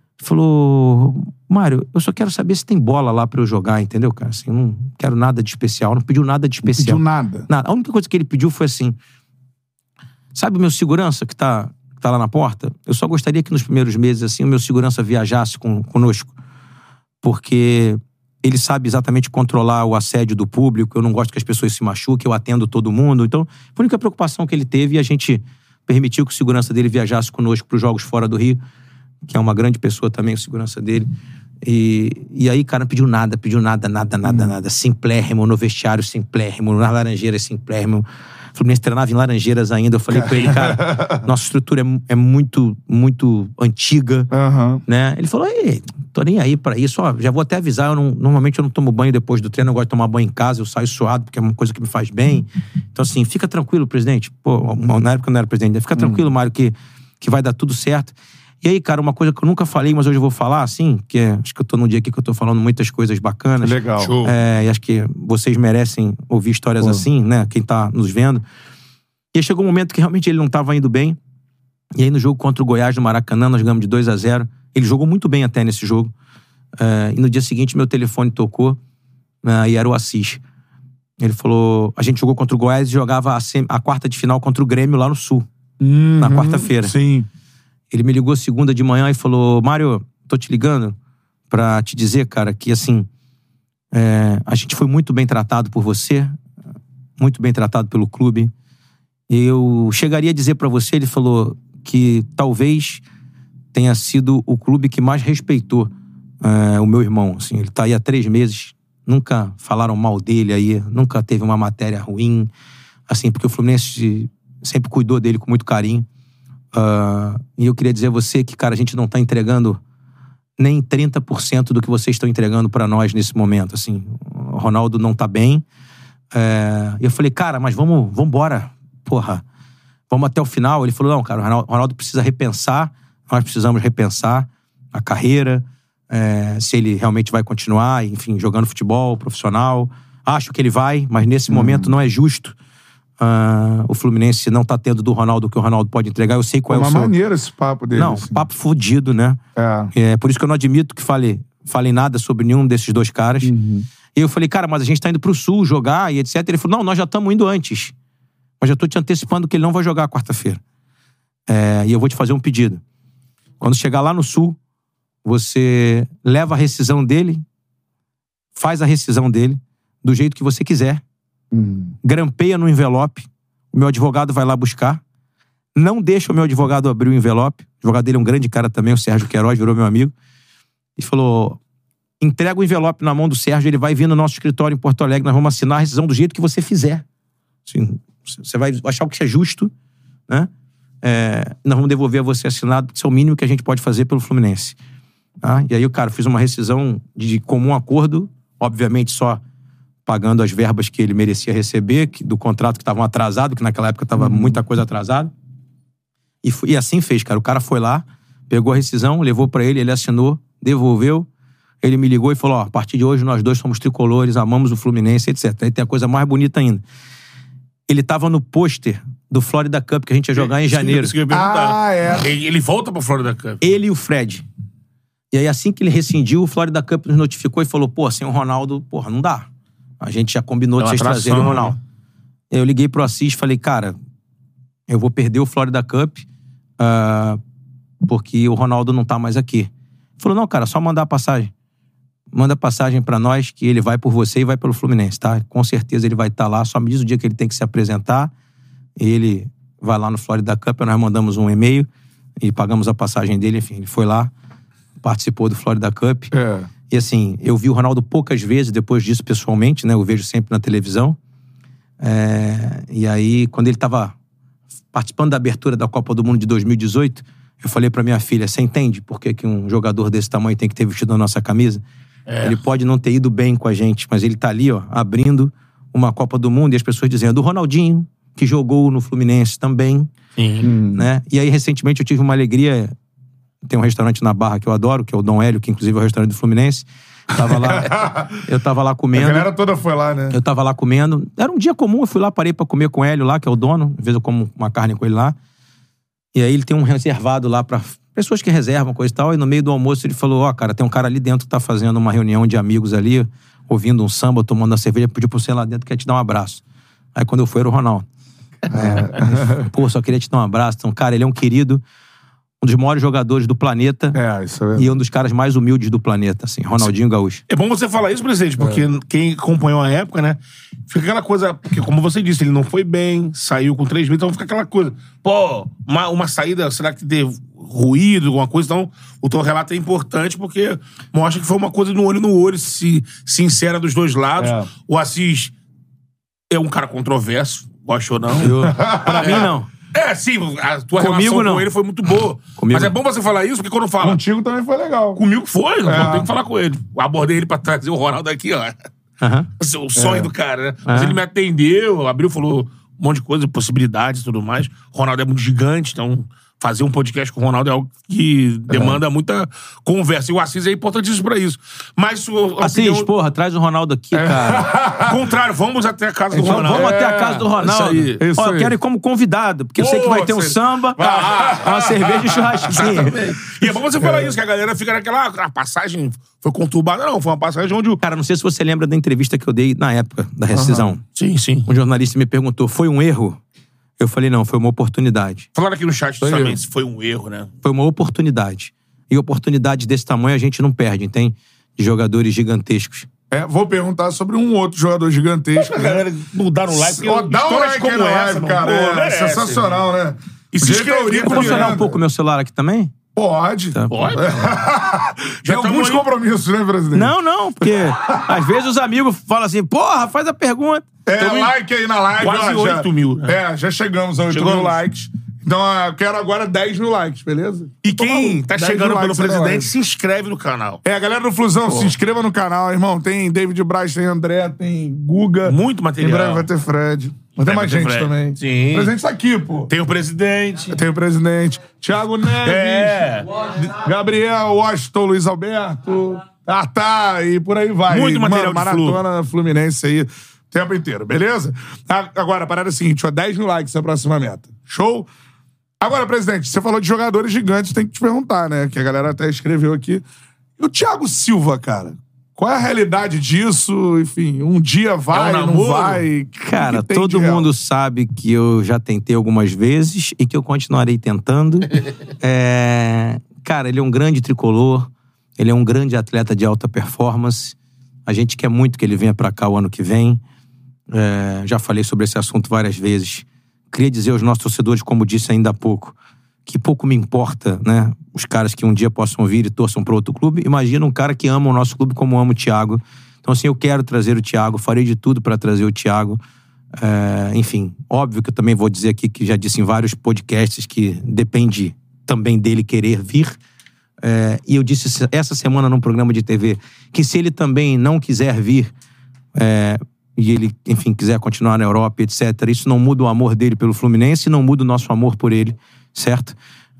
falou, Mário, eu só quero saber se tem bola lá pra eu jogar, entendeu, cara? Assim, eu não quero nada de especial, não pediu nada de especial. Não pediu nada? Nada. A única coisa que ele pediu foi assim, sabe o meu segurança que tá... tá lá na porta, eu só gostaria que nos primeiros meses, assim, o meu segurança viajasse com, conosco. Porque ele sabe exatamente controlar o assédio do público, eu não gosto que as pessoas se machuquem, eu atendo todo mundo. Então, foi a única preocupação que ele teve e a gente permitiu que o segurança dele viajasse conosco para os jogos fora do Rio, que é uma grande pessoa também, o segurança dele. E, e aí, cara, não pediu nada, pediu nada, nada, nada, hum. nada. Simplérrimo, no vestiário simplérrimo, nas laranjeiras simplérrimo. O Fluminense treinava em Laranjeiras ainda. Eu falei com ele, cara, nossa estrutura é, é muito, muito antiga, uhum. né? Ele falou, ei, tô nem aí pra isso, ó, já vou até avisar, eu não, normalmente eu não tomo banho depois do treino, eu gosto de tomar banho em casa, eu saio suado, porque é uma coisa que me faz bem. Então, assim, fica tranquilo, presidente. Pô, na época eu não era presidente, fica tranquilo, uhum. Mário, que, que vai dar tudo certo. E aí, cara, uma coisa que eu nunca falei, mas hoje eu vou falar, assim, que é, acho que eu tô num dia aqui que eu tô falando muitas coisas bacanas. Legal. Show. É, e acho que vocês merecem ouvir histórias Pô. assim, né? Quem tá nos vendo. E aí chegou um momento que realmente ele não tava indo bem. E aí no jogo contra o Goiás no Maracanã, nós ganhamos de dois a zero. Ele jogou muito bem até nesse jogo. É, e no dia seguinte meu telefone tocou, né, e era o Assis. Ele falou, a gente jogou contra o Goiás e jogava a, sem, a quarta de final contra o Grêmio lá no Sul. Uhum, na quarta-feira. Sim. Ele me ligou segunda de manhã e falou, Mário, tô te ligando pra te dizer, cara, que assim, é, a gente foi muito bem tratado por você, muito bem tratado pelo clube. Eu chegaria a dizer pra você, ele falou, que talvez tenha sido o clube que mais respeitou é, o meu irmão. Assim, ele tá aí há três meses, nunca falaram mal dele aí, nunca teve uma matéria ruim, assim, porque o Fluminense sempre cuidou dele com muito carinho. Uh, e eu queria dizer a você que, cara, a gente não tá entregando nem trinta por cento do que vocês estão entregando pra nós nesse momento, assim. O Ronaldo não tá bem, É, e eu falei, cara, mas vamos, vamos embora. Porra, vamos até o final. Ele falou, não, cara, o Ronaldo precisa repensar. Nós precisamos repensar a carreira. É, se ele realmente vai continuar, enfim, jogando futebol profissional. Acho que ele vai, mas nesse hum. momento não é justo. Uh, o Fluminense não tá tendo do Ronaldo o que o Ronaldo pode entregar. Eu sei qual é, é o seu... uma maneira esse papo dele. Não, assim. papo fudido, né? É. É por isso que eu não admito que fale, fale nada sobre nenhum desses dois caras. Uhum. E eu falei, cara, mas a gente tá indo pro Sul jogar e etcétera. Ele falou, não, nós já estamos indo antes. Mas já tô te antecipando que ele não vai jogar quarta-feira. É, e eu vou te fazer um pedido. Quando chegar lá no Sul, você leva a rescisão dele, faz a rescisão dele do jeito que você quiser, uhum. grampeia no envelope, o meu advogado vai lá buscar, não deixa o meu advogado abrir o envelope, o advogado dele é um grande cara também, o Sérgio Queiroz, virou meu amigo, e falou, entrega o envelope na mão do Sérgio, ele vai vir no nosso escritório em Porto Alegre, nós vamos assinar a rescisão do jeito que você fizer. Assim, você vai achar o que é justo, né? É, nós vamos devolver a você assinado, porque isso é o mínimo que a gente pode fazer pelo Fluminense. Ah, e aí o cara fez uma rescisão de comum acordo, obviamente só pagando as verbas que ele merecia receber, que, do contrato que estavam atrasado, que naquela época estava uhum. muita coisa atrasada. E, e assim fez, cara. O cara foi lá, pegou a rescisão, levou pra ele, ele assinou, devolveu. Ele me ligou e falou, ó, a partir de hoje nós dois somos tricolores, amamos o Fluminense, etcétera. Aí tem a coisa mais bonita ainda. Ele tava no pôster do Florida Cup que a gente ia jogar em janeiro. Isso que eu ia perguntar. Ah, é. Ele, ele volta pro Florida Cup. Ele e o Fred. E aí, assim que ele rescindiu, o Florida Cup nos notificou e falou, pô, sem o Ronaldo, porra, não dá. A gente já combinou é de vocês atração, trazerem o Ronaldo. Né? Eu liguei pro Assis e falei, cara, eu vou perder o Florida Cup uh, porque o Ronaldo não tá mais aqui. Ele falou, não, cara, só mandar a passagem. Manda a passagem pra nós que ele vai por você e vai pelo Fluminense, tá? Com certeza ele vai estar lá, só me diz o dia que ele tem que se apresentar. Ele vai lá no Florida Cup, nós mandamos um e-mail e pagamos a passagem dele, enfim, ele foi lá, participou do Florida Cup. É. E assim, eu vi o Ronaldo poucas vezes depois disso pessoalmente, né? Eu vejo sempre na televisão. É... E aí, quando ele tava participando da abertura da Copa do Mundo de dois mil e dezoito, eu falei pra minha filha, você entende por que, que um jogador desse tamanho tem que ter vestido a nossa camisa? É. Ele pode não ter ido bem com a gente, mas ele tá ali, ó, abrindo uma Copa do Mundo e as pessoas dizendo, o Ronaldinho, que jogou no Fluminense também, Sim. né? E aí, recentemente, eu tive uma alegria. Tem um restaurante na Barra que eu adoro, que é o Dom Hélio, que inclusive é o restaurante do Fluminense. Tava lá, eu tava lá comendo. A galera toda foi lá, né? Eu tava lá comendo. Era um dia comum, eu fui lá, parei pra comer com o Hélio lá, que é o dono. Às vezes eu como uma carne com ele lá. E aí ele tem um reservado lá pra pessoas que reservam, coisa e tal. E no meio do almoço ele falou, ó, oh, cara, tem um cara ali dentro que tá fazendo uma reunião de amigos ali, ouvindo um samba, tomando uma cerveja, pediu pra você lá dentro, quer te dar um abraço. Aí quando eu fui, era o Ronaldo. É. Pô, só queria te dar um abraço. Então, cara, ele é um querido, um dos maiores jogadores do planeta. É, isso é. E um dos caras mais humildes do planeta, assim, Ronaldinho Gaúcho. É bom você falar isso, presidente, porque é. quem acompanhou a época, né, fica aquela coisa, porque como você disse, ele não foi bem, saiu com três mil, então fica aquela coisa, pô, uma, uma saída, será que teve ruído, alguma coisa? Então, o teu relato é importante porque mostra que foi uma coisa no olho no olho, se, sincera dos dois lados. É. O Assis é um cara controverso, gosta ou não. Eu, pra é. mim, não. É, sim, a tua Comigo, relação não. com ele foi muito boa. Comigo. Mas é bom você falar isso, porque quando fala... Contigo também foi legal. Comigo foi, não É. tem que falar com ele. Eu abordei ele pra trazer o Ronaldo aqui, ó. Uhum. O sonho É. do cara, né? Mas É. ele me atendeu, abriu, falou um monte de coisa, possibilidades e tudo mais. O Ronaldo é muito gigante, então fazer um podcast com o Ronaldo é algo que demanda é. muita conversa. E o Assis é importantíssimo pra isso. Mas o Assis, opinião... porra, traz o Ronaldo aqui, é. cara. Contrário, vamos até a casa do então, Ronaldo. Vamos é. até a casa do Ronaldo. Isso aí. Isso Ó, eu aí. quero ir como convidado, porque eu Pô, sei que vai ter um você... samba, Ah, uma cerveja e churrasquinho. E é bom você falar isso, que a galera fica naquela... Ah, a passagem foi conturbada. Não, foi uma passagem onde o... Cara, não sei se você lembra da entrevista que eu dei na época da rescisão. Uhum. Sim, sim. Um jornalista me perguntou, foi um erro? Eu falei, não, foi uma oportunidade. Falaram aqui no chat Foi também erro. se foi um erro, né? Foi uma oportunidade. E oportunidades desse tamanho a gente não perde, tem de jogadores gigantescos. É, vou perguntar sobre um outro jogador gigantesco. A galera mudar no like. Ó, dá um like aí na live, cara. É sensacional, né? E se inscrever, Eu posso olhar um pouco o meu celular aqui também? Pode. Tá. Pode? Tem alguns aí. compromissos, né, presidente? Não, não, porque às vezes os amigos falam assim, porra, faz a pergunta. É, Também like aí na live. quase ó, já- oito mil, né? É, já chegamos a oito Chegamos. mil likes. Então eu quero agora dez mil likes, beleza? E quem tá dez chegando mil pelo likes na presidente, live. se inscreve no canal. É, galera do Flusão, se inscreva no canal, irmão. Tem David Braz, tem André, tem Guga. Muito material. Em breve vai ter Fred. Mas tem É, mais vai ter gente Fred. também. Sim. O presidente tá aqui, pô. Tem o presidente. Tem o presidente. Thiago Neves. É. Gabriel, Washington, Luiz Alberto. Ah, tá. E por aí vai. Muito material de maratona Fluminense aí o tempo inteiro, beleza? Ah, agora, a parada é a seguinte, ó, dez mil likes é a próxima meta. Show? Agora, presidente, você falou de jogadores gigantes, tem que te perguntar, né? Que a galera até escreveu aqui. E o Thiago Silva, cara? Qual é a realidade disso? Enfim, um dia vai, É um não namoro? vai? Cara, O que tem de todo real? mundo sabe que eu já tentei algumas vezes e que eu continuarei tentando. É, Cara, ele é um grande tricolor, ele é um grande atleta de alta performance. A gente quer muito que ele venha pra cá o ano que vem. É, Já falei sobre esse assunto várias vezes. Queria dizer aos nossos torcedores, como disse ainda há pouco, que pouco me importa, né? Os caras que um dia possam vir e torçam para outro clube. Imagina um cara que ama o nosso clube como ama o Thiago. Então, assim, eu quero trazer o Thiago, farei de tudo para trazer o Thiago. É, enfim, óbvio que eu também vou dizer aqui, que já disse em vários podcasts, que depende também dele querer vir. É, e eu disse essa semana num programa de T V que se ele também não quiser vir, é, e ele, enfim, quiser continuar na Europa, etcétera, isso não muda o amor dele pelo Fluminense, não muda o nosso amor por ele, certo?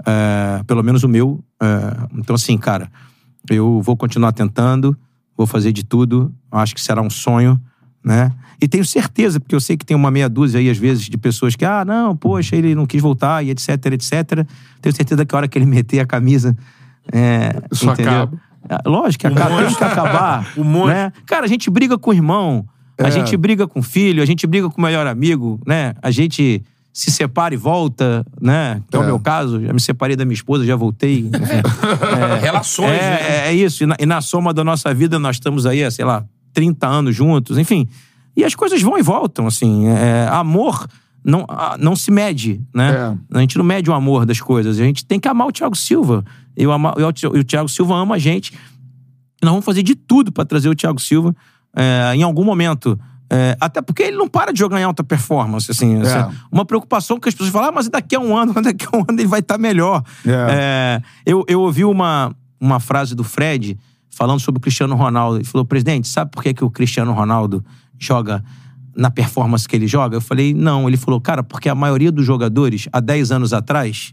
É, pelo menos o meu. É, então, assim, cara, eu vou continuar tentando, vou fazer de tudo, acho que será um sonho, né? E tenho certeza, porque eu sei que tem uma meia dúzia aí, às vezes, de pessoas que, ah, não, poxa, ele não quis voltar, e etc, etcétera. Tenho certeza que a hora que ele meter a camisa, é, Isso entendeu? acaba. Lógico que acaba, tem que acabar. O monstro. Né? Cara, a gente briga com o irmão, a É. gente briga com o filho, a gente briga com o melhor amigo, né? A gente se separa e volta, né? Que é, É. o meu caso. Já me separei da minha esposa, já voltei. Enfim. É, Relações, é, né? é, é isso. E na, e na soma da nossa vida, nós estamos aí, há, sei lá, trinta anos juntos, enfim. E as coisas vão e voltam, assim. É, amor não, a- não se mede, né? É. A gente não mede o amor das coisas. A gente tem que amar o Thiago Silva. E o, ama- e o- e o Thiago Silva ama a gente. E nós vamos fazer de tudo pra trazer o Thiago Silva é, em algum momento. É, até porque ele não para de jogar em alta performance, assim. É. assim, uma preocupação que as pessoas falam, ah, mas daqui a um ano, daqui a um ano ele vai estar melhor. É. É, eu, eu ouvi uma, uma frase do Fred falando sobre o Cristiano Ronaldo. Ele falou, presidente, sabe por que, que o Cristiano Ronaldo joga na performance que ele joga? Eu falei, não. Ele falou, cara, porque a maioria dos jogadores, há dez anos atrás,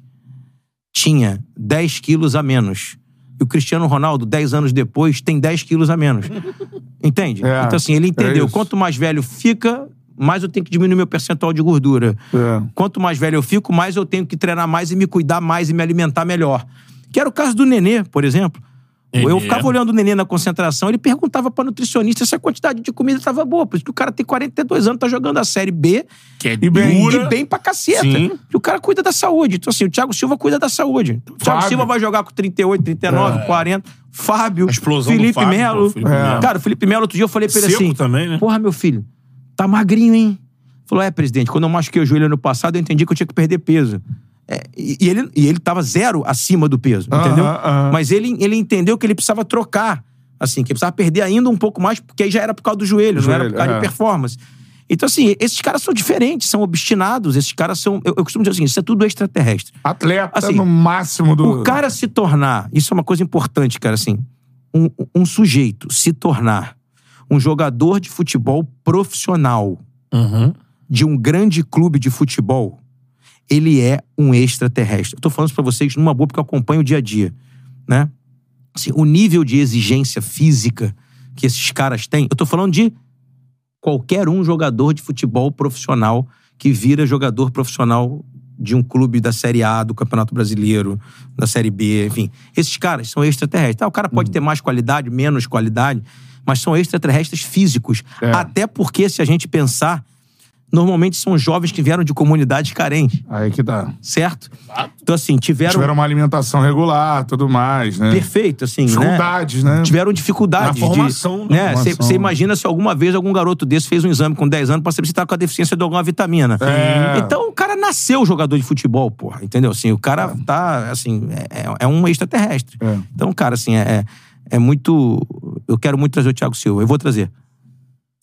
tinha dez quilos a menos. E o Cristiano Ronaldo, dez anos depois, tem dez quilos a menos. Entende? É, então, assim, ele é entendeu. isso. Quanto mais velho fica, mais eu tenho que diminuir meu percentual de gordura. É. Quanto mais velho eu fico, mais eu tenho que treinar mais e me cuidar mais e me alimentar melhor. Que era o caso do Nenê, por exemplo. Nenê. Eu ficava olhando o Nenê na concentração, ele perguntava pra nutricionista se a quantidade de comida estava boa. Por isso que o cara tem quarenta e dois anos, tá jogando a Série B Que é e bem, dura. e bem pra caceta. Sim. E o cara cuida da saúde. Então, assim, o Thiago Silva cuida da saúde. Então, o Thiago Fábio. Silva vai jogar com trinta e oito, trinta e nove, quarenta. Fábio, A explosão do Felipe Fábio, Melo. pô, Felipe Melo. Cara, o Felipe Melo, outro dia eu falei pra ele Seco assim... também, né? Porra, meu filho, tá magrinho, hein? Falou, é, presidente, quando eu machuquei o joelho ano passado, eu entendi que eu tinha que perder peso. É, e, e ele, e ele tava zero acima do peso, Aham, entendeu? aham. Mas ele, ele entendeu que ele precisava trocar, assim, que ele precisava perder ainda um pouco mais, porque aí já era por causa do joelho, não era por Joelho, causa é. de performance. Então, assim, esses caras são diferentes, são obstinados, esses caras são... Eu, eu costumo dizer assim, isso é tudo extraterrestre. Atleta Assim, no máximo do... O cara se tornar, isso é uma coisa importante, cara, assim, um, um sujeito se tornar um jogador de futebol profissional Uhum. de um grande clube de futebol, ele é um extraterrestre. Eu tô falando isso pra vocês numa boa porque eu acompanho o dia a dia, né? Assim, o nível de exigência física que esses caras têm, eu tô falando de qualquer um jogador de futebol profissional que vira jogador profissional de um clube da Série A, do Campeonato Brasileiro, da Série B, enfim. Esses caras são extraterrestres. Ah, o cara pode ter mais qualidade, menos qualidade, mas são extraterrestres físicos. É. Até porque, se a gente pensar, normalmente são jovens que vieram de comunidades carentes, Aí que tá. certo? Então, assim, tiveram... Tiveram uma alimentação regular, tudo mais, né? Perfeito, assim, né? Dificuldades, né? Tiveram dificuldades. Na formação, de, na né? formação. Você imagina se alguma vez algum garoto desse fez um exame com dez anos pra saber se tá com a deficiência de alguma vitamina. É. Então o cara nasceu jogador de futebol, porra, entendeu? Assim, o cara tá, assim, é, é um extraterrestre. É. Então, cara, assim, é, é muito... Eu quero muito trazer o Thiago Silva. Eu vou trazer.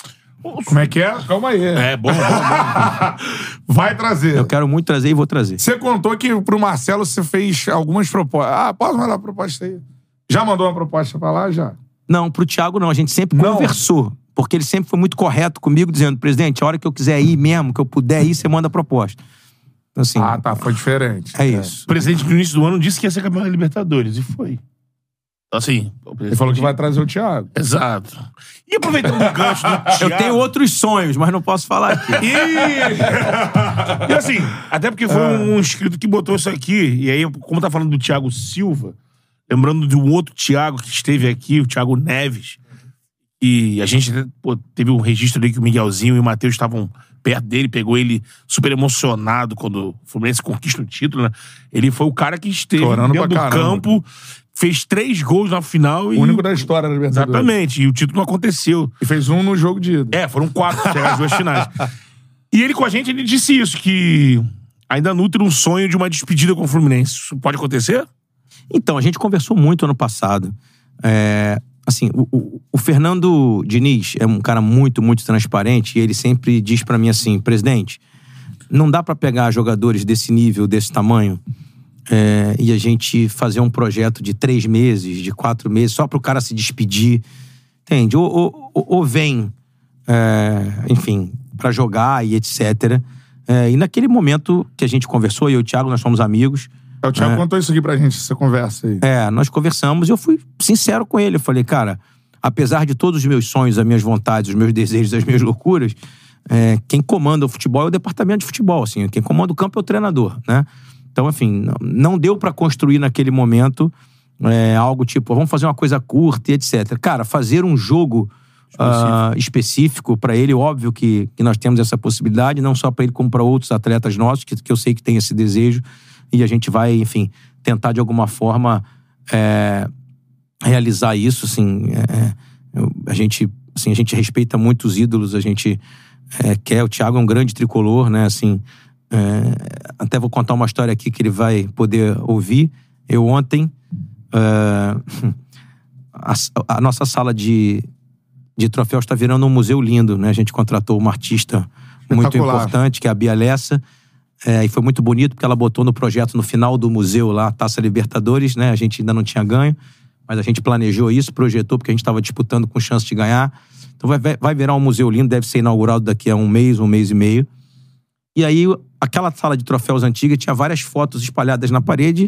Como é que é? Calma aí. É, bom, bom, bom. Vai trazer. Eu quero muito trazer e vou trazer. Você contou que pro Marcelo você fez algumas propostas. Ah, posso mandar a proposta aí? Já mandou uma proposta pra lá, já? Não, pro Thiago não. A gente sempre Não. conversou. Porque ele sempre foi muito correto comigo, dizendo, presidente, a hora que eu quiser ir mesmo, que eu puder ir, você manda a proposta. Então, assim, Ah, tá. Foi diferente. é isso. O presidente, no início do ano, disse que ia ser campeão da Libertadores. E foi. Então, assim... o Ele falou que vai trazer o Thiago. Exato. E aproveitando o gancho do Thiago... Eu tenho outros sonhos, mas não posso falar aqui. E... e assim, até porque foi um inscrito que botou isso aqui. E aí, como tá falando do Thiago Silva, lembrando de um outro Thiago que esteve aqui, o Thiago Neves. E a gente pô, teve um registro ali que o Miguelzinho e o Matheus estavam perto dele, pegou ele super emocionado quando o Fluminense conquista o título, né? Ele foi o cara que esteve Chorando dentro do pra caramba. campo, fez três gols na final e... O único da história da Libertadores. Exatamente, e o título não aconteceu. E fez um no jogo de ida. É, foram quatro, chegar às duas finais. E ele com a gente, ele disse isso, que ainda nutre um sonho de uma despedida com o Fluminense. Isso pode acontecer? Então, a gente conversou muito ano passado. É, assim, o, o, o Fernando Diniz é um cara muito, muito transparente e ele sempre diz pra mim assim, presidente, não dá pra pegar jogadores desse nível, desse tamanho, é, e a gente fazer um projeto de três meses, de quatro meses, só pro cara se despedir, entende? Ou, ou, ou- ou vem, é, enfim, pra jogar e etcétera. É, e naquele momento que a gente conversou, eu e o Thiago, nós somos amigos. É, o Thiago É. contou isso aqui pra gente, essa conversa aí. É, nós conversamos e eu fui sincero com ele. Eu falei, cara, apesar de todos os meus sonhos, as minhas vontades, os meus desejos, as minhas loucuras, é, quem comanda o futebol é o departamento de futebol, assim. Quem comanda o campo é o treinador, né? Então, enfim, não, não deu pra construir naquele momento é, algo tipo, vamos fazer uma coisa curta e etcétera. Cara, fazer um jogo ah, específico pra ele, óbvio que, que nós temos essa possibilidade, não só pra ele como pra outros atletas nossos, que, que eu sei que tem esse desejo. E a gente vai, enfim, tentar de alguma forma é, realizar isso, assim. É, eu- a, gente, assim a gente respeita muito os ídolos, a gente é, quer. O Thiago é um grande tricolor, né? Assim, é, até vou contar uma história aqui que ele vai poder ouvir. Eu ontem, é, a, a nossa sala de, de troféus está virando um museu lindo, né? A gente contratou uma artista muito Espetacular. importante, que é a Bia Lessa. É, e foi muito bonito, porque ela botou no projeto, no final do museu lá, a Taça Libertadores, né? A gente ainda não tinha ganho, mas a gente planejou isso, projetou, porque a gente estava disputando com chance de ganhar. Então vai, vai virar um museu lindo, deve ser inaugurado daqui a um mês, um mês e meio. E aí, aquela sala de troféus antiga tinha várias fotos espalhadas na parede.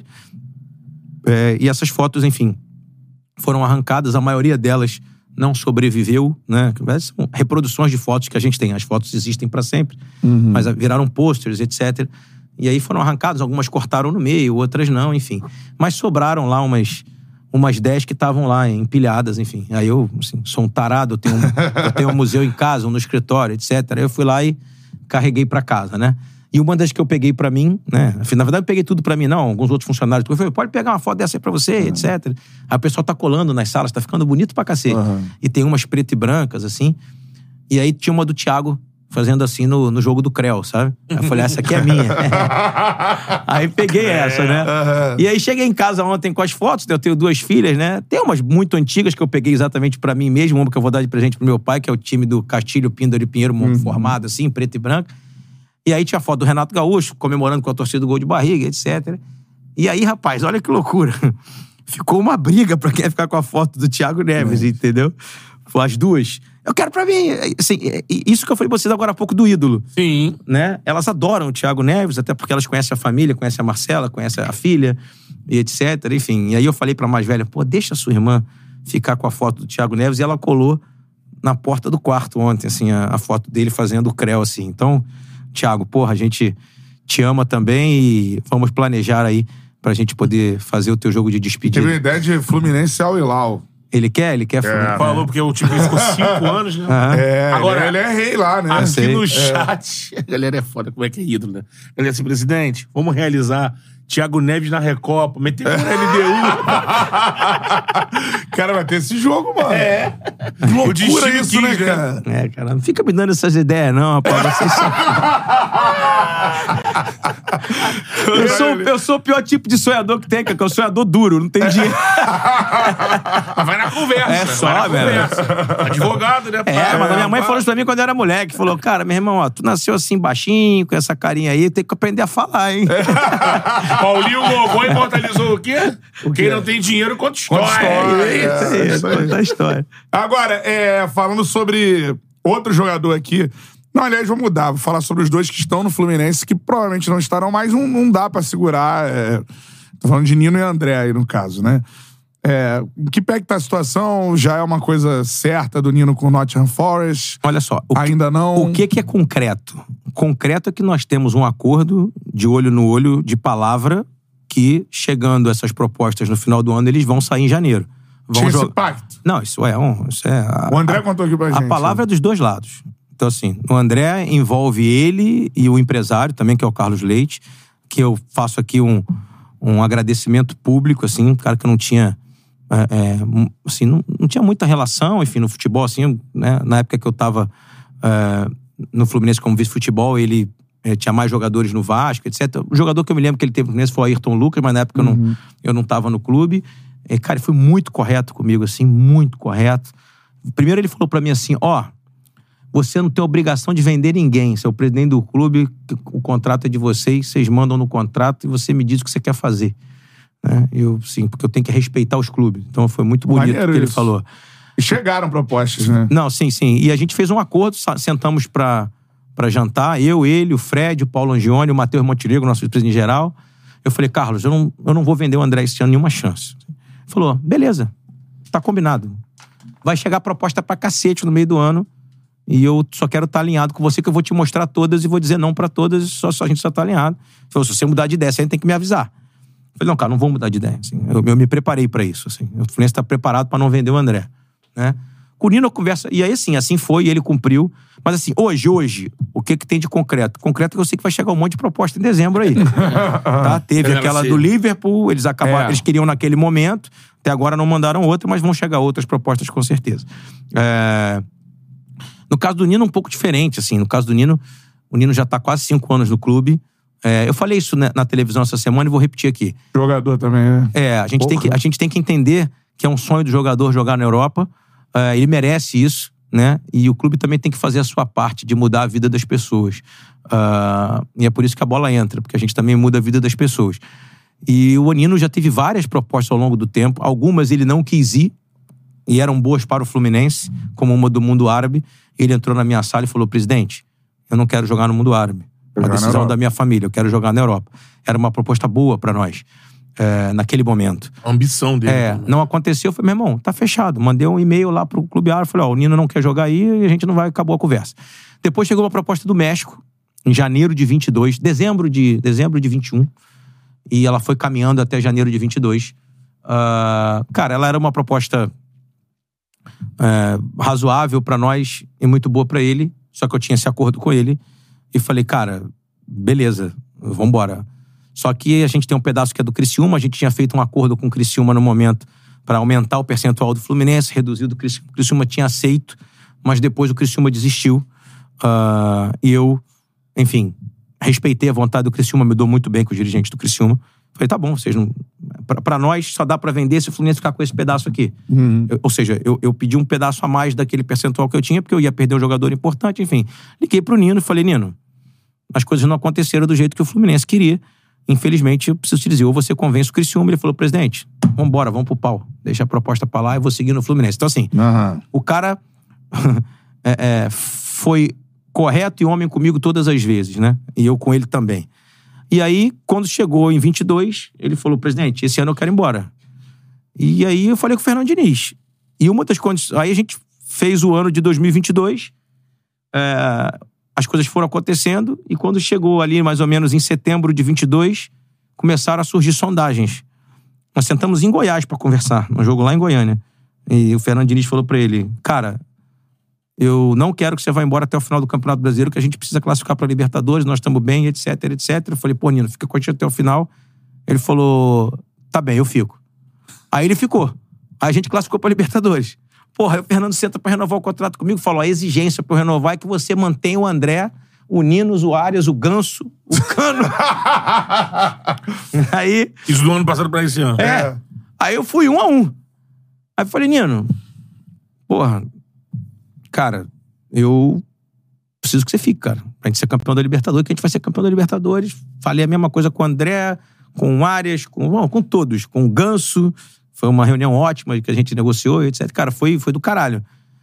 É, e essas fotos, enfim, foram arrancadas, a maioria delas não sobreviveu, né? São reproduções de fotos que a gente tem. As fotos existem para sempre, mas viraram posters, etcétera. E aí foram arrancadas, algumas cortaram no meio, outras não, enfim. Mas sobraram lá umas, umas dez que estavam lá empilhadas, enfim. Aí eu, assim, sou um tarado, eu tenho um, eu tenho um museu em casa, um no escritório, etcétera. Aí eu fui lá e carreguei para casa, né? E uma das que eu peguei pra mim, né? Na verdade, eu peguei tudo pra mim, não. Alguns outros funcionários. Eu falei, pode pegar uma foto dessa aí pra você, uhum. etcétera. Aí o pessoal tá colando nas salas, tá ficando bonito pra cacete. Uhum. E tem umas preto e brancas, assim. E aí tinha uma do Thiago fazendo assim no, no jogo do Creu, sabe? Aí eu falei, essa aqui é minha. Aí peguei essa, né? Uhum. E aí cheguei em casa ontem com as fotos, eu tenho duas filhas, né? Tem umas muito antigas que eu peguei exatamente pra mim mesmo, uma que eu vou dar de presente pro meu pai, que é o time do Castilho, Píndaro e Pinheiro, uhum. formado assim, preto e branco. E aí tinha a foto do Renato Gaúcho, comemorando com a torcida do gol de barriga, etcétera. E aí, rapaz, olha que loucura. Ficou uma briga pra quem ia ficar com a foto do Thiago Neves, é. entendeu? As duas. Eu quero pra mim. Assim, isso que eu falei pra vocês agora há pouco do ídolo. Sim. Né? Elas adoram o Thiago Neves, até porque elas conhecem a família, conhecem a Marcela, conhecem a filha, e etcétera. Enfim, e aí eu falei pra mais velha, pô, deixa a sua irmã ficar com a foto do Thiago Neves, e ela colou na porta do quarto ontem, assim, a, a foto dele fazendo o Creu, assim. Então... Thiago, porra, a gente te ama também e vamos planejar aí pra gente poder fazer o teu jogo de despedida. Teve uma ideia de Fluminense ao Hilal. Ele quer? Ele quer? É, falou, né? Porque o time ficou cinco anos, né? Uhum. É, agora ele é rei lá, né? Aqui sei. no chat, é. A galera é foda, como é que é ídolo, né? A galera assim, presidente, vamos realizar Thiago Neves na Recopa, meter com o L D U. Cara, vai ter esse jogo, mano. É. Que loucura o isso, né, cara? É, cara, não fica me dando essas ideias, não, rapaz. Vocês são... eu, sou, eu sou o pior tipo de sonhador que tem, que é o sonhador duro, não tem dinheiro. Vai na conversa. É só, vai na velho. conversa. Advogado, né? É, mas a minha mãe falou isso pra mim quando eu era moleque. Falou, cara, meu irmão, ó, tu nasceu assim baixinho, com essa carinha aí, tem que aprender a falar, hein? Paulinho Gogô imortalizou o quê? O quê? Quem não tem dinheiro, conta história. Conta história. É isso aí, É, isso aí. conta a história. Agora, é, falando sobre outro jogador aqui. Não, aliás, vou mudar. Vou falar sobre os dois que estão no Fluminense, que provavelmente não estarão mais. Não, não dá pra segurar. É, tô falando de Nino e André aí, no caso, né? É, em que pé que tá a situação? Já é uma coisa certa do Nino com o Nottingham Forest? Olha só. O Ainda que, não? O que, que é concreto? Concreto é que nós temos um acordo de olho no olho, de palavra, que, chegando essas propostas no final do ano, eles vão sair em janeiro. Vão Tinha esse jogar... pacto? Não, isso é um... Isso é a, O André a, contou aqui pra gente. A palavra é dos dois lados. Então, assim, o André envolve ele e o empresário também, que é o Carlos Leite, que eu faço aqui um, um agradecimento público, assim, um cara que eu não tinha... É, é, assim, não, não tinha muita relação, enfim, no futebol, assim, né? Na época que eu tava é, no Fluminense como vice-futebol, ele é, tinha mais jogadores no Vasco, etcétera. O jogador que eu me lembro que ele teve no Fluminense foi o Ayrton Lucas, mas na época uhum. eu, não, eu não tava no clube. É, cara, ele foi muito correto comigo, assim, muito correto. Primeiro ele falou pra mim assim, ó, você não tem obrigação de vender ninguém, você é o presidente do clube, o contrato é de vocês, vocês mandam no contrato e você me diz o que você quer fazer. Né? Eu, sim, porque eu tenho que respeitar os clubes. Então foi muito bonito o que ele isso. falou. E chegaram propostas, né? Não, sim, sim. E a gente fez um acordo, sentamos pra, pra jantar, eu, ele, o Fred, o Paulo Angione, o Matheus Montenegro, nosso presidente geral. Eu falei, Carlos, eu não, eu não vou vender o André esse ano nenhuma chance. Ele falou, beleza, tá combinado. Vai chegar proposta pra cacete no meio do ano e eu só quero estar alinhado com você, que eu vou te mostrar todas e vou dizer não pra todas, só, só a gente só tá alinhado. Ele falou, se você mudar de ideia, você tem que me avisar. Eu falei, não, cara, não vou mudar de ideia. Assim. Eu, eu me preparei pra isso. Assim. O Fluminense tá preparado pra não vender o André. Né? Com o Nino, a conversa... E aí, assim, assim foi, e ele cumpriu. Mas, assim, hoje, hoje, o que que tem de concreto? Concreto é que eu sei que vai chegar um monte de proposta em dezembro aí. Tá? Teve Era aquela assim. do Liverpool, eles acabaram... É. Eles queriam naquele momento, até agora não mandaram outra, mas vão chegar outras propostas com certeza. É... No caso do Nino, um pouco diferente, assim. No caso do Nino, o Nino já tá quase cinco anos no clube. É, eu falei isso na, na televisão essa semana e vou repetir aqui. Jogador também, né? É, a gente, tem que, a gente tem que entender que é um sonho do jogador jogar na Europa. Uh, ele merece isso, né? E o clube também tem que fazer a sua parte de mudar a vida das pessoas. Uh, e é por isso que a bola entra, porque a gente também muda a vida das pessoas. E o Nino já teve várias propostas ao longo do tempo. Algumas ele não quis ir e eram boas para o Fluminense, como uma do mundo árabe. Ele entrou na minha sala e falou, presidente, eu não quero jogar no mundo árabe. É uma decisão da minha família, eu quero jogar na Europa. Era uma proposta boa pra nós, é, naquele momento. A ambição dele. É, não aconteceu, eu falei, meu irmão, tá fechado. Mandei um e-mail lá pro Clube Árabe, falei, ó, o Nino não quer jogar aí e a gente não vai, acabou a conversa. Depois chegou uma proposta do México, em janeiro de vinte e dois, dezembro de, dezembro de vinte e um, e ela foi caminhando até janeiro de vinte e dois. Uh, cara, ela era uma proposta é, razoável pra nós e muito boa pra ele, só que eu tinha esse acordo com ele. E falei, cara, beleza, vambora. Só que a gente tem um pedaço que é do Criciúma, a gente tinha feito um acordo com o Criciúma no momento para aumentar o percentual do Fluminense, reduzir do Criciúma. O Criciúma tinha aceito, mas depois o Criciúma desistiu. Uh, e eu, enfim, respeitei a vontade do Criciúma, me dou muito bem com os dirigentes do Criciúma. Falei, tá bom, vocês não... Pra, pra nós, só dá pra vender se o Fluminense ficar com esse pedaço aqui. Uhum. Eu, ou seja, eu, eu pedi um pedaço a mais daquele percentual que eu tinha, porque eu ia perder um jogador importante, enfim. Liguei pro Nino e falei, Nino, as coisas não aconteceram do jeito que o Fluminense queria. Infelizmente, eu preciso te dizer, ou você convence o Criciúma. Ele falou, presidente, vambora, vamos pro pau. Deixa a proposta pra lá e vou seguir no Fluminense. Então, assim, Uhum. o cara é, é, foi correto e homem comigo todas as vezes, né? E eu com ele também. E aí, quando chegou em vinte e dois, ele falou, presidente, esse ano eu quero ir embora. E aí eu falei com o Fernando Diniz. E uma das condições... Aí a gente fez o ano de dois mil e vinte e dois, é, as coisas foram acontecendo, e quando chegou ali mais ou menos em setembro de vinte e dois, começaram a surgir sondagens. Nós sentamos em Goiás pra conversar, num jogo lá em Goiânia. E o Fernando Diniz falou pra ele, cara, eu não quero que você vá embora até o final do Campeonato Brasileiro, que a gente precisa classificar pra Libertadores, nós estamos bem, etc, etcétera. Eu falei, pô, Nino, fica com a gente até o final. Ele falou, tá bem, eu fico. Aí ele ficou. Aí a gente classificou pra Libertadores. Porra, aí o Fernando senta pra renovar o contrato comigo e falou, a exigência pra eu renovar é que você mantenha o André o Ninos, o Arias, o Ganso, o Cano. Aí... Isso do ano passado pra esse ano. É. é. Aí eu fui um a um. Aí eu falei, Nino, porra, cara, eu preciso que você fique, cara. Pra gente ser campeão da Libertadores, que a gente vai ser campeão da Libertadores. Falei a mesma coisa com o André, com o Arias, com, bom, com todos. Com o Ganso. Foi uma reunião ótima que a gente negociou, etcétera. Cara, foi, foi do caralho.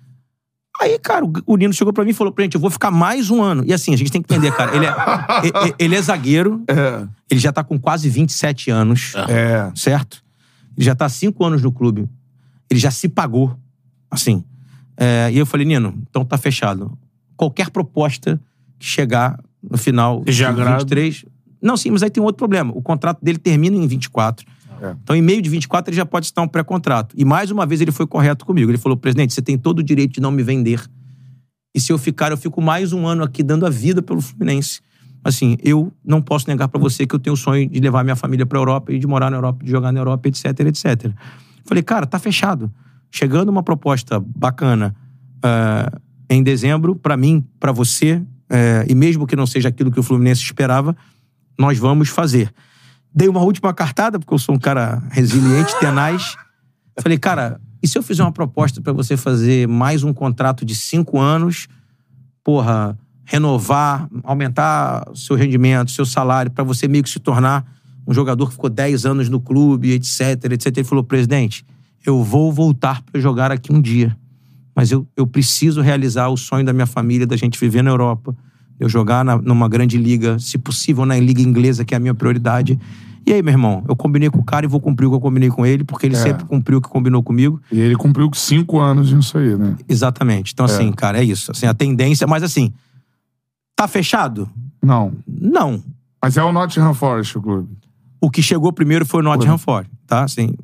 Aí, cara, o Nino chegou pra mim e falou pra gente, eu vou ficar mais um ano. E assim, a gente tem que entender, cara, ele é, ele, ele é zagueiro, é. Ele já tá com quase vinte e sete anos, é. Certo? Ele já tá há cinco anos no clube. Ele já se pagou, assim. É, e eu falei, Nino, então tá fechado. Qualquer proposta que chegar no final de vinte e três... Não, sim, mas aí tem um outro problema. O contrato dele termina em vinte e quatro. É. Então, em meio de vinte e quatro, ele já pode estar um pré-contrato. E mais uma vez ele foi correto comigo. Ele falou, presidente, você tem todo o direito de não me vender. E se eu ficar, eu fico mais um ano aqui dando a vida pelo Fluminense. Assim, eu não posso negar pra você que eu tenho o sonho de levar minha família pra Europa e de morar na Europa, de jogar na Europa, etc, etcétera. Falei, cara, tá fechado. Chegando uma proposta bacana uh, em dezembro, pra mim, pra você, uh, e mesmo que não seja aquilo que o Fluminense esperava, nós vamos fazer. Dei uma última cartada, porque eu sou um cara resiliente, tenaz. Falei, cara, e se eu fizer uma proposta pra você fazer mais um contrato de cinco anos, porra, renovar, aumentar o seu rendimento, seu salário, pra você meio que se tornar um jogador que ficou dez anos no clube, etc, etcétera. Ele falou, presidente, eu vou voltar pra jogar aqui um dia, mas eu, eu preciso realizar o sonho da minha família, da gente viver na Europa, eu jogar na, numa grande liga, se possível na liga inglesa, que é a minha prioridade. E aí, meu irmão, eu combinei com o cara e vou cumprir o que eu combinei com ele, porque ele é. sempre cumpriu o que combinou comigo. E ele cumpriu com cinco anos nisso aí, né? Exatamente. Então, é. assim, cara, é isso. Assim, a tendência... Mas, assim, tá fechado? Não. Não. Mas é o Nottingham Forest, o clube. O que chegou primeiro foi o Nottingham Forest, tá? Assim,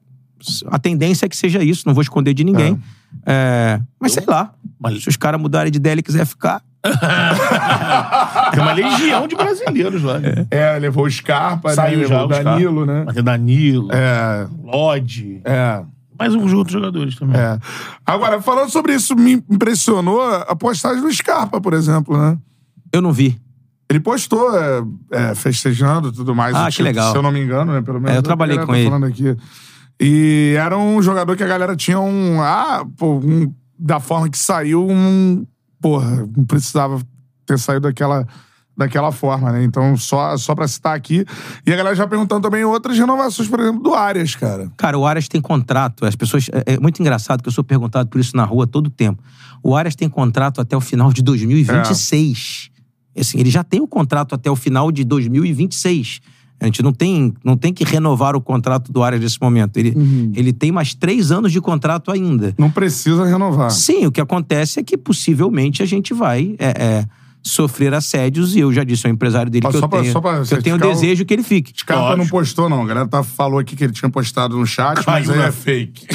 a tendência é que seja isso, não vou esconder de ninguém. É. É, mas sei lá, mas... se os caras mudarem de ideia e ele quiser ficar... Tem uma legião de brasileiros lá. Né? É, levou o Scarpa, saiu né? já Levou o Danilo, né? Mas tem Danilo, é. Lodge. É. Mais uns outros jogadores também. É. Agora, falando sobre isso, me impressionou a postagem do Scarpa, por exemplo, né? Eu não vi. Ele postou é, é, festejando e tudo mais. Ah, que tipo, legal. Se eu não me engano, né? Pelo menos é, eu trabalhei com tá ele. Falando aqui. E era um jogador que a galera tinha um... Ah, pô, um, da forma que saiu, um... Porra, não precisava ter saído daquela, daquela forma, né? Então, só, só pra citar aqui. E a galera já perguntando também outras renovações, por exemplo, do Arias, cara. Cara, o Arias tem contrato. As pessoas... É muito engraçado que eu sou perguntado por isso na rua todo o tempo. O Arias tem contrato até o final de dois mil e vinte e seis. É. Assim, ele já tem o contrato até o final de dois mil e vinte e seis. A gente não tem, não tem que renovar o contrato do Arias nesse momento. Ele, uhum. ele tem mais três anos de contrato ainda. Não precisa renovar. Sim, o que acontece é que possivelmente a gente vai é, é, sofrer assédios, e eu já disse ao empresário dele que eu pra, tenho, pra que eu tenho desejo o... que ele fique. O Scarpa não postou, não. A galera tá, falou aqui que ele tinha postado no chat, Caiu, mas aí né? é fake.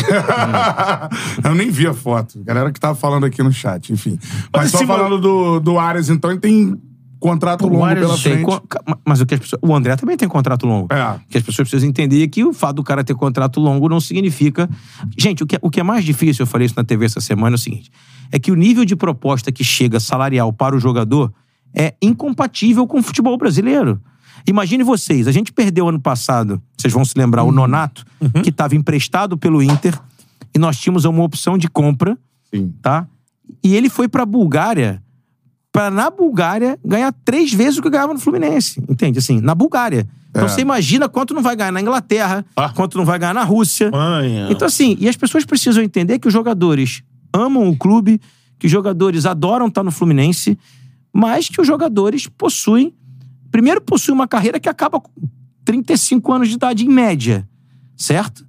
Hum. Eu nem vi a foto. A galera que tava falando aqui no chat, enfim. Mas, mas só falando vai... do, do Arias, então, ele tem... Contrato longo pela frente. Con... Mas o que as pessoas... O André também tem contrato longo. É. O que as pessoas precisam entender é que o fato do cara ter contrato longo não significa... Gente, o que, é, o que é mais difícil, eu falei isso na T V essa semana, é o seguinte. É que o nível de proposta que chega salarial para o jogador é incompatível com o futebol brasileiro. Imagine vocês, a gente perdeu ano passado, vocês vão se lembrar, uhum. o Nonato, uhum. que estava emprestado pelo Inter, e nós tínhamos uma opção de compra, Sim. tá? E ele foi pra Bulgária... para na Bulgária ganhar três vezes o que ganhava no Fluminense. Entende? Assim, na Bulgária. Então é. você imagina quanto não vai ganhar na Inglaterra, ah. quanto não vai ganhar na Rússia. Manha. Então assim, e as pessoas precisam entender que os jogadores amam o clube, que os jogadores adoram estar no Fluminense, mas que os jogadores possuem... Primeiro, possuem uma carreira que acaba com trinta e cinco anos de idade, em média. Certo?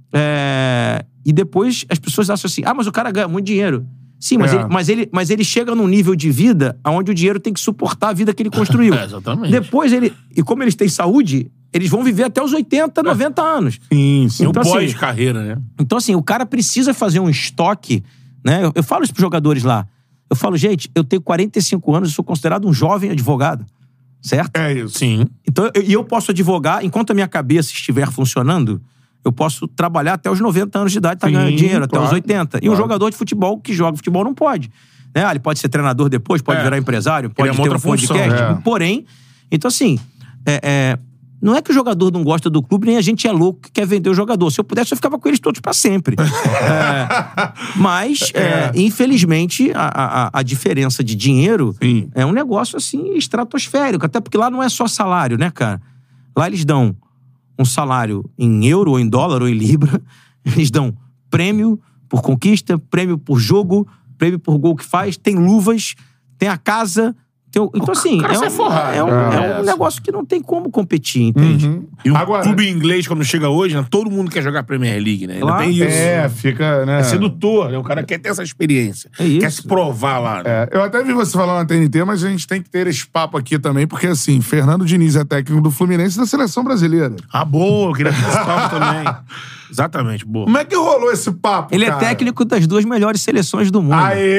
É... E depois as pessoas acham assim, ah, mas o cara ganha muito dinheiro. Sim, mas, é. ele, mas, ele, mas ele chega num nível de vida onde o dinheiro tem que suportar a vida que ele construiu. É, exatamente. Depois ele... E como eles têm saúde, eles vão viver até os oitenta, noventa anos. Sim, sim. Então, o pós-carreira, né? Então, assim, o cara precisa fazer um estoque, né? Eu, eu falo isso pros jogadores lá. Eu falo, gente, eu tenho quarenta e cinco anos e sou considerado um jovem advogado. Certo? É isso. Sim. Então, e eu, eu posso advogar, enquanto a minha cabeça estiver funcionando, eu posso trabalhar até os noventa anos de idade, tá Sim, ganhando dinheiro, até claro, os oitenta. E claro. um jogador de futebol que joga futebol não pode. Né? Ah, ele pode ser treinador depois, pode É. virar empresário, pode Ele é uma ter um outra função, podcast. é. Porém, então assim, é, é, não é que o jogador não gosta do clube, nem a gente é louco que quer vender o jogador. Se eu pudesse, eu ficava com eles todos pra sempre. É, mas, é, infelizmente, a, a, a diferença de dinheiro Sim. é um negócio, assim, estratosférico. Até porque lá não é só salário, né, cara? Lá eles dão um salário em euro, ou em dólar, ou em libra. Eles dão prêmio por conquista, prêmio por jogo, prêmio por gol que faz, tem luvas, tem a casa... tem o- Então, assim, cara é sai um, forrado. é um, É. é um negócio que não tem como competir, entende? Uhum. E um Agora- clube inglês, quando chega hoje, né, todo mundo quer jogar Premier League, né? Ainda Claro. tem isso. É, fica, né? É sedutor, né? O cara quer ter essa experiência. É isso. Quer se provar lá, né? É, eu até vi você falando na T N T, mas a gente tem que ter esse papo aqui também, porque assim, Fernando Diniz é técnico do Fluminense e da Seleção Brasileira. Ah, boa, eu queria ter esse papo também. Exatamente, boa. Como é que rolou esse papo, Ele cara? é técnico das duas melhores seleções do mundo. Aê!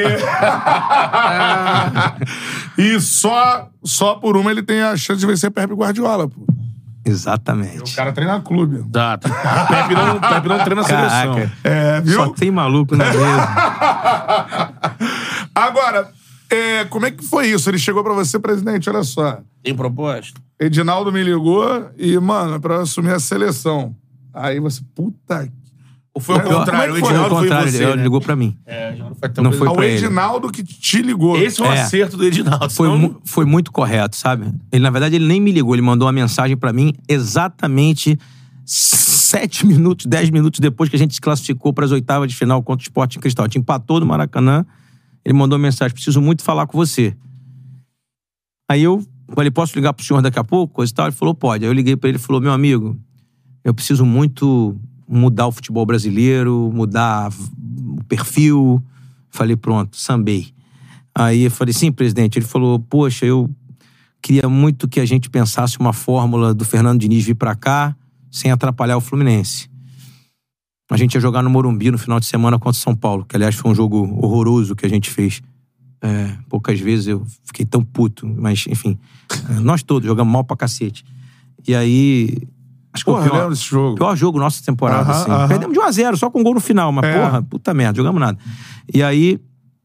E só, só por uma ele tem a chance de vencer Pepe Guardiola, pô. Exatamente. O cara treina clube. Tá, tá. Pepe não, Pepe não treina a seleção. Caraca. É, viu? Só tem maluco na mesa. Agora, é, como é que foi isso? Ele chegou pra você, presidente, olha só. Tem proposta? Edinaldo me ligou e, mano, é pra eu assumir a seleção. Aí você, puta... Ou foi ao Como é que contrário? O foi? Edinaldo Ao foi contrário, você, ele né? ligou pra mim. É, já não foi tão Não foi Ah, o pra ele. Edinaldo que te ligou. Esse é um É. acerto do Edinaldo. Foi, senão- mu- foi muito correto, sabe? Ele, na verdade, ele nem me ligou. Ele mandou uma mensagem pra mim exatamente sete minutos, dez minutos depois que a gente se classificou pras oitavas de final contra o Sport Cristal. A gente empatou no Maracanã. Ele mandou uma mensagem: preciso muito falar com você. Aí eu falei: posso ligar pro senhor daqui a pouco? Coisa e tal. Ele falou: pode. Aí eu liguei pra ele e falou: meu amigo, eu preciso muito mudar o futebol brasileiro, mudar o perfil. Falei: pronto, sambei. Aí eu falei: sim, presidente. Ele falou: poxa, eu queria muito que a gente pensasse uma fórmula do Fernando Diniz vir pra cá sem atrapalhar o Fluminense. A gente ia jogar no Morumbi no final de semana contra o São Paulo, que aliás foi um jogo horroroso que a gente fez. É, poucas vezes eu fiquei tão puto, mas enfim, nós todos jogamos mal pra cacete. E aí, acho que Porra, foi o eu pior, lembro desse jogo. pior jogo nossa temporada, Aham, assim. aham. Perdemos de um a zero, só com um gol no final, mas É. porra, puta merda, jogamos nada. E aí,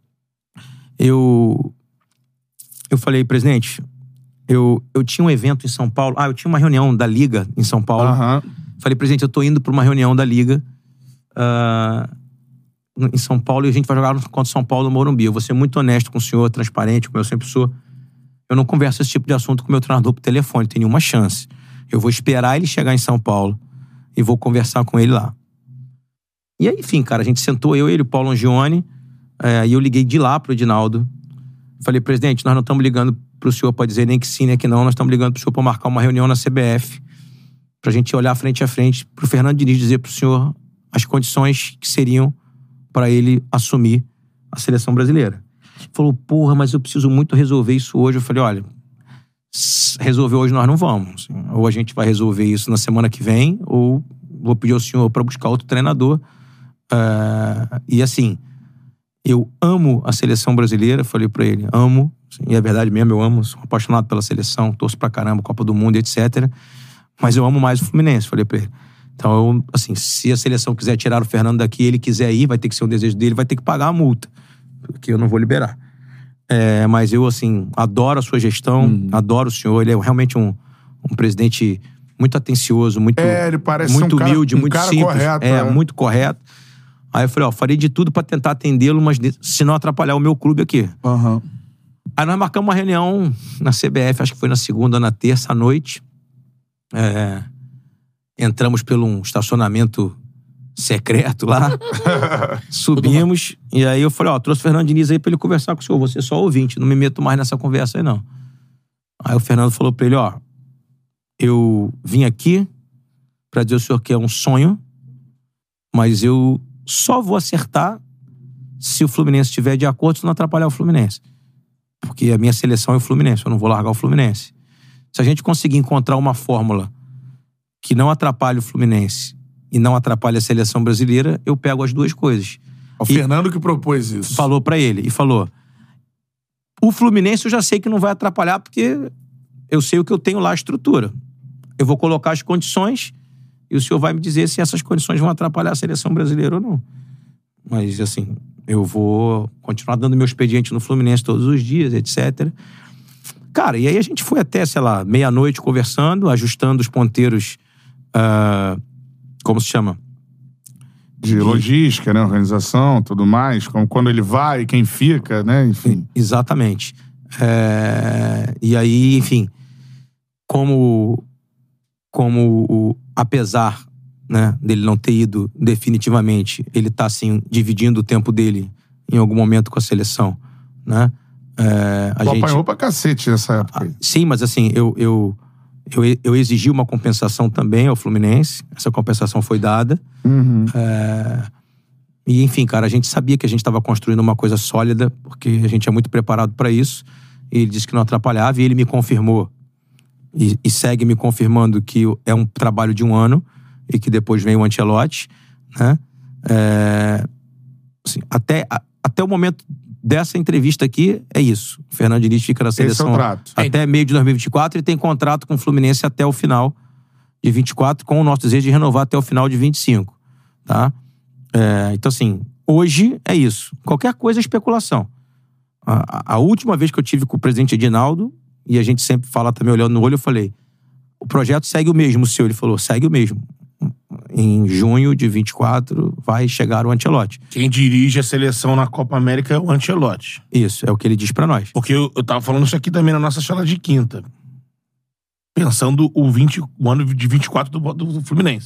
eu eu falei: presidente, eu, eu tinha um evento em São Paulo, ah, eu tinha uma reunião da Liga em São Paulo. Aham. Falei: presidente, eu tô indo pra uma reunião da Liga ah, em São Paulo e a gente vai jogar contra o São Paulo no Morumbi. Eu vou ser muito honesto com o senhor, transparente, como eu sempre sou. Eu não converso esse tipo de assunto com o meu treinador por telefone, tem nenhuma chance. Eu vou esperar ele chegar em São Paulo e vou conversar com ele lá. E aí, enfim, cara, a gente sentou, eu, ele, o Paulo Angione, é, e eu liguei de lá pro Edinaldo. Falei: presidente, nós não estamos ligando pro senhor pra dizer nem que sim, nem que não, nós estamos ligando pro senhor pra marcar uma reunião na C B F, pra gente olhar frente a frente, pro Fernando Diniz dizer pro senhor as condições que seriam pra ele assumir a seleção brasileira. Ele falou: porra, mas eu preciso muito resolver isso hoje. Eu falei: olha, s- resolver hoje nós não vamos. assim. Ou a gente vai resolver isso na semana que vem, ou vou pedir ao senhor pra buscar outro treinador. Ah, e assim, eu amo a seleção brasileira, falei pra ele, amo, assim, e é verdade mesmo, eu amo, sou apaixonado pela seleção, torço pra caramba, Copa do Mundo, etcétera. Mas eu amo mais o Fluminense, falei pra ele. Então, eu, assim, se a seleção quiser tirar o Fernando daqui, ele quiser ir, vai ter que ser um desejo dele, vai ter que pagar a multa, porque eu não vou liberar. É, mas eu, assim, adoro a sua gestão, Uhum. adoro o senhor, ele é realmente um, um presidente muito atencioso, muito, É, ele parece muito ser um cara- humilde, um muito cara simples. correto, é, né? muito correto. Aí eu falei: ó, farei de tudo pra tentar atendê-lo, mas de- se não atrapalhar o meu clube aqui. Aham. Aí nós marcamos uma reunião na C B F, acho que foi na segunda ou na terça à noite. É, entramos pelo um estacionamento secreto lá. Subimos. E aí eu falei: ó, trouxe o Fernando Diniz aí pra ele conversar com o senhor. Você é só ouvinte, não me meto mais nessa conversa aí, não. Aí o Fernando falou pra ele: ó, eu vim aqui pra dizer ao senhor que é um sonho, mas eu só vou acertar se o Fluminense estiver de acordo, se não atrapalhar o Fluminense. Porque a minha seleção é o Fluminense, eu não vou largar o Fluminense. Se a gente conseguir encontrar uma fórmula que não atrapalhe o Fluminense e não atrapalhe a seleção brasileira, eu pego as duas coisas. O E Fernando que propôs isso. falou pra ele, e falou: o Fluminense eu já sei que não vai atrapalhar porque eu sei o que eu tenho lá, a estrutura. Eu vou colocar as condições E o senhor vai me dizer se essas condições vão atrapalhar a seleção brasileira ou não. Mas, assim, eu vou continuar dando meu expediente no Fluminense todos os dias, etcétera. Cara, e aí a gente foi até, sei lá, meia-noite conversando, ajustando os ponteiros, uh, como se chama? De logística, né? Organização, tudo mais. Como quando ele vai, quem fica, né? Enfim. Exatamente. É... E aí, enfim, como, como o, apesar, né, dele não ter ido definitivamente, ele tá, assim, dividindo o tempo dele em algum momento com a seleção, né? É, a Pô, gente... apanhou pra cacete nessa época aí. Sim, mas assim, eu, eu, eu, eu exigi uma compensação também ao Fluminense. Essa compensação foi dada. Uhum. É... E, enfim, cara, a gente sabia que a gente estava construindo uma coisa sólida, porque a gente é muito preparado para isso. E ele disse que não atrapalhava, e ele me confirmou. E, e segue me confirmando que é um trabalho de um ano, e que depois vem o Ancelotti, né? É... Assim, até, a, até o momento dessa entrevista aqui, é isso. O Fernando Diniz fica na seleção Esse é o trato. até meio de dois mil e vinte e quatro e tem contrato com o Fluminense até o final de vinte e quatro, com o nosso desejo de renovar até o final de vinte e cinco. Tá? É, então, assim, hoje é isso. Qualquer coisa é especulação. A, a última vez que eu tive com o presidente Edinaldo, e a gente sempre fala também olhando no olho, eu falei, o projeto segue o mesmo, o seu. Ele falou, segue o mesmo. Em junho de vinte e quatro vai chegar o Ancelotti. Quem dirige a seleção na Copa América é o Ancelotti. Isso, é o que ele diz pra nós. Porque eu, eu tava falando isso aqui também na nossa sala de quinta. Pensando o, vinte, o ano de vinte e quatro do, do, do Fluminense.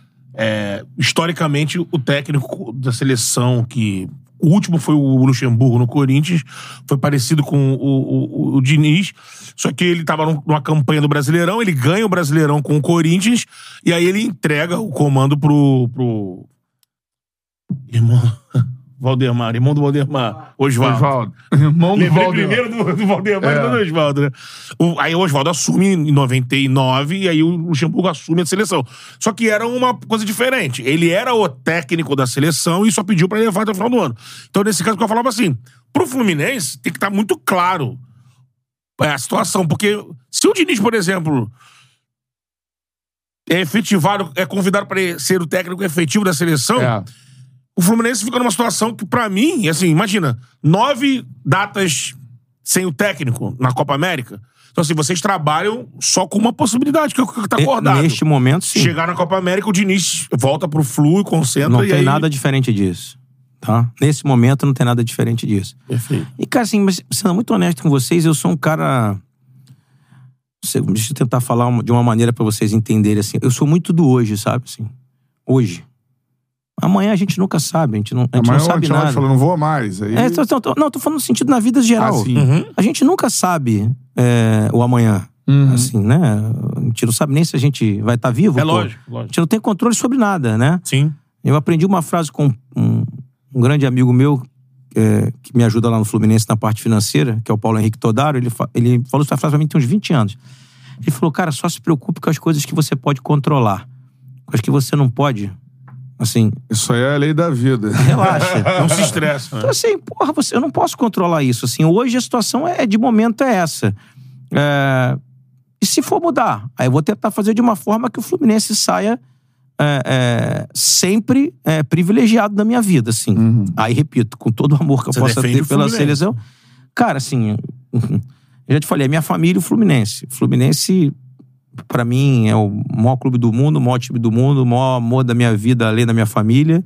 É, historicamente, o técnico da seleção que... O último foi o Luxemburgo no Corinthians. Foi parecido com o, o, o, o Diniz. Só que ele tava numa campanha do Brasileirão. Ele ganha o Brasileirão com o Corinthians. E aí ele entrega o comando pro... pro... Irmão... Valdemar. Irmão do Valdemar. Osvaldo. Osvaldo. Irmão do Lembrei Valdemar. primeiro do, do Valdemar É. e do Osvaldo, né? O, aí o Osvaldo assume em noventa e nove e aí o Luxemburgo assume a seleção. Só que era uma coisa diferente. Ele era o técnico da seleção e só pediu pra levar até o final do ano. Então, nesse caso, que eu falava assim, pro Fluminense tem que estar muito claro a situação. Porque se o Diniz, por exemplo, é efetivado, é convidado pra ser o técnico efetivo da seleção... É. O Fluminense fica numa situação que, pra mim, assim, imagina, nove datas sem o técnico na Copa América. Então, assim, vocês trabalham só com uma possibilidade, que é o que tá acordado. Neste momento, sim. Chegar na Copa América, o Diniz volta pro Flu e concentra. Não e tem aí... nada diferente disso. Tá? Nesse momento, não tem nada diferente disso. Perfeito. E, cara, assim, mas sendo muito honesto com vocês, eu sou um cara... Deixa eu tentar falar de uma maneira pra vocês entenderem, assim. Eu sou muito do hoje, sabe? Assim, hoje. Amanhã a gente nunca sabe, a gente não, a gente Amanhã não sabe o Ancelotti nada. falou, não vou mais. Aí... É, tô, tô, tô, não, tô falando no sentido na vida geral. Ah, sim. Uhum. A gente nunca sabe é, o amanhã. Uhum. Assim, né? A gente não sabe nem se a gente vai estar vivo. É pô. lógico, A lógico. gente não tem controle sobre nada, né? Sim. Eu aprendi uma frase com um, um grande amigo meu, é, que me ajuda lá no Fluminense na parte financeira, que é o Paulo Henrique Todaro. Ele, fa ele falou essa frase pra mim tem uns vinte anos. Ele falou, cara, só se preocupe com as coisas que você pode controlar. Com as que você não pode, assim... Isso aí é a lei da vida. Relaxa. Não se estressa, né? Então, assim, porra, você, eu não posso controlar isso. Assim, hoje a situação é, de momento é essa. É, e se for mudar? Aí eu vou tentar fazer de uma forma que o Fluminense saia é, é, sempre é, privilegiado da minha vida, assim. Uhum. Aí, repito, com todo o amor que eu Você possa defende ter o pela Fluminense. seleção. Cara, assim, eu já te falei, a minha família e o Fluminense. O Fluminense, pra mim, é o maior clube do mundo, o maior time do mundo, o maior amor da minha vida, além da minha família.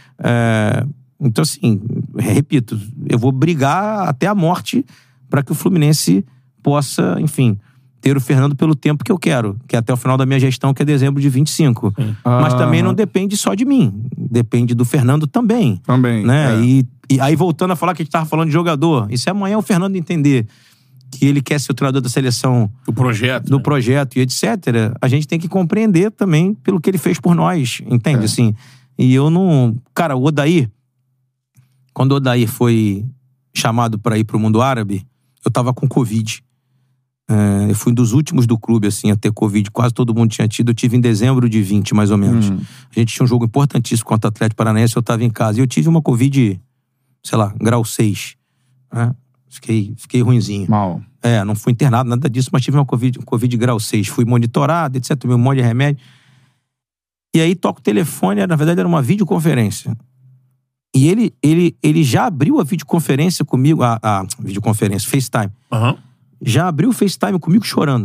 É, então, assim, repito, eu vou brigar até a morte pra que o Fluminense possa, enfim, ter o Fernando pelo tempo que eu quero, que é até o final da minha gestão, que é dezembro de vinte e cinco. Mas Ah. também não depende só de mim, depende do Fernando também. Também. Né? é. E, e aí, voltando a falar que a gente tava falando de jogador, e se amanhã o Fernando entender que ele quer ser o treinador da seleção, O projeto. do né? projeto e etcétera, a gente tem que compreender também pelo que ele fez por nós, entende? É. Assim, e eu não... Cara, o Odair, quando o Odair foi chamado pra ir pro mundo árabe, eu tava com Covid. É, eu fui um dos últimos do clube, assim, a ter Covid. Quase todo mundo tinha tido. Eu tive em dezembro de vinte, mais ou menos. Uhum. A gente tinha um jogo importantíssimo contra o Atlético Paranaense, eu tava em casa. E eu tive uma Covid, sei lá, grau seis. Né? Fiquei, fiquei ruinzinho. Mal. É, não fui internado, nada disso, mas tive uma Covid, um Covid grau seis. Fui monitorado, etcétera. Tomei um monte de remédio. E aí toca o telefone, na verdade era uma videoconferência. E ele, ele, ele já abriu a videoconferência comigo, a, a videoconferência, FaceTime. Uhum. Já abriu o FaceTime comigo chorando.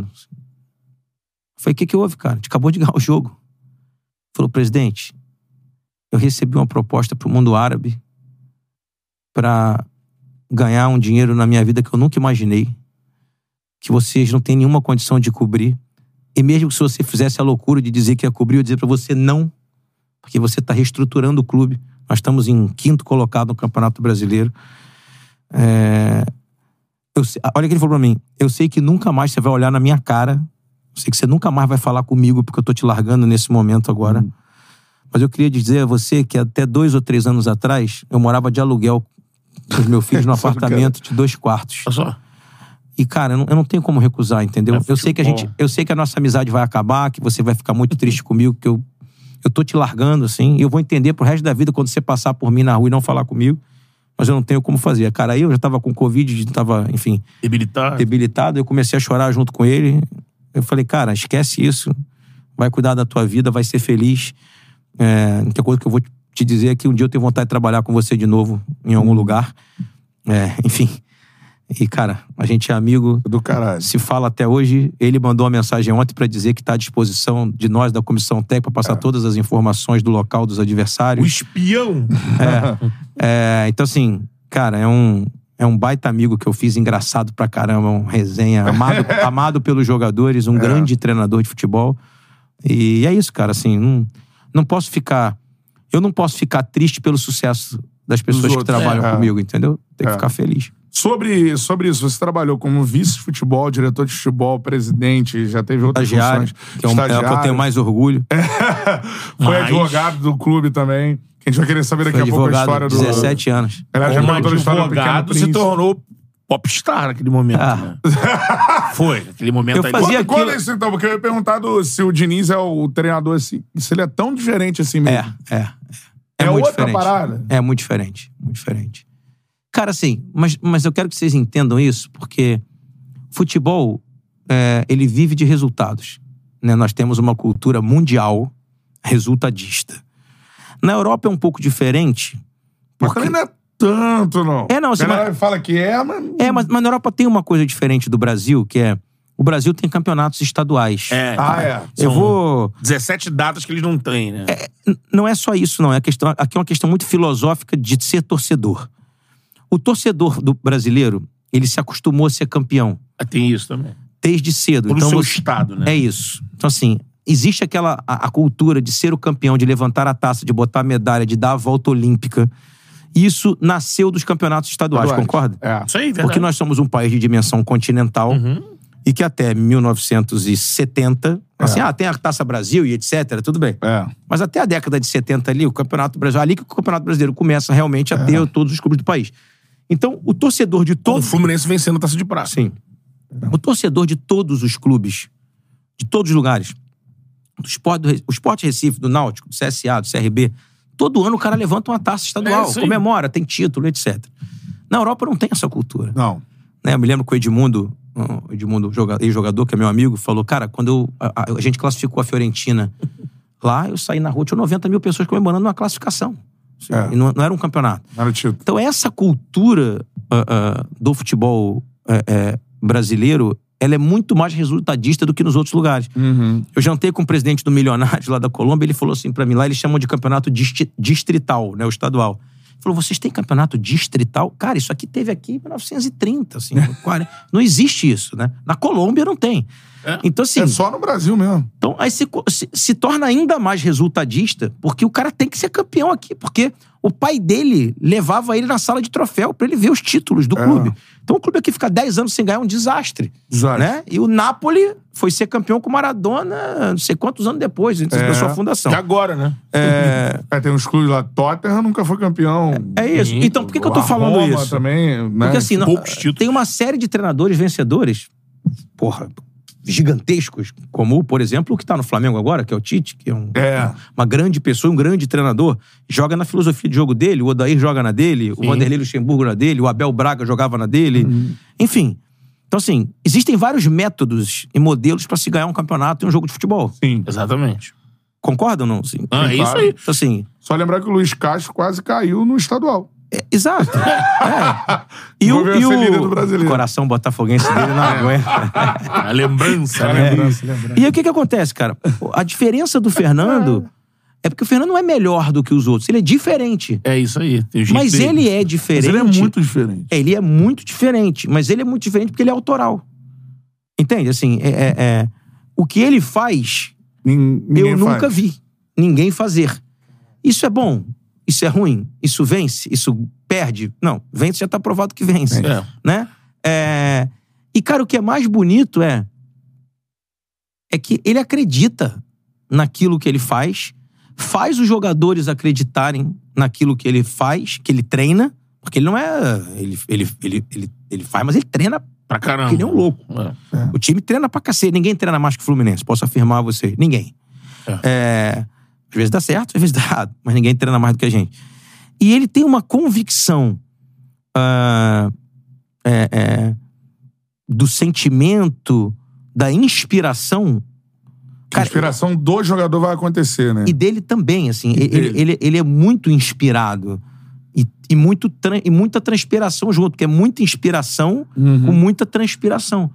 Eu falei, o que que houve, cara? A gente acabou de ganhar o jogo. Ele falou, presidente, eu recebi uma proposta pro mundo árabe pra ganhar um dinheiro na minha vida que eu nunca imaginei, que vocês não têm nenhuma condição de cobrir. E mesmo que se você fizesse a loucura de dizer que ia cobrir, eu ia dizer pra você não, porque você tá reestruturando o clube. Nós estamos em quinto colocado no Campeonato Brasileiro. É... Eu sei... Olha o que ele falou pra mim. Eu sei que nunca mais você vai olhar na minha cara. Eu sei que você nunca mais vai falar comigo porque eu tô te largando nesse momento agora. Hum. Mas eu queria dizer a você que até dois ou três anos atrás, eu morava de aluguel com os meus filhos num apartamento de dois quartos. Olha só. E, cara, eu não, eu não tenho como recusar, entendeu? É eu sei que a gente, eu sei que a nossa amizade vai acabar, que você vai ficar muito triste comigo, que eu, eu tô te largando, assim, e eu vou entender pro resto da vida quando você passar por mim na rua e não falar comigo, mas eu não tenho como fazer. Cara, aí eu já tava com Covid, tava, enfim... Debilitado. Debilitado, eu comecei a chorar junto com ele. Eu falei, cara, esquece isso, vai cuidar da tua vida, vai ser feliz. É, a única coisa que eu vou te dizer é que um dia eu tenho vontade de trabalhar com você de novo, em algum lugar. É, enfim... E, cara, a gente é amigo. Do caralho. Se fala até hoje. Ele mandou uma mensagem ontem pra dizer que tá à disposição de nós, da comissão técnica, pra passar é. todas as informações do local dos adversários. O espião! É, é, então, assim, cara, é um, é um baita amigo que eu fiz, engraçado pra caramba, um resenha, amado, amado pelos jogadores, um é. grande treinador de futebol. E é isso, cara, assim, não, não posso ficar... Eu não posso ficar triste pelo sucesso das pessoas que trabalham é. comigo, entendeu? Tem que é. ficar feliz. Sobre, sobre isso, você trabalhou como vice de futebol, diretor de futebol, presidente, já teve outras estagiário, funções. Que é, um, é o que eu tenho mais orgulho. É. Foi Mas... advogado do clube também. A gente vai querer saber daqui Foi a pouco a história do... dezessete anos. Ela já perguntou a história do Pequeno Príncipe. Se tornou popstar naquele momento. Ah. Né? Foi, naquele momento. Eu aí. fazia Quando, aquilo... quando isso, então? Porque eu ia perguntar do, se o Diniz é o treinador assim. Se ele é tão diferente assim mesmo. É, é. É, é muito outra diferente. parada? É muito diferente, muito diferente. Cara, assim, mas, mas eu quero que vocês entendam isso, porque futebol, é, ele vive de resultados. Né? Nós temos uma cultura mundial resultadista. Na Europa é um pouco diferente. Mas porque... também não é tanto, não. É, não. Assim, a galera mas... fala que é, mas... É, mas, mas na Europa tem uma coisa diferente do Brasil, que é... O Brasil tem campeonatos estaduais. É. Ah, é. Eu São vou... dezessete datas que eles não têm, né? É, não é só isso, não. É a questão, aqui é uma questão muito filosófica de ser torcedor. O torcedor do brasileiro, ele se acostumou a ser campeão. Tem isso também. Desde cedo. Por então, seu você... estado, né? É isso. Então, assim, existe aquela a, a cultura de ser o campeão, de levantar a taça, de botar a medalha, de dar a volta olímpica. Isso nasceu dos campeonatos estaduais, Estaduais. concorda? É. Isso aí, verdade. Porque nós somos um país de dimensão continental. Uhum. E que até mil novecentos e setenta, é. assim, ah, tem a Taça Brasil e etcétera, tudo bem. É. Mas até a década de setenta ali, o Campeonato Brasileiro, ali que o Campeonato Brasileiro começa realmente a é. ter todos os clubes do país. Então, o torcedor de todos... O Fluminense vencendo a Taça de Prata. Sim. É. O torcedor de todos os clubes, de todos os lugares, do Sport, do, o Sport Recife, do Náutico, do C S A, do C R B, todo ano o cara levanta uma taça estadual, é, comemora, tem título, etcétera. Na Europa não tem essa cultura. Não. Né? Eu me lembro que o Edmundo... O Edmundo, ex-jogador, que é meu amigo, falou, cara, quando eu, a, a gente classificou a Fiorentina lá, eu saí na rua, tinha noventa mil pessoas comemorando uma classificação. É. E não, não era um campeonato. Não era título. Então essa cultura uh, uh, do futebol uh, uh, brasileiro, ela é muito mais resultadista do que nos outros lugares. Uhum. Eu jantei com o presidente do Milionários lá da Colômbia, ele falou assim pra mim, lá eles chamam de campeonato dist- distrital, né, o estadual. Falou, vocês têm campeonato distrital? Cara, isso aqui teve aqui em mil novecentos e trinta, assim. quarenta. Não existe isso, né? Na Colômbia não tem. É, então, assim... É só no Brasil mesmo. Então, aí se, se, se torna ainda mais resultadista, porque o cara tem que ser campeão aqui, porque o pai dele levava ele na sala de troféu pra ele ver os títulos do é. clube. Então, o clube aqui ficar dez anos sem ganhar é um desastre. Desastre. Né? E o Napoli foi ser campeão com o Maradona não sei quantos anos depois, antes é. da sua fundação. E agora, né? É... é, tem uns clubes lá, Tottenham nunca foi campeão. É isso. Sim, então, por que, que eu tô a falando Roma isso? também, né? Porque assim, não, Poucos títulos. tem uma série de treinadores vencedores, porra, gigantescos, como, por exemplo, o que tá no Flamengo agora, que é o Tite, que é, um, É. uma grande pessoa, um grande treinador, joga na filosofia de jogo dele, o Odair joga na dele, Sim. o Vanderlei Luxemburgo na dele, o Abel Braga jogava na dele, Uhum. enfim. Então, assim, existem vários métodos e modelos pra se ganhar um campeonato e um jogo de futebol. Sim. Exatamente. Concordam ou não? Sim. Ah, é isso aí. Então, assim... Só lembrar que o Luiz Castro quase caiu no estadual. É, exato. É. E o, e o coração botafoguense dele não aguenta. A lembrança, A né? lembrança, lembrança. E aí o que que acontece, cara? A diferença do Fernando é porque o Fernando não é melhor do que os outros. Ele é diferente. É isso aí. Tem o jeito Mas dele. ele é diferente. Mas ele é muito diferente. É, ele é muito diferente. Mas ele é muito diferente porque ele é autoral. Entende? Assim, é, é, é... o que ele faz, Ninguém eu faz. nunca vi ninguém fazer. Isso é bom? Isso é ruim? Isso vence? Isso perde? Não, vence já tá provado que vence. É. Né? É... E, cara, o que é mais bonito é... É que ele acredita naquilo que ele faz, faz os jogadores acreditarem naquilo que ele faz, que ele treina, porque ele não é... Ele, ele, ele, ele, ele faz, mas ele treina Pra caramba. que nem um louco. É. O time treina pra cacete. Ninguém treina mais que o Fluminense, posso afirmar a você. Ninguém. É. É... Às vezes dá certo, às vezes dá errado, mas ninguém treina mais do que a gente. E ele tem uma convicção uh, é, é, do sentimento, da inspiração. A inspiração do jogador vai acontecer, né? E dele também, assim. Ele, dele. ele, ele é muito inspirado. E, e, muito, e muita transpiração junto, porque é muita inspiração Uhum. com muita transpiração.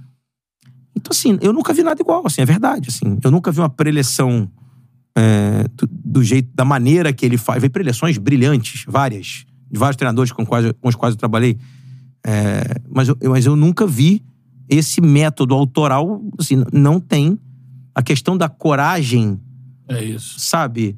Então, assim, eu nunca vi nada igual, assim, é verdade. Assim. Eu nunca vi uma preleção é, do, do jeito, da maneira que ele faz. Vi preleções brilhantes, várias, de vários treinadores com, quais, com os quais eu trabalhei. É, mas, eu, mas eu nunca vi esse método autoral, assim, não tem. A questão da coragem, É isso. sabe?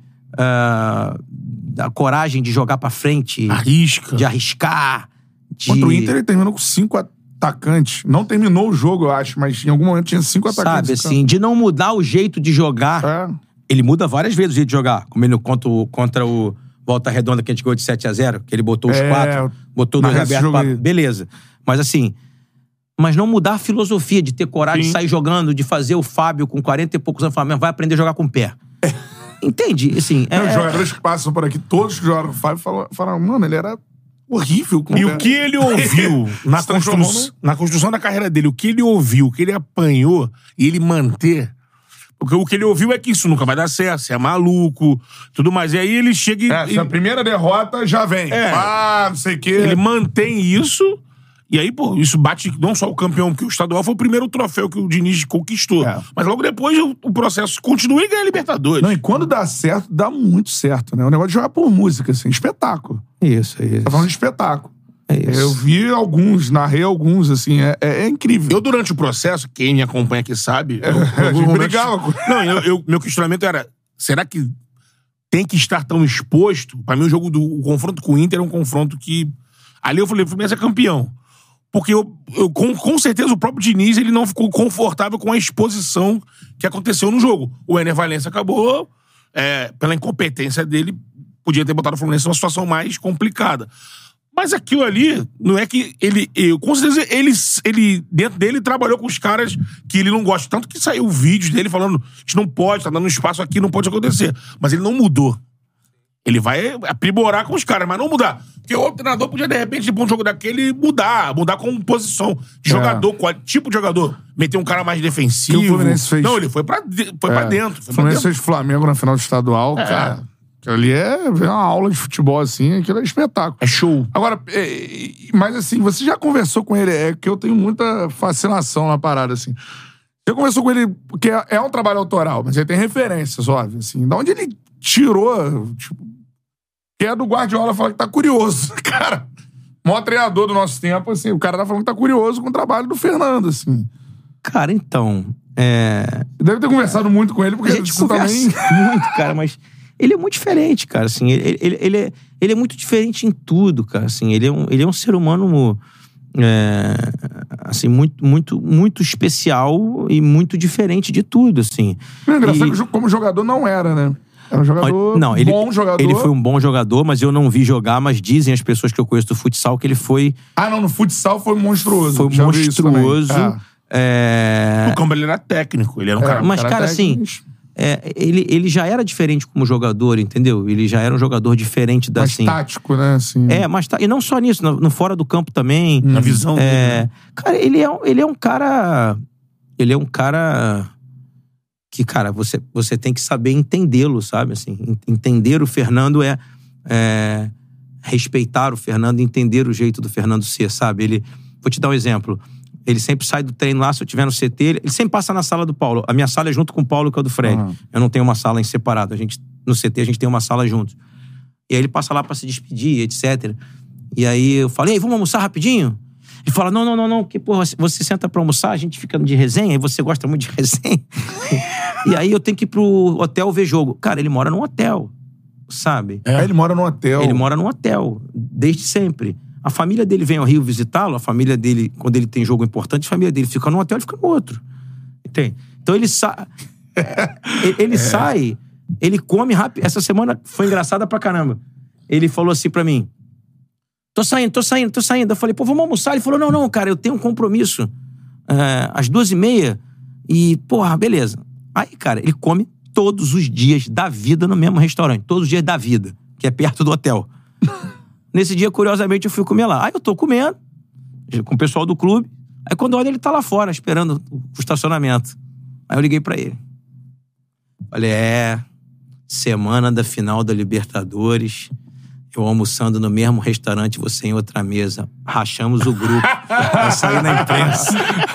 Uh, da coragem de jogar pra frente, Arrisca. de arriscar. De... Contra o Inter, ele terminou com cinco atacantes. Não terminou o jogo, eu acho, mas em algum momento tinha cinco atacantes. Sabe, assim, de não mudar o jeito de jogar. É. Ele muda várias vezes o jeito de jogar. Como ele contra o, contra o Volta Redonda, que a gente ganhou de sete a zero, que ele botou os É, quatro, botou dois narra esse abertos. jogo Pra... aí. Beleza. Mas assim, mas não mudar a filosofia de ter coragem Sim. de sair jogando, de fazer o Fábio com quarenta e poucos anos falar, vai aprender a jogar com o pé. Entende? Assim, é... Não, os jogadores que passam por aqui, todos que jogaram o Fábio falam, falam, mano, ele era horrível. Com E pé. o que ele ouviu na, Se transformou constru... na construção da carreira dele, o que ele ouviu, o que ele apanhou e ele manter. Porque o que ele ouviu é que isso nunca vai dar certo, você é maluco, tudo mais. E aí ele chega e. É, se a primeira derrota já vem. É. Ah, não sei o quê. Ele mantém isso. E aí, pô, isso bate não só o campeão, porque o estadual foi o primeiro troféu que o Diniz conquistou. É. Mas logo depois o, o processo continua e ganha a Libertadores. Não, e quando dá certo, dá muito certo, né? O negócio de jogar por música, assim, espetáculo. Isso, é isso. Tá falando de espetáculo. É isso. Eu vi alguns, narrei alguns, assim, é, é, é incrível. Eu, durante o processo, quem me acompanha aqui sabe... Eu, a gente algum momento- brigava com- Não, eu, eu- meu questionamento era, será que tem que estar tão exposto? Pra mim, o jogo do o confronto com o Inter é um confronto que... Ali eu falei, o Fluminense é campeão. Porque eu, eu, com, com certeza o próprio Diniz ele não ficou confortável com a exposição que aconteceu no jogo. O Ener Valencia acabou, é, pela incompetência dele, podia ter botado o Fluminense numa situação mais complicada. Mas aquilo ali, não é que ele... Eu, com certeza, ele, ele, dentro dele, trabalhou com os caras que ele não gosta. Tanto que saiu vídeos dele falando, a gente não pode, tá dando espaço aqui, não pode acontecer. Mas ele não mudou. Ele vai aprimorar com os caras, mas não mudar. Porque o treinador podia, de repente, depois de um jogo daquele, mudar. Mudar com posição de É. jogador, qual tipo de jogador. Meter um cara mais defensivo. Que o Fluminense fez. Não, ele foi pra, de- foi É. pra dentro. O Foi pra Fluminense dentro. fez Flamengo na final do estadual, cara. Aquilo ali é, é uma aula de futebol, assim, aquilo é espetáculo. É show. Agora, é, é, mas assim, você já conversou com ele, é que eu tenho muita fascinação na parada, assim. Já conversou com ele, porque é, é um trabalho autoral, mas ele tem referências, óbvio, assim. Da onde ele tirou, tipo, que é do Guardiola, fala que tá curioso. Cara, o maior treinador do nosso tempo, assim, o cara tá falando que tá curioso com o trabalho do Fernando, assim. Cara, então... É... Deve ter conversado muito com ele, porque A gente você conversa também... muito, cara, mas ele é muito diferente, cara, assim, ele, ele, ele, é, ele é muito diferente em tudo, cara, assim, ele é um, ele é um ser humano, é, assim, muito, muito, muito especial e muito diferente de tudo, assim. O engraçado E- é que como jogador não era, né? Era um jogador, Não, ele, bom jogador. ele foi um bom jogador, mas eu não vi jogar, mas dizem as pessoas que eu conheço do futsal que ele foi, Ah, não, no futsal foi monstruoso. foi Já vi isso também. monstruoso. É. É... O Campbell ele era técnico. Ele era um É, cara... Mas, cara cara, assim, técnico. é, ele, ele já era diferente como jogador, entendeu? Ele já era um jogador diferente da, mais assim... tático, né? Assim. É, mas tá, e não só nisso, no, no fora do campo também. Na visão dele. É, cara, ele é, um- ele é um cara. Ele é um cara que, cara, você, você tem que saber entendê-lo, sabe? Assim, entender o Fernando é, é respeitar o Fernando, entender o jeito do Fernando ser, sabe? Ele, vou te dar um exemplo. Ele sempre sai do treino lá, se eu estiver no C T, ele sempre passa na sala do Paulo. A minha sala é junto com o Paulo, que é o do Fred. Uhum. Eu não tenho uma sala em separado. A gente, no C T a gente tem uma sala juntos. E aí ele passa lá pra se despedir, etcétera. E aí eu falo, ei, vamos almoçar rapidinho? Ele fala, não, não, não, não, porque, porra, você senta pra almoçar, a gente fica de resenha, e você gosta muito de resenha. E aí eu tenho que ir pro hotel ver jogo. Cara, ele mora num hotel, sabe? É, ele mora num hotel. Ele mora num hotel, desde sempre. A família dele vem ao Rio visitá-lo, a família dele, quando ele tem jogo importante, a família dele fica num hotel, ele fica no outro. Entende? Então ele sai... ele é. sai, ele come rápido. Essa semana foi engraçada pra caramba. Ele falou assim pra mim, tô saindo, tô saindo, tô saindo. Eu falei, pô, vamos almoçar? Ele falou, não, não, cara, eu tenho um compromisso é, às duas e meia e, porra, beleza. Aí, cara, ele come todos os dias da vida no mesmo restaurante. Todos os dias da vida, que é perto do hotel. Nesse dia, curiosamente, eu fui comer lá. Aí eu tô comendo com o pessoal do clube. Aí quando olha, ele tá lá fora, esperando o estacionamento. Aí eu liguei pra ele. Falei, é... semana da final da Libertadores... eu almoçando no mesmo restaurante, você em outra mesa. Rachamos o grupo. Vai sair na imprensa.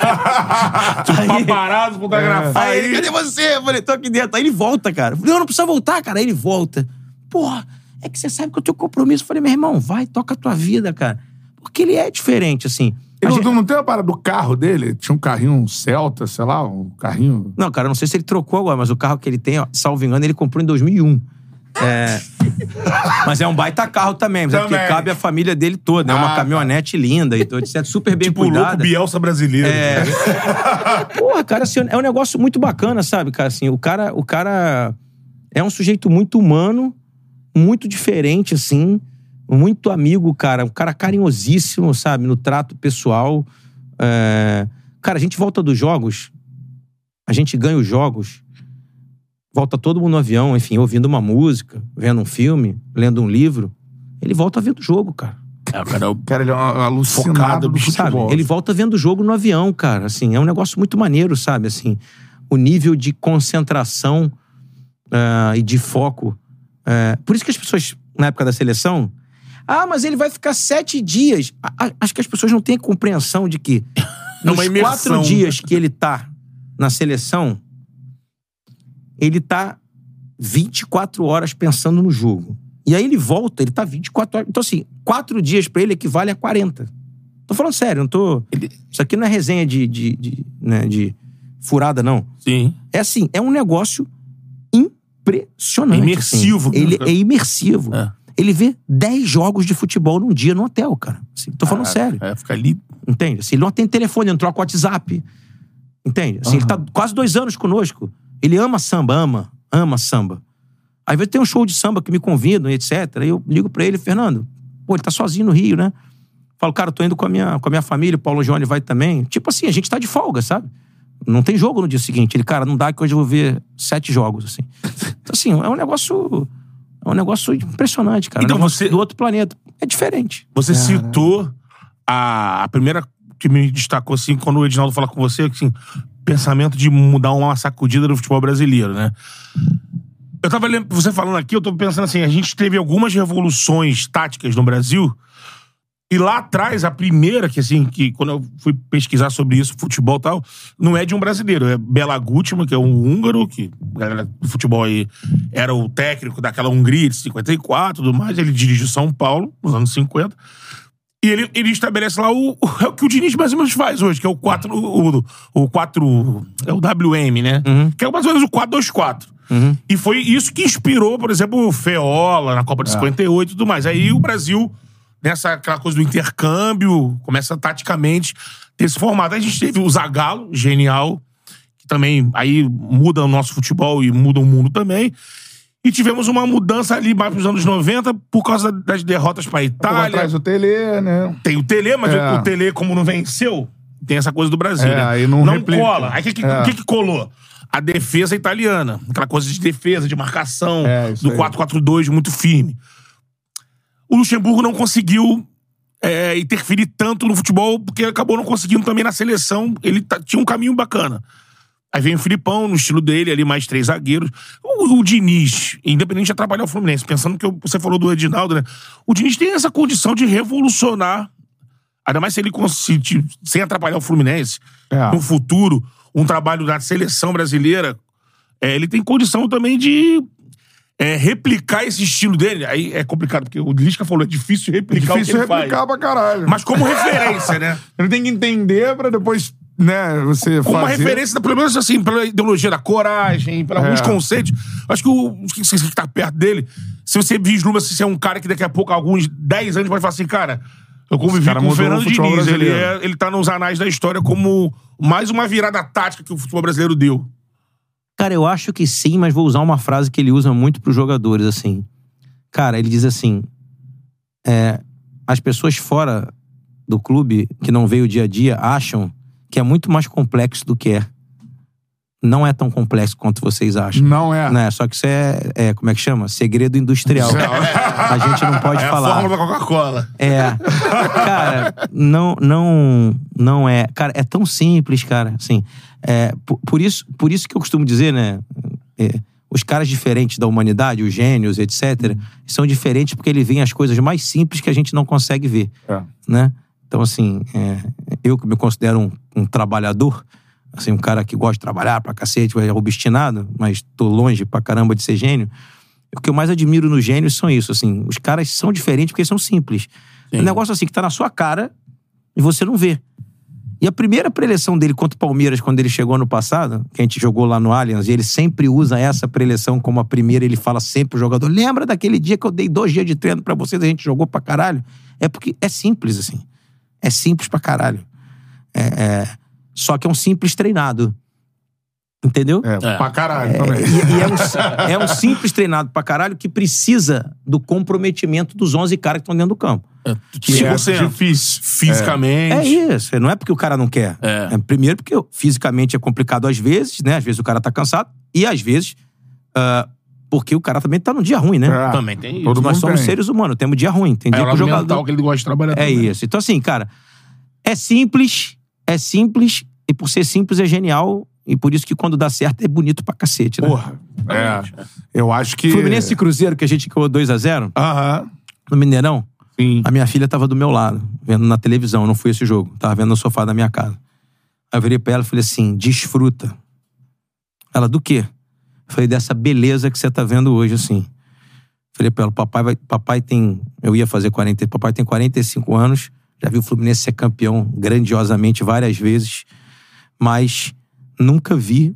Tipo, paparazzo, fotografar. Aí ele, cadê você? Eu falei, tô aqui dentro. Aí ele volta, cara. Eu falei, não, não precisa voltar, cara. Aí ele volta. Porra, é que você sabe que eu tenho compromisso. Eu falei, meu irmão, vai, toca a tua vida, cara. Porque ele é diferente, assim. Ele gente... não, não tem uma parada do carro dele? Tinha um carrinho, um Celta, sei lá, um carrinho... Não, cara, eu não sei se ele trocou agora, mas o carro que ele tem, ó, salvo engano, ele comprou em dois mil e um. É... Mas é um baita carro também, mas também. É porque cabe a família dele toda. É né? Uma ah, caminhonete tá. linda e tudo, etcétera. Super bem tipo cuidada. Tipo o louco Bielsa brasileiro. É... Porra, cara, assim, é um negócio muito bacana, sabe, cara? Assim, o cara, o cara é um sujeito muito humano, muito diferente, assim, muito amigo, cara. Um cara carinhosíssimo, sabe, no trato pessoal. É... Cara, a gente volta dos jogos, a gente ganha os jogos, volta todo mundo no avião, enfim, ouvindo uma música, vendo um filme, lendo um livro. Ele volta vendo o jogo, cara. É, o cara, o cara ele é um alucinado do futebol. Sabe? Ele volta vendo o jogo no avião, cara. Assim, é um negócio muito maneiro, sabe? Assim, o nível de concentração uh, e de foco. Uh, por isso que as pessoas, na época da seleção... Ah, mas ele vai ficar sete dias. A, acho que as pessoas não têm a compreensão de que nos quatro dias que ele tá na seleção... ele tá vinte e quatro horas pensando no jogo. E aí ele volta, ele tá vinte e quatro horas. Então, assim, quatro dias pra ele equivale a quarenta. Tô falando sério, não tô... Isso aqui não é resenha de, de, de, né, de furada, não. Sim. É assim, é um negócio impressionante. É imersivo. Assim. Ele é imersivo. É. Ele vê dez jogos de futebol num dia no hotel, cara. Assim, tô falando Caraca, sério. É, fica ali... Entende? Assim, ele não atende telefone, ele não troca WhatsApp. Entende? Assim, uhum. Ele tá quase dois anos conosco. Ele ama samba, ama, ama samba. Às vezes tem um show de samba que me convidam, etcétera. Aí eu ligo pra ele, Fernando, pô, ele tá sozinho no Rio, né? Falo, cara, tô indo com a minha, com a minha família, o Paulo Johnny vai também. Tipo assim, a gente tá de folga, sabe? Não tem jogo no dia seguinte. Ele, cara, não dá que hoje eu vou ver sete jogos, assim. Então, assim, é um negócio... É um negócio impressionante, cara. Então é um você... do outro planeta. É diferente. Você Cara. citou a, a primeira que me destacou, assim, quando o Edinaldo fala com você, assim... pensamento de mudar uma sacudida no futebol brasileiro, né? Eu tava lendo, você falando aqui, eu tô pensando assim, a gente teve algumas revoluções táticas no Brasil, e lá atrás, a primeira, que assim, que quando eu fui pesquisar sobre isso, futebol e tal, não é de um brasileiro, é Bela Gutmann, que é um húngaro, que a galera do futebol aí era o técnico daquela Hungria de cinquenta e quatro e tudo mais, ele dirigiu São Paulo, nos anos cinquenta, e ele, ele estabelece lá o, o, o que o Diniz mais ou menos faz hoje, que é o quatro... O, o quatro... É o W M, né? Uhum. Que é mais ou menos o quatro dois quatro. Uhum. E foi isso que inspirou, por exemplo, o Feola na Copa de é. cinquenta e oito e tudo mais. Aí o Brasil, nessa aquela coisa do intercâmbio, começa taticamente ter esse formato. Aí a gente teve o Zagallo, genial, que também aí muda o nosso futebol e muda o mundo também. E tivemos uma mudança ali mais nos anos noventa por causa das derrotas pra Itália. Atrás o Tele, né? Tem o Tele, mas é. o Tele, como não venceu, tem essa coisa do Brasil, é, né? Aí não não cola. Aí o que, que, é. que, que colou? A defesa italiana. Aquela coisa de defesa, de marcação, é, do quatro quatro dois muito firme. O Luxemburgo não conseguiu é, interferir tanto no futebol, porque acabou não conseguindo também na seleção. Ele tá, tinha um caminho bacana. Aí vem o Filipão, no estilo dele, ali mais três zagueiros. O, o Diniz, independente de atrapalhar o Fluminense, pensando que eu, você falou do Edinaldo, né? O Diniz tem essa condição de revolucionar, ainda mais se ele conseguir, sem atrapalhar o Fluminense, É. no futuro, um trabalho da seleção brasileira, é, ele tem condição também de é, replicar esse estilo dele. Aí é complicado, porque o Lisca falou, é difícil replicar Difícil o que ele replicar faz. pra caralho. Mas como referência, né? Ele tem que entender pra depois, né, você Como uma fazer... referência, pelo menos assim, pela ideologia da coragem, por alguns É. conceitos. Acho que o que que tá perto dele, se você vislumbra se você é um cara que daqui a pouco, alguns dez anos, pode falar assim, cara, eu convivi cara com o mudou Fernando o futebol Diniz. Ele, brasileiro. é, ele tá nos anais da história como mais uma virada tática que o futebol brasileiro deu. Cara, eu acho que sim, mas vou usar uma frase que ele usa muito pros jogadores, assim. Cara, ele diz assim, é, as pessoas fora do clube, que não veem o dia a dia, acham que é muito mais complexo do que é. Não é tão complexo quanto vocês acham. Não é. Né? Só que isso é, é, como é que chama? Segredo industrial. A gente não pode É falar. a fórmula da Coca-Cola. É. Cara, não, não, não é. Cara, é tão simples, cara. Assim, é, por, por, isso, por isso que eu costumo dizer, né? É, os caras diferentes da humanidade, os gênios, etcétera, hum. são diferentes porque eles veem as coisas mais simples que a gente não consegue ver. É. Né? Então, assim, é, eu que me considero um, um trabalhador, assim, um cara que gosta de trabalhar pra cacete, é obstinado, mas tô longe pra caramba de ser gênio. O que eu mais admiro nos gênios são isso, assim, os caras são diferentes porque são simples. É um negócio assim que tá na sua cara e você não vê. E a primeira preleção dele contra o Palmeiras, quando ele chegou ano passado, que a gente jogou lá no Allianz, e ele sempre usa essa preleção como a primeira, ele fala sempre pro jogador, lembra daquele dia que eu dei dois dias de treino pra vocês e a gente jogou pra caralho? É porque é simples, assim. É simples pra caralho. É, é... Só que é um simples treinado. Entendeu? É, é. Pra caralho é, também. E, e é, um, é um simples treinado pra caralho que precisa do comprometimento dos onze caras que estão dentro do campo. É, que é difícil. Fisicamente. É isso. Não é porque o cara não quer. É. É, primeiro porque fisicamente é complicado às vezes, né? Às vezes o cara tá cansado. E às vezes uh, porque o cara também tá num dia ruim, né? É. Também tem isso. Todos nós somos tem. seres humanos. Temos dia ruim. Tem É dia o que o jogador... mental que ele gosta de trabalhar É também. isso. Então assim, cara, é simples, é simples, e por ser simples é genial, e por isso que quando dá certo é bonito pra cacete, né? Porra. É. Eu acho que... Fluminense e Cruzeiro, que a gente ganhou dois a zero Aham. no Mineirão, Sim. a minha filha tava do meu lado, vendo na televisão, eu não fui esse jogo, tava vendo no sofá da minha casa. Aí eu virei pra ela e falei assim, desfruta. Ela, do quê? Eu falei, dessa beleza que você tá vendo hoje, assim. Falei pra ela, papai, vai, papai tem... Eu ia fazer quarenta... Papai tem quarenta e cinco anos, já vi o Fluminense ser campeão grandiosamente várias vezes, mas nunca vi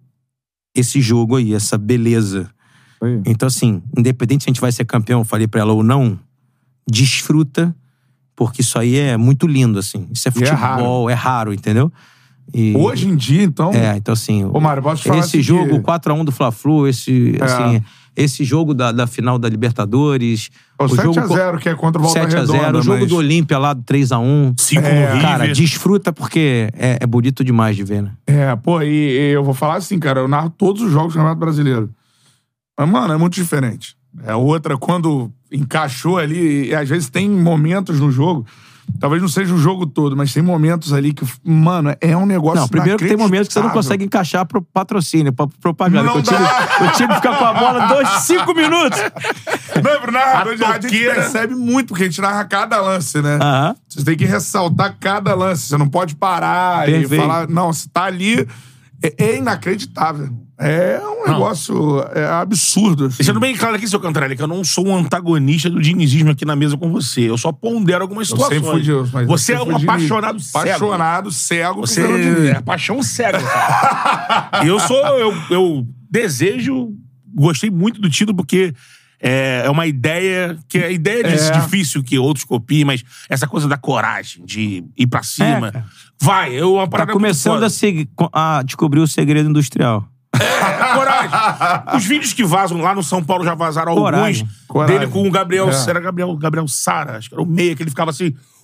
esse jogo aí, essa beleza. Foi. Então, assim, independente se a gente vai ser campeão, eu falei pra ela ou não, desfruta, porque isso aí é muito lindo, assim. Isso é E é futebol, é raro, é raro, entendeu? E, Hoje em dia, então... É, então assim... Ô, Mário, posso te falar esse assim jogo, que... quatro a um do Fla-Flu, esse, É. assim, esse jogo da, da final da Libertadores... O, o sete jogo a zero, que é contra o Volta sete a zero, Redonda, o jogo mas... do Olímpia lá, do três a um. Cinco É, no River. Cara, desfruta porque é, é bonito demais de ver, né? É, pô, e, e eu vou falar assim, cara, eu narro todos os jogos do Campeonato Brasileiro. Mas, mano, é muito diferente. É outra, quando encaixou ali, e às vezes tem momentos no jogo, talvez não seja o jogo todo, mas tem momentos ali que, mano, é um negócio Não, primeiro que tem momentos que você não inacreditável. consegue encaixar pro patrocínio, pra propaganda. Não que o, time, dá. o time fica com a bola dois, cinco minutos. Não, pro narrador A de rádio a gente toqueira. percebe muito, porque a gente narra cada lance, né? Aham. Você tem que ressaltar cada lance, você não pode parar Perfeito. e falar... Não, se tá ali, é, é inacreditável. É um negócio é absurdo. Assim. Deixando bem claro aqui, seu Cantarelli, que eu não sou um antagonista do dinizismo aqui na mesa com você. Eu só pondero algumas Eu situações. sempre fui de... mas Você eu é sempre um fui de- apaixonado cego. Apaixonado, cego. Você por Fernando Diniz. é paixão cega, cara. eu sou... Eu, eu desejo... Gostei muito do título porque... É é uma ideia que é a ideia de É. difícil que outros copiem, mas essa coisa da coragem, de ir pra cima. É, cara. Vai, eu uma Tá parada começando muito a, se- a descobrir o segredo industrial. foda. Coragem. Os vídeos que vazam lá no São Paulo já vazaram Coragem. alguns. Coragem. Dele com o Gabriel... É. Era Gabriel, Gabriel Sara, acho que era o meia, que ele ficava assim...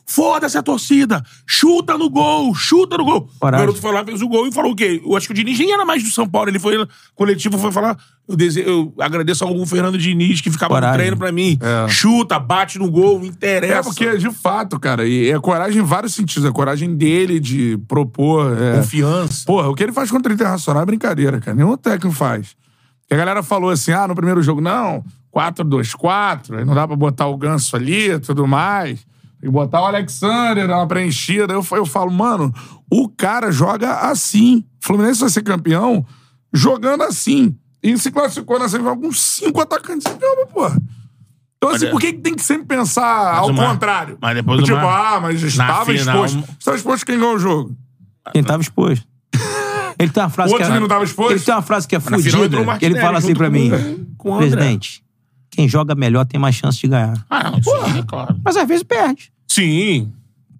foda-se a torcida, chuta no gol, chuta no gol. Coragem. O garoto foi lá, fez o gol e falou o quê? Eu acho que o Diniz nem era mais do São Paulo, ele foi coletivo, foi falar, eu, dese... eu agradeço ao Fernando Diniz que ficava Coragem. no treino pra mim, É. chuta, bate no gol, não interessa. É porque, de fato, cara, e é coragem em vários sentidos. É coragem dele de propor. É... Confiança. Porra, o que ele faz contra o Internacional é brincadeira, cara. Nenhum técnico faz. E a galera falou assim, ah, no primeiro jogo, não, quatro dois quatro, aí não dá pra botar o Ganso ali e tudo mais. Tem que botar o Alexander, dar uma preenchida. Eu, eu falo, mano, o cara joga assim. O Fluminense vai ser campeão jogando assim. E se classificou na semifinal com cinco atacantes em campo, porra. Então, assim, Olha, por que que tem que sempre pensar ao uma- contrário? mas depois Tipo, uma- ah, mas na estava final- exposto. Estava exposto quem ganhou o jogo. Quem tava exposto. Ele tem uma frase O outro que é, que não tava exposto? Ele tem uma frase que é Na final fudida. entrou o Que ele Martinelli fala assim junto pra com mim: o- com o André. presidente, quem joga melhor tem mais chance de ganhar. Ah, não, sim, é claro. Mas às vezes perde. Sim.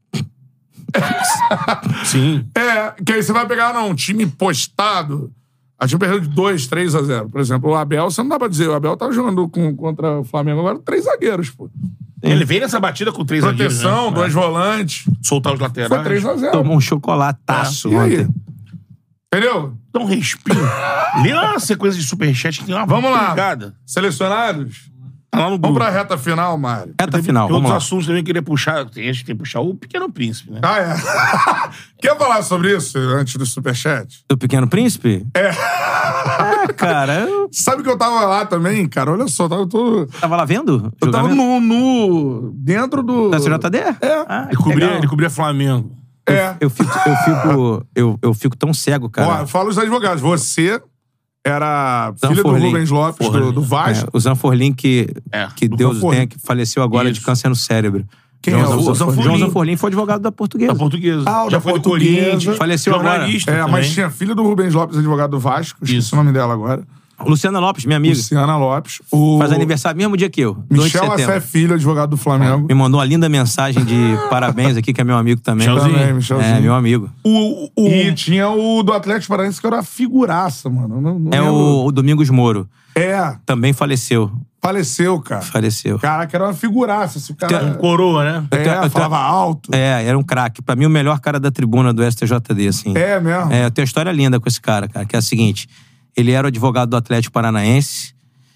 Sim. É, que aí você vai pegar, não, um time postado. A time perdeu de dois, três a zero. Por exemplo, o Abel, você não dá pra dizer, o Abel tá jogando com, contra o Flamengo agora três zagueiros, pô. Ele veio nessa batida com três zagueiros, Proteção, né? dois É. volantes. Soltar os laterais. Foi três a zero. Tomou um chocolataço E aí? ontem. Entendeu? Dá um respiro. Lê uma sequência de superchat que tem uma Vamos lá. brigada. Selecionados? Tá lá no Vamos grupo. pra reta final, Mário. Reta final, Tem vamos outros lá. assuntos também que eu queria puxar. Tem gente que tem que puxar o Pequeno Príncipe, né? Ah, é. Quer falar sobre isso antes do superchat? Do Pequeno Príncipe? É. É, cara, eu Sabe que eu tava lá também, cara? Olha só, eu tô... tava lá vendo? Eu tava Jogamento? no, no... Dentro do... Da C J D? É. Ah, Ele que cobria, legal. ele cobria Flamengo. É. Eu fico, eu fico, eu, eu fico tão cego, Ó, cara. eu falo os advogados. Você era filha do Zanforlin. Rubens Lopes, do, do Vasco. É, o Zanforlin que, É, que do Deus Zanforlin. tenha, que faleceu agora de Isso. câncer no cérebro. Quem João é o Zanforlin? Zanforlin? João Zanforlin foi advogado da Portuguesa. Da Portuguesa. Ah, o Já da foi do Portuguesa. Corinthians. Faleceu agora. jornalista É, também. mas tinha filha do Rubens Lopes, advogado do Vasco. Esqueci Isso. o nome dela agora. Luciana Lopes, minha amiga. Luciana Lopes. O Faz aniversário mesmo dia que eu. dois de Michel setembro. Assé Filho, advogado do Flamengo. Me mandou uma linda mensagem de parabéns aqui, que é meu amigo também. Michelzinho. Também, Michelzinho. É, meu amigo. O, o, E tinha o do Atlético Paranaense, que era uma figuraça, mano. Não, não É lembro. o, o Domingos Moro. É, Também faleceu. faleceu, cara. Faleceu. Caraca, era uma figuraça. Esse cara... Coroa, né? É, Eu tenho- eu tenho- falava alto. É, era um craque. Pra mim, o melhor cara da tribuna do S T J D, assim. É mesmo. É, eu tenho uma história linda com esse cara, cara, que é a seguinte. Ele era o advogado do Atlético Paranaense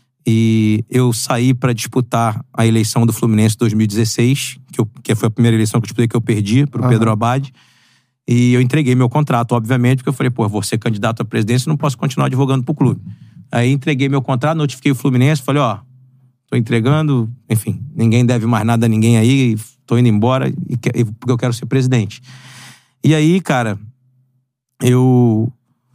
e eu saí pra disputar a eleição do Fluminense dois mil e dezesseis, que, eu, que foi a primeira eleição que eu disputei que eu perdi pro Aham. Pedro Abad. E eu entreguei meu contrato, obviamente, porque eu falei, pô, vou ser candidato à presidência e não posso continuar advogando pro clube. Aí entreguei meu contrato, notifiquei o Fluminense, falei, ó, tô entregando, enfim, ninguém deve mais nada a ninguém aí, tô indo embora e que- e- porque eu quero ser presidente. E aí, cara, eu...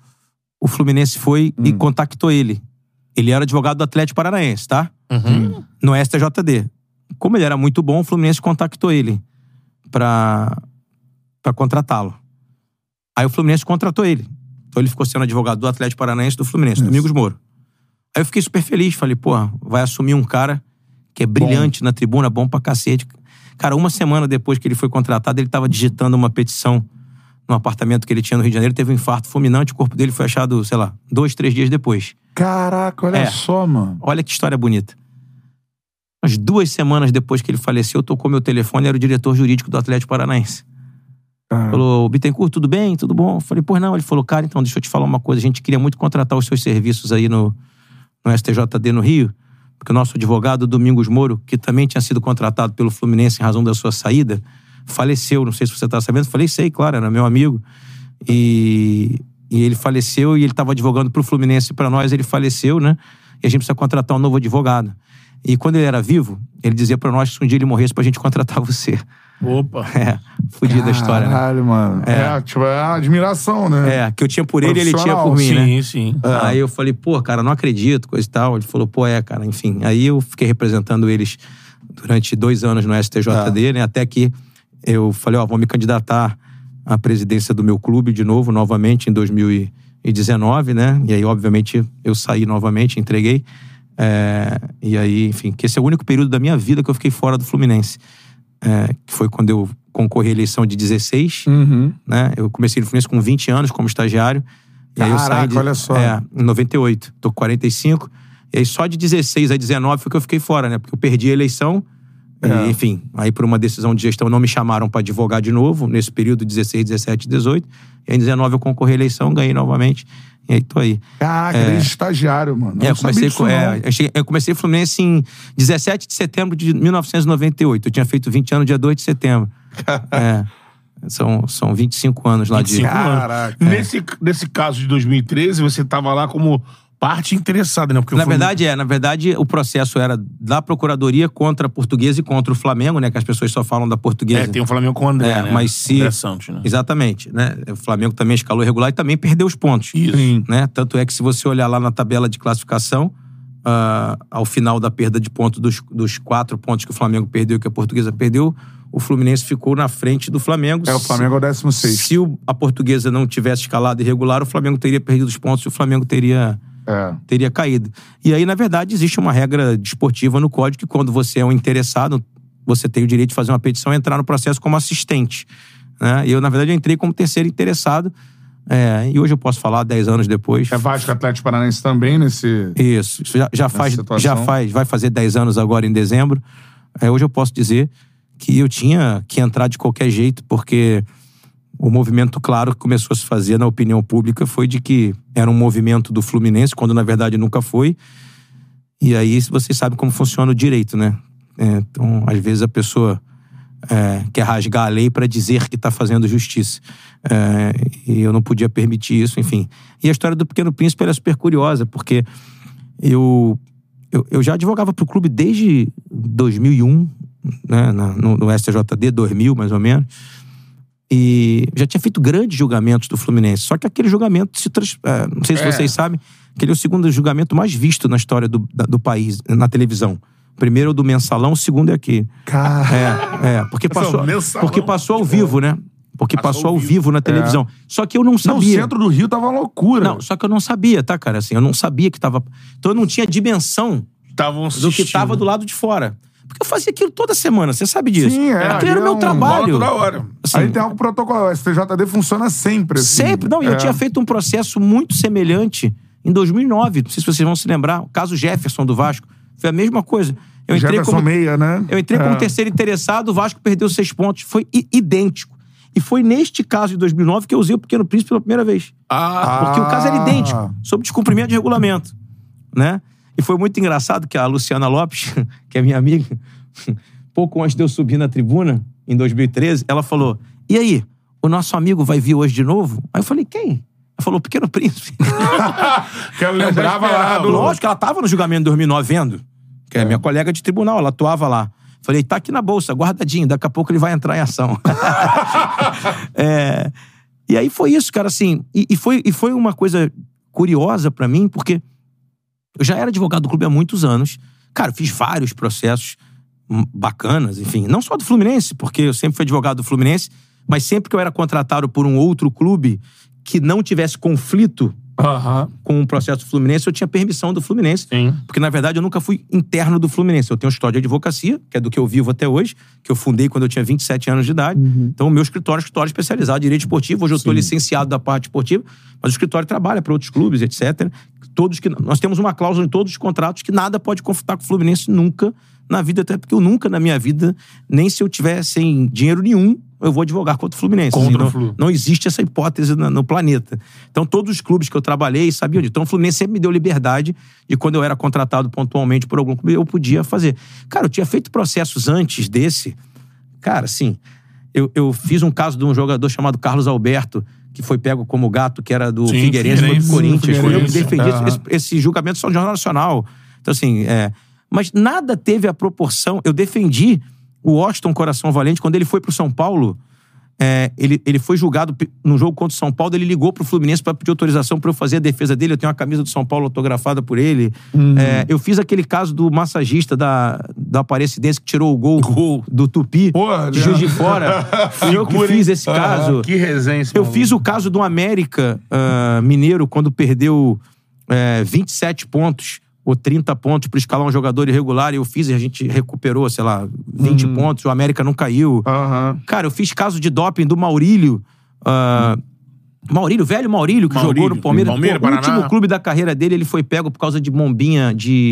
O Fluminense foi e contactou ele. Ele era advogado do Atlético Paranaense, tá? Uhum. No S T J D. Como ele era muito bom, o Fluminense contactou ele pra, pra contratá-lo. Aí o Fluminense contratou ele. Então ele ficou sendo advogado do Atlético Paranaense e do Fluminense, Domingos Moro. Aí eu fiquei super feliz. Falei, pô, vai assumir um cara que é brilhante na tribuna, bom pra cacete. Cara, uma semana depois que ele foi contratado, ele tava digitando uma petição no apartamento que ele tinha no Rio de Janeiro, teve um infarto fulminante, o corpo dele foi achado, sei lá, dois, três dias depois. Caraca, olha É. só, mano. Olha que história bonita. Umas duas semanas depois que ele faleceu, tocou meu telefone, era o diretor jurídico do Atlético Paranaense. Cara. Falou, Bittencourt, tudo bem? Tudo bom? Eu falei, pois não. Ele falou, cara, então deixa eu te falar uma coisa. A gente queria muito contratar os seus serviços aí no, no S T J D no Rio, porque o nosso advogado, Domingos Moro, que também tinha sido contratado pelo Fluminense em razão da sua saída, faleceu. Não sei se você tá sabendo. Eu falei, sei, claro, era meu amigo. E, e ele faleceu e ele estava advogando pro Fluminense e pra nós, ele faleceu, né? E a gente precisa contratar um novo advogado. E quando ele era vivo, ele dizia pra nós que se um dia ele morresse pra gente contratar você. Opa. É, fudida a história, né? Caralho, mano. É, tipo, é uma admiração, né? É, que eu tinha por ele e ele tinha por mim, Sim, né? sim. Aí eu falei, pô, cara, não acredito, coisa e tal. Ele falou, pô, é, cara, enfim. Aí eu fiquei representando eles durante dois anos no S T J D, né? Até que eu falei, ó, vou me candidatar à presidência do meu clube de novo, novamente, em dois mil e dezenove, né? E aí, obviamente, eu saí novamente, entreguei. É, e aí, enfim, que esse é o único período da minha vida que eu fiquei fora do Fluminense. É, que foi quando eu concorri à eleição de dezesseis, Uhum. né? Eu comecei no Fluminense com vinte anos como estagiário. E aí eu saí Caraca, de, olha só. É, em noventa e oito. Tô com quarenta e cinco. E aí só de dezesseis a dezenove foi que eu fiquei fora, né? Porque eu perdi a eleição É. E, enfim, aí por uma decisão de gestão não me chamaram para advogar de novo, nesse período dezesseis, dezessete, dezoito. E em dezenove eu concorri à eleição, ganhei novamente. E aí tô aí. Caraca, É. desde estagiário, mano. É, Eu eu comecei, não sabia com, disso, é, não. eu, cheguei, eu comecei Fluminense em dezessete de setembro de mil novecentos e noventa e oito. Eu tinha feito vinte anos dia dois de setembro. É. São, são vinte e cinco anos lá vinte e cinco de... anos. Caraca. Nesse, nesse caso de dois mil e treze, você tava lá como parte interessada, né? Porque Na o Fluminense- verdade, é. Na verdade, o processo era da Procuradoria contra a Portuguesa e contra o Flamengo, né? Que as pessoas só falam da Portuguesa. É, tem o Flamengo com o André, É, né? mas se... André Santos, né? Exatamente, né? O Flamengo também escalou irregular e também perdeu os pontos. Isso. Sim. Né? Tanto é que se você olhar lá na tabela de classificação, ah, ao final da perda de pontos dos, dos quatro pontos que o Flamengo perdeu e que a Portuguesa perdeu, o Fluminense ficou na frente do Flamengo. É, o Flamengo é o décimo sexto. Se o, a Portuguesa não tivesse escalado irregular, o Flamengo teria perdido os pontos e o Flamengo teria... É. teria caído. E aí, na verdade, existe uma regra desportiva no código que quando você é um interessado, você tem o direito de fazer uma petição e entrar no processo como assistente. Né? E eu, na verdade, eu entrei como terceiro interessado. É, e hoje eu posso falar, dez anos depois. É Vasco Atlético Paranaense também nesse... Isso. Isso já, já faz, situação. já faz, vai fazer dez anos agora em dezembro. É, hoje eu posso dizer que eu tinha que entrar de qualquer jeito, porque o movimento claro que começou a se fazer na opinião pública foi de que era um movimento do Fluminense, quando na verdade nunca foi. E aí vocês sabem como funciona o direito, né? É, então, às vezes a pessoa é, quer rasgar a lei para dizer que está fazendo justiça. É, e eu não podia permitir isso, enfim. E a história do Pequeno Príncipe era super curiosa, porque eu, eu, eu já advogava para o clube desde dois mil e um, né, no, no S T J D, dois mil mais ou menos. E já tinha feito grandes julgamentos do Fluminense. Só que aquele julgamento se trans... é, não sei se É. vocês sabem, aquele é o segundo julgamento mais visto na história do, da- do país, na televisão. O primeiro é o do Mensalão, o segundo é aqui. Cara... É, é, porque passou, Mensalão, porque passou ao vivo, né? Porque passou, Passou ao ao vivo na televisão. Só que eu não Não, o sabia. centro do Rio tava uma loucura. Não, só que eu não sabia, tá, cara? Assim, eu não sabia que tava... Então eu não tinha dimensão Estavam do que tava do lado de fora. Porque eu fazia aquilo toda semana, você sabe disso. Sim, é, Aquele era o ali é meu um trabalho. Bola toda hora. Assim, Aí tem algo protocolo. O S T J D funciona sempre, assim. Sempre. Não, e eu É. tinha feito um processo muito semelhante em dois mil e nove. Não sei se vocês vão se lembrar. O caso Jefferson do Vasco. Foi a mesma coisa. Eu entrei Jefferson como, Meia, né? eu entrei É. como terceiro interessado, o Vasco perdeu seis pontos. Foi i- idêntico. E foi neste caso de dois mil e nove que eu usei o Pequeno Príncipe pela primeira vez. Ah, Porque o caso era Ah. idêntico, sob descumprimento de regulamento. Né? E foi muito engraçado que a Luciana Lopes, que é minha amiga, pouco antes de eu subir na tribuna, em dois mil e treze, ela falou: e aí, o nosso amigo vai vir hoje de novo? Aí eu falei: quem? Ela falou: Pequeno Príncipe. Que ela lembrava lá do... Lógico que ela tava no julgamento de dois mil e nove vendo. Que é minha colega de tribunal, ela atuava lá. Falei: tá aqui na bolsa, guardadinho, daqui a pouco ele vai entrar em ação. É, e aí foi isso, cara, assim. E, e, foi, e foi uma coisa curiosa pra mim, porque eu já era advogado do clube há muitos anos. Cara, eu fiz vários processos hum, bacanas, enfim. Não só do Fluminense, porque eu sempre fui advogado do Fluminense, mas sempre que eu era contratado por um outro clube que não tivesse conflito Aham. com o processo do Fluminense, eu tinha permissão do Fluminense. Sim. Porque, na verdade, eu nunca fui interno do Fluminense. Eu tenho um escritório de advocacia, que é do que eu vivo até hoje, que eu fundei quando eu tinha vinte e sete anos de idade. Então, o meu escritório é um escritório especializado em direito esportivo. Hoje eu estou licenciado da parte esportiva, mas o escritório trabalha para outros clubes, etcétera. Todos que... Nós temos uma cláusula em todos os contratos que nada pode conflitar com o Fluminense nunca na vida, até porque eu nunca na minha vida, nem se eu tiver sem dinheiro nenhum, eu vou advogar contra o Fluminense. Contra Assim, o não, Flu. não existe essa hipótese no, no planeta. Então, todos os clubes que eu trabalhei sabiam disso. Então, o Fluminense sempre me deu liberdade de, quando eu era contratado pontualmente por algum clube, eu podia fazer. Cara, eu tinha feito processos antes desse. Cara, assim, eu, eu fiz um caso de um jogador chamado Carlos Alberto, que foi pego como gato, que era do Sim, Figueirense, foi do Figueirense, Corinthians. Foi eu que Figueirense, defendi. aham. Esse, esse julgamento são de Jornal Nacional. Então, assim, é... Mas nada teve a proporção... Eu defendi o Washington Coração Valente quando ele foi pro São Paulo. É, ele, ele foi julgado no jogo contra o São Paulo, ele ligou pro Fluminense pra pedir autorização pra eu fazer a defesa dele. Eu tenho uma camisa do São Paulo autografada por ele. É, eu fiz aquele caso do massagista da, da Aparecidense que tirou o gol, Gol. do Tupi, Pô, de Juiz de Fora. Fui eu que Figura, fiz hein? esse caso. Que resenha esse Eu maluco. fiz o caso do América ah, Mineiro, quando perdeu é, vinte e sete pontos ou trinta pontos para escalar um jogador irregular, e eu fiz e a gente recuperou, sei lá, vinte pontos, o América não caiu. Aham. Cara, eu fiz caso de doping do Maurílio. ah, Maurílio, velho Maurílio, que Maurílio, jogou no Palmeiras. Palmeiras, Pô, o Paraná. último clube da carreira dele, ele foi pego por causa de bombinha de,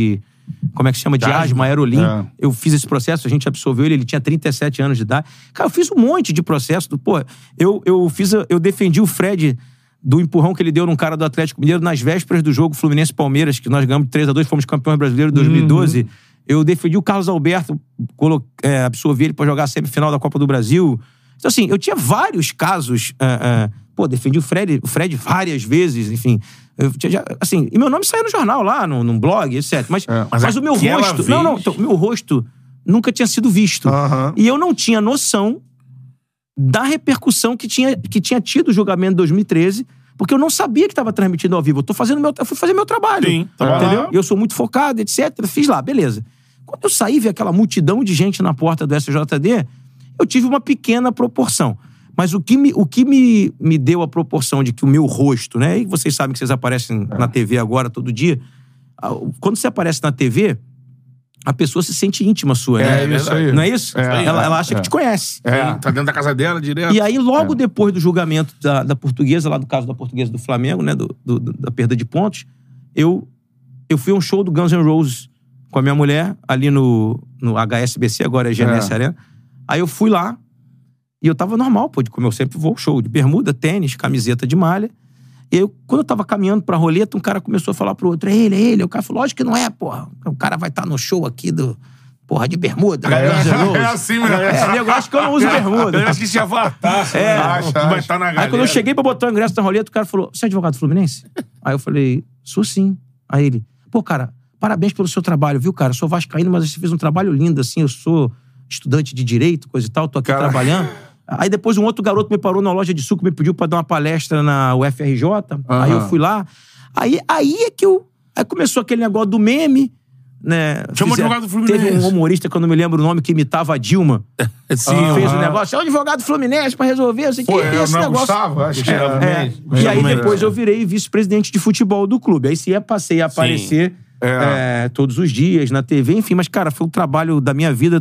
como é que se chama? De asma. asma, Aerolim. É. Eu fiz esse processo, a gente absorveu ele, ele tinha trinta e sete anos de idade. Cara, eu fiz um monte de processo. Do, pô, eu, eu, fiz, eu defendi o Fred do empurrão que ele deu num cara do Atlético Mineiro nas vésperas do jogo Fluminense-Palmeiras, que nós ganhamos três a dois, fomos campeões brasileiros em dois mil e doze. Uhum. Eu defendi o Carlos Alberto, colo, é, absorvi ele pra jogar a semifinal da Copa do Brasil. Então, assim, eu tinha vários casos. Uh, uh, pô, defendi o Fred, o Fred várias vezes, enfim. Eu tinha, já, assim, e meu nome saiu no jornal lá, no, no blog, etcétera. Mas, é, mas, mas o meu rosto... Vez... Não, não, então, o meu rosto nunca tinha sido visto. Uhum. E eu não tinha noção da repercussão que tinha, que tinha tido o julgamento de dois mil e treze, porque eu não sabia que estava transmitindo ao vivo. Eu, tô fazendo meu, eu fui fazer meu trabalho. Sim, tá entendeu? Uhum. Eu sou muito focado, etcétera. Fiz lá, beleza. Quando eu saí e vi aquela multidão de gente na porta do S J D, eu tive uma pequena proporção. Mas o que me, o que me, me deu a proporção de que o meu rosto, né? E vocês sabem que vocês aparecem é. na T V agora, todo dia. Quando você aparece na T V, a pessoa se sente íntima sua, né? É isso aí. Não é isso? É, ela, ela acha é. que te conhece. É. Tá dentro da casa dela, direto. E aí, logo é. depois do julgamento da, da Portuguesa, lá do caso da Portuguesa do Flamengo, né? Do, do, da perda de pontos, eu, eu fui a um show do Guns N' Roses com a minha mulher, ali no, no H S B C, agora é G N S é. Arena. Aí eu fui lá, e eu tava normal, pô, como eu sempre vou ao show, de bermuda, tênis, camiseta de malha. E aí, quando eu tava caminhando pra roleta, um cara começou a falar pro outro, é ele, é ele. O cara falou, lógico que não é, porra. O cara vai estar tá no show aqui do... Porra, de bermuda. É, é, é assim mesmo. É, eu acho que eu não uso bermuda. Eu acho que se avatar, é, acha, vai estar tá na galera. Aí quando eu cheguei pra botar o ingresso na roleta, o cara falou, você é advogado do Fluminense? Aí eu falei, sou sim. Aí ele, pô, cara, parabéns pelo seu trabalho, viu, cara? Eu sou vascaíno, mas você fez um trabalho lindo, assim, eu sou estudante de direito, coisa e tal, tô aqui cara... trabalhando. Aí depois um outro garoto me parou na loja de suco, me pediu pra dar uma palestra na U F R J. Uhum. Aí eu fui lá. Aí, aí é que eu... Aí começou aquele negócio do meme, né? Chama o advogado do Fluminense. Teve um humorista, que eu não me lembro o nome, que imitava a Dilma. Sim. Uhum. Fez o um negócio. É o advogado do Fluminense pra resolver. Eu sei que é esse não negócio. Gustavo, acho que é, é. E aí depois eu virei vice-presidente de futebol do clube. Aí sim, passei a aparecer é. É, todos os dias na T V. Enfim, mas, cara, foi o trabalho da minha vida.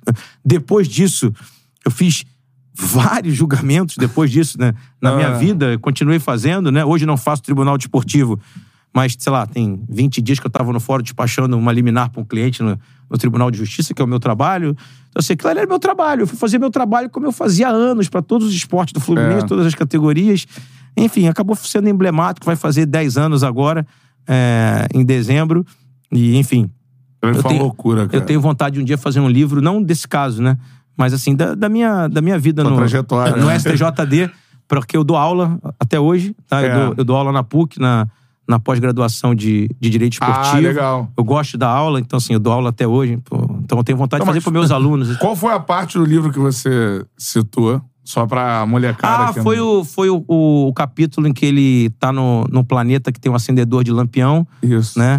Depois disso, eu fiz vários julgamentos depois disso, né? Na ah. minha vida, continuei fazendo, né? Hoje não faço tribunal desportivo, mas, sei lá, tem vinte dias que eu tava no fórum despachando uma liminar para um cliente no, no Tribunal de Justiça, que é o meu trabalho. Então, assim, aquilo era meu trabalho. Eu fui fazer meu trabalho como eu fazia há anos, para todos os esportes do Fluminense, é. todas as categorias. Enfim, acabou sendo emblemático, vai fazer dez anos agora, é, em dezembro. E, enfim... Eu tenho, loucura, cara. Eu tenho vontade de um dia fazer um livro, não desse caso, né? Mas, assim, da, da, minha, da minha vida no, trajetória, no né? S T J D, porque eu dou aula até hoje, tá? É. Eu, dou, eu dou aula na P U C, na, na pós-graduação de, de Direito Esportivo. Ah, legal. Eu gosto da aula, então, assim, eu dou aula até hoje. Pô, então, eu tenho vontade então, de fazer para meus alunos. Qual foi a parte do livro que você citou? Só pra molecada. Ah, foi, não... o, foi o, o, o capítulo em que ele tá no, no planeta que tem um acendedor de lampião. Isso. Né?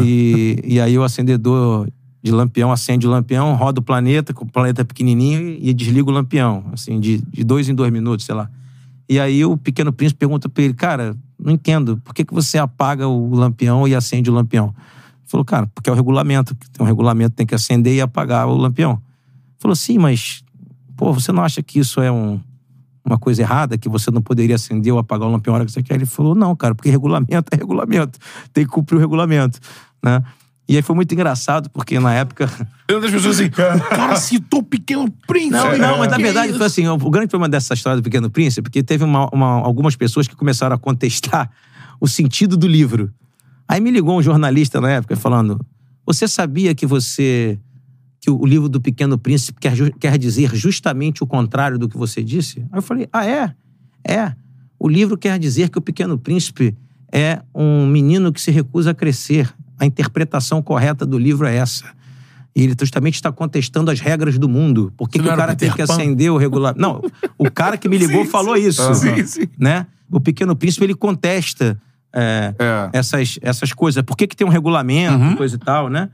E, e aí o acendedor de lampião acende o lampião, roda o planeta, com o planeta pequenininho, e, e desliga o lampião. Assim, de, de dois em dois minutos, sei lá. E aí o Pequeno Príncipe pergunta pra ele, cara, não entendo, por que, que você apaga o lampião e acende o lampião? Ele falou, cara, porque é o regulamento. Tem um regulamento, tem que acender e apagar o lampião. Ele falou, sim, mas... Pô, você não acha que isso é um, uma coisa errada? Que você não poderia acender ou apagar o lampião na hora que você quer? Ele falou, não, cara, porque regulamento é regulamento. Tem que cumprir o regulamento, né? E aí foi muito engraçado, porque na época... Eu das pessoas assim, o cara citou o Pequeno Príncipe. Não, não, mas na verdade foi assim, o grande problema dessa história do Pequeno Príncipe, porque teve uma, uma, algumas pessoas que começaram a contestar o sentido do livro. Aí me ligou um jornalista na época falando, você sabia que você... que o livro do Pequeno Príncipe quer, quer dizer justamente o contrário do que você disse? Aí eu falei, ah, é? É. O livro quer dizer que o Pequeno Príncipe é um menino que se recusa a crescer. A interpretação correta do livro é essa. E ele justamente está contestando as regras do mundo. Por que, que o cara tem que acender o regulamento? Não, o cara que me ligou sim, falou sim. isso. Sim, sim. Né? O Pequeno Príncipe, ele contesta é, é. Essas, essas coisas. Por que, que tem um regulamento, uhum. coisa e tal, né?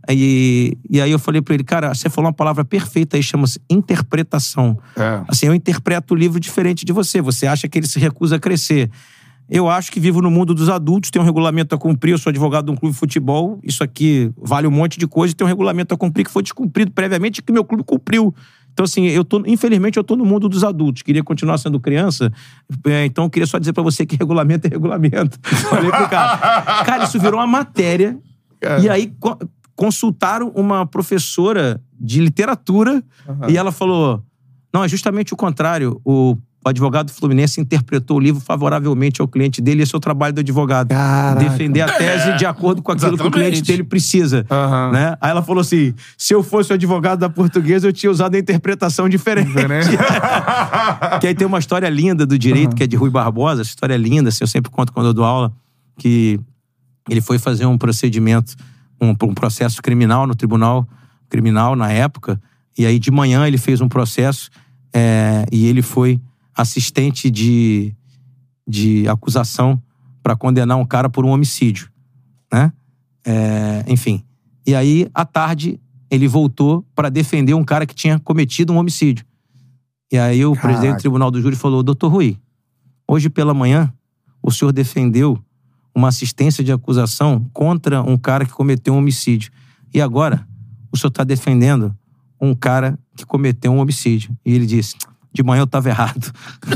E, e aí eu falei pra ele, cara, você falou uma palavra perfeita aí, chama-se interpretação. É. Assim, eu interpreto o livro diferente de você. Você acha que ele se recusa a crescer. Eu acho que vivo no mundo dos adultos, tem um regulamento a cumprir, eu sou advogado de um clube de futebol, isso aqui vale um monte de coisa, tem um regulamento a cumprir que foi descumprido previamente e que meu clube cumpriu. Então, assim, eu tô, infelizmente eu tô no mundo dos adultos. Queria continuar sendo criança, então eu queria só dizer pra você que regulamento é regulamento. Falei pro cara. Cara, isso virou uma matéria. É. E aí... consultaram uma professora de literatura uhum. e ela falou, não, é justamente o contrário, o O advogado Fluminense interpretou o livro favoravelmente ao cliente dele. Esse é o trabalho do advogado. Caraca. Defender a tese é. de acordo com aquilo Exatamente. que o cliente dele precisa. Uhum. Né? Aí ela falou assim, se eu fosse o advogado da portuguesa, eu tinha usado a interpretação diferente. Que aí tem uma história linda do direito, uhum. que é de Rui Barbosa. Essa história é linda, assim, eu sempre conto quando eu dou aula, que ele foi fazer um procedimento, um, um processo criminal no tribunal criminal na época, e aí de manhã ele fez um processo é, e ele foi assistente de, de acusação para condenar um cara por um homicídio, né? É, enfim. E aí, à tarde, ele voltou para defender um cara que tinha cometido um homicídio. E aí o Caraca. presidente do Tribunal do Júri falou, doutor Rui, hoje pela manhã o senhor defendeu uma assistência de acusação contra um cara que cometeu um homicídio. E agora o senhor está defendendo um cara que cometeu um homicídio. E ele disse... De manhã eu tava errado.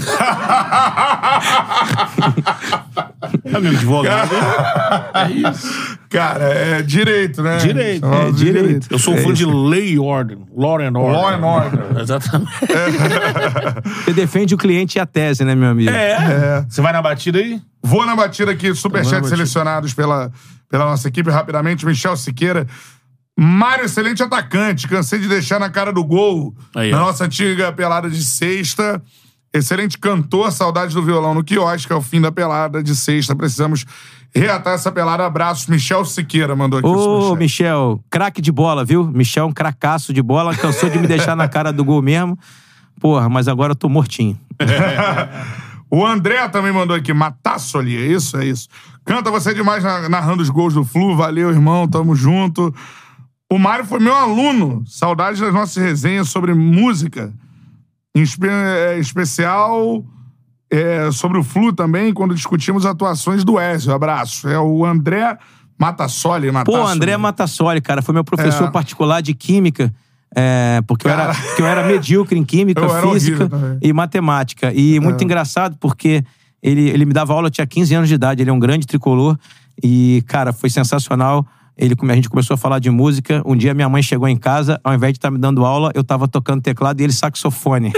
É meu advogado. É isso. Cara, é direito, né? Direito. É, é direito. direito. Eu sou um é fã isso. de lei e ordem. Law and order. Law and order. Exatamente. Você defende o cliente e a tese, né, meu amigo? É. é. Você vai na batida aí? Vou na batida aqui. Superchats selecionados pela, pela nossa equipe. Rapidamente, Michel Siqueira. Mário, excelente atacante. Cansei de deixar na cara do gol aí, na ó. nossa antiga pelada de sexta. Excelente cantor, saudade do violão no quiosque. É o fim da pelada de sexta. Precisamos reatar essa pelada. Abraços. Michel Siqueira mandou aqui o Ô, Michel, craque de bola, viu? Michel é um cracaço de bola. Cansou de me deixar na cara do gol mesmo. Porra, mas agora eu tô mortinho. O André também mandou aqui. Matassoli, é isso? É isso. Canta você demais narrando os gols do Flu. Valeu, irmão. Tamo junto. O Mário foi meu aluno. Saudade das nossas resenhas sobre música. Em espe é, especial é, sobre o Flu também, quando discutimos atuações do Ezio. Abraço. É o André Matassoli. Matassoli. Pô, André Matassoli, cara. Foi meu professor é. particular de química. É, porque eu era, porque eu era medíocre em química, física e matemática. E muito é. engraçado porque ele, ele me dava aula, eu tinha quinze anos de idade. Ele é um grande tricolor. E, cara, foi sensacional. Ele, a gente começou a falar de música. Um dia minha mãe chegou em casa, ao invés de estar me dando aula, eu tava tocando teclado e ele saxofone.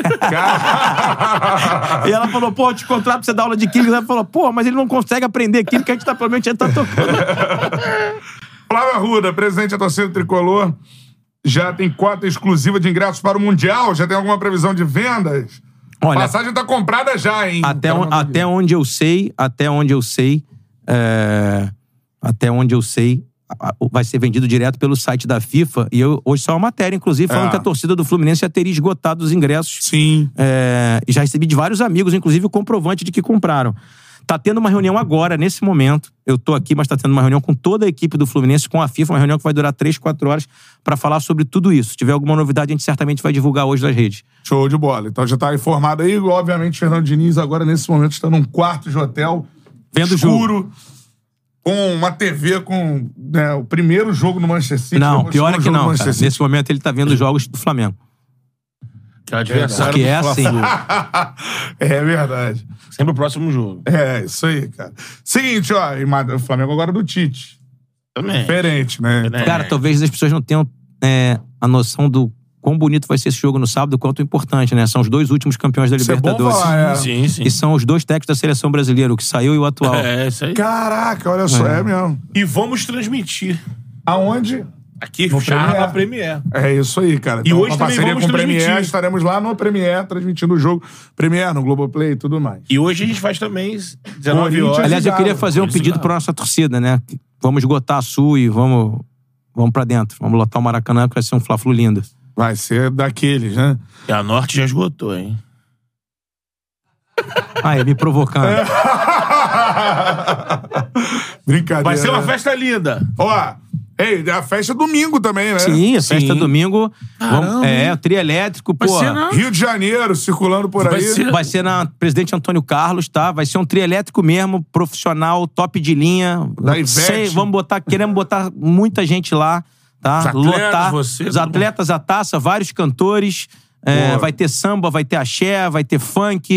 E ela falou, pô, eu te contrato pra você dar aula de química. Ela falou, pô, mas ele não consegue aprender química, a gente tá, provavelmente a gente tá tocando. Flávio Arruda, presidente da torcida tricolor, já tem cota exclusiva de ingressos para o Mundial? Já tem alguma previsão de vendas? Olha, a passagem tá comprada já, hein? Até, on, até onde eu sei, até onde eu sei, é, até onde eu sei, vai ser vendido direto pelo site da FIFA. E eu, hoje saiu uma matéria, inclusive, falando é. que a torcida do Fluminense já teria esgotado os ingressos. Sim. É, e já recebi de vários amigos, inclusive o comprovante de que compraram. Tá tendo uma reunião agora, nesse momento. Eu tô aqui, mas tá tendo uma reunião com toda a equipe do Fluminense, com a FIFA, uma reunião que vai durar três, quatro horas pra falar sobre tudo isso. Se tiver alguma novidade, a gente certamente vai divulgar hoje nas redes. Show de bola. Então já tá informado aí. Obviamente, Fernando Diniz agora, nesse momento, está num quarto de hotel. Vendo escuro. Jogo. Com uma T V com né, o primeiro jogo no Manchester City. Não, pior é que não, cara. Nesse momento ele tá vendo os jogos do Flamengo. Que é o adversário que é assim. É verdade. Sempre o próximo jogo. É, isso aí, cara. Seguinte, ó, o Flamengo agora é do Tite. Também. Diferente, né? Então, cara, talvez as pessoas não tenham é, a noção do quão bonito vai ser esse jogo no sábado e quanto importante, né? São os dois últimos campeões da Libertadores. Isso é bom falar, é. Sim, sim. E são os dois técnicos da seleção brasileira, o que saiu e o atual. É, isso aí. Caraca, olha só, é, é mesmo. E vamos transmitir. Aonde? Aqui, no já Premier. na Premier. É isso aí, cara. E então, hoje também parceria vamos com o Premier, transmitir. estaremos lá no Premier, transmitindo o jogo. Premier, no Globoplay e tudo mais. E hoje a gente faz também dezenove horas. Aliás, eu queria fazer um pedido pra nossa torcida, né? Vamos esgotar a Sul e vamos, vamos pra dentro. Vamos lotar o Maracanã, que vai ser um Fla-Flu lindo. Vai ser daqueles, né? E a Norte já esgotou, hein? Aí, me provocando. Brincadeira. Vai ser uma festa linda. Ó, ei, a festa é domingo também, né? Sim, a festa é domingo. Caramba, é, o trio elétrico, pô. Rio de Janeiro, circulando por vai aí. Ser... Vai ser na Presidente Antônio Carlos, tá? Vai ser um trio elétrico mesmo, profissional, top de linha. Da Ivete. Sei, vamos botar, queremos botar muita gente lá, tá? Os atletas, lotar você, os atletas, a taça, vários cantores. É, vai ter samba, vai ter axé, vai ter funk.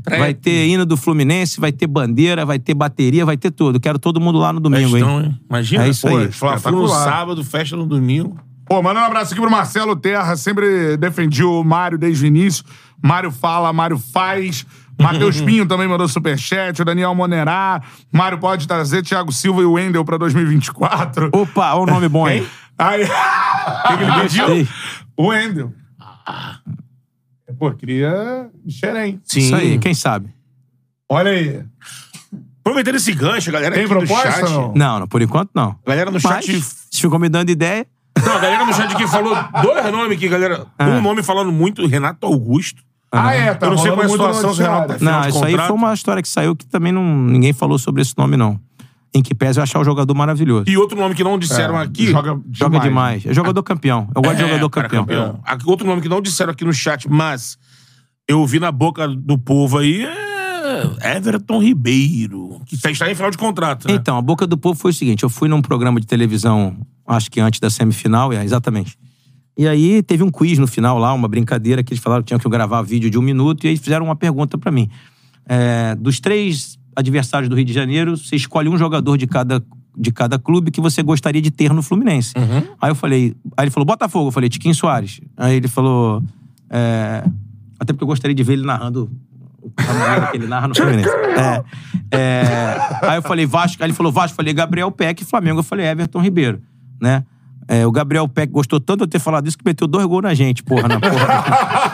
Pré- vai ter hino do Fluminense, vai ter bandeira, vai ter bateria, vai ter tudo. Quero todo mundo lá no domingo, Festão, hein? hein? Imagina, É isso pô, aí. Fla-Flu no sábado, festa no domingo. Pô, manda um abraço aqui pro Marcelo Terra, sempre defendi o Mário desde o início. Mário fala, Mário faz. Matheus Pinho também mandou superchat, o Daniel Monerá. Mário pode trazer Thiago Silva e o Wendel pra dois mil e vinte e quatro. Opa, olha o nome bom aí. Aí... O que, que ele pediu? Gostei. O Wendel. Pô, queria Xerém. Sim. Isso aí, quem sabe? Olha aí. Aproveitando esse gancho, a galera Tem aqui no proposta, chat... não? Não, não, por enquanto não. A galera no Mas, chat... se ficou me dando ideia... Não, a galera no chat aqui falou dois nomes aqui, galera. Um nome falando muito, Renato Augusto. Ah, é, tá Eu não sei qual é a rolando muito situação, se o Renato tá noticiário. final Não, de isso aí contrato. foi uma história que saiu que também não, ninguém falou sobre esse nome, não. Em que pese eu achar o jogador maravilhoso. E outro nome que não disseram aqui... Joga, Joga demais. É jogador campeão. Eu gosto de É, jogador cara, campeão. Aqui, outro nome que não disseram aqui no chat, mas eu ouvi na boca do povo aí é Everton Ribeiro, que está em final de contrato, né? Então, a boca do povo foi o seguinte: eu fui num programa de televisão, acho que antes da semifinal, é, exatamente. E aí teve um quiz no final lá, uma brincadeira, que eles falaram que tinham que gravar vídeo de um minuto, e aí fizeram uma pergunta pra mim. É, dos três adversários do Rio de Janeiro, você escolhe um jogador de cada, de cada clube que você gostaria de ter no Fluminense. Uhum. Aí eu falei, aí ele falou, Botafogo. Eu falei, Tiquinho Soares. Aí ele falou, é, até porque eu gostaria de ver ele narrando a maneira que ele narra no Fluminense. É, é, aí eu falei, Vasco. Aí ele falou, Vasco. Eu falei, Gabriel Peck. Flamengo. Eu falei, Everton Ribeiro, né? É, o Gabriel Peck gostou tanto de eu ter falado isso que meteu dois gols na gente, porra, na porra.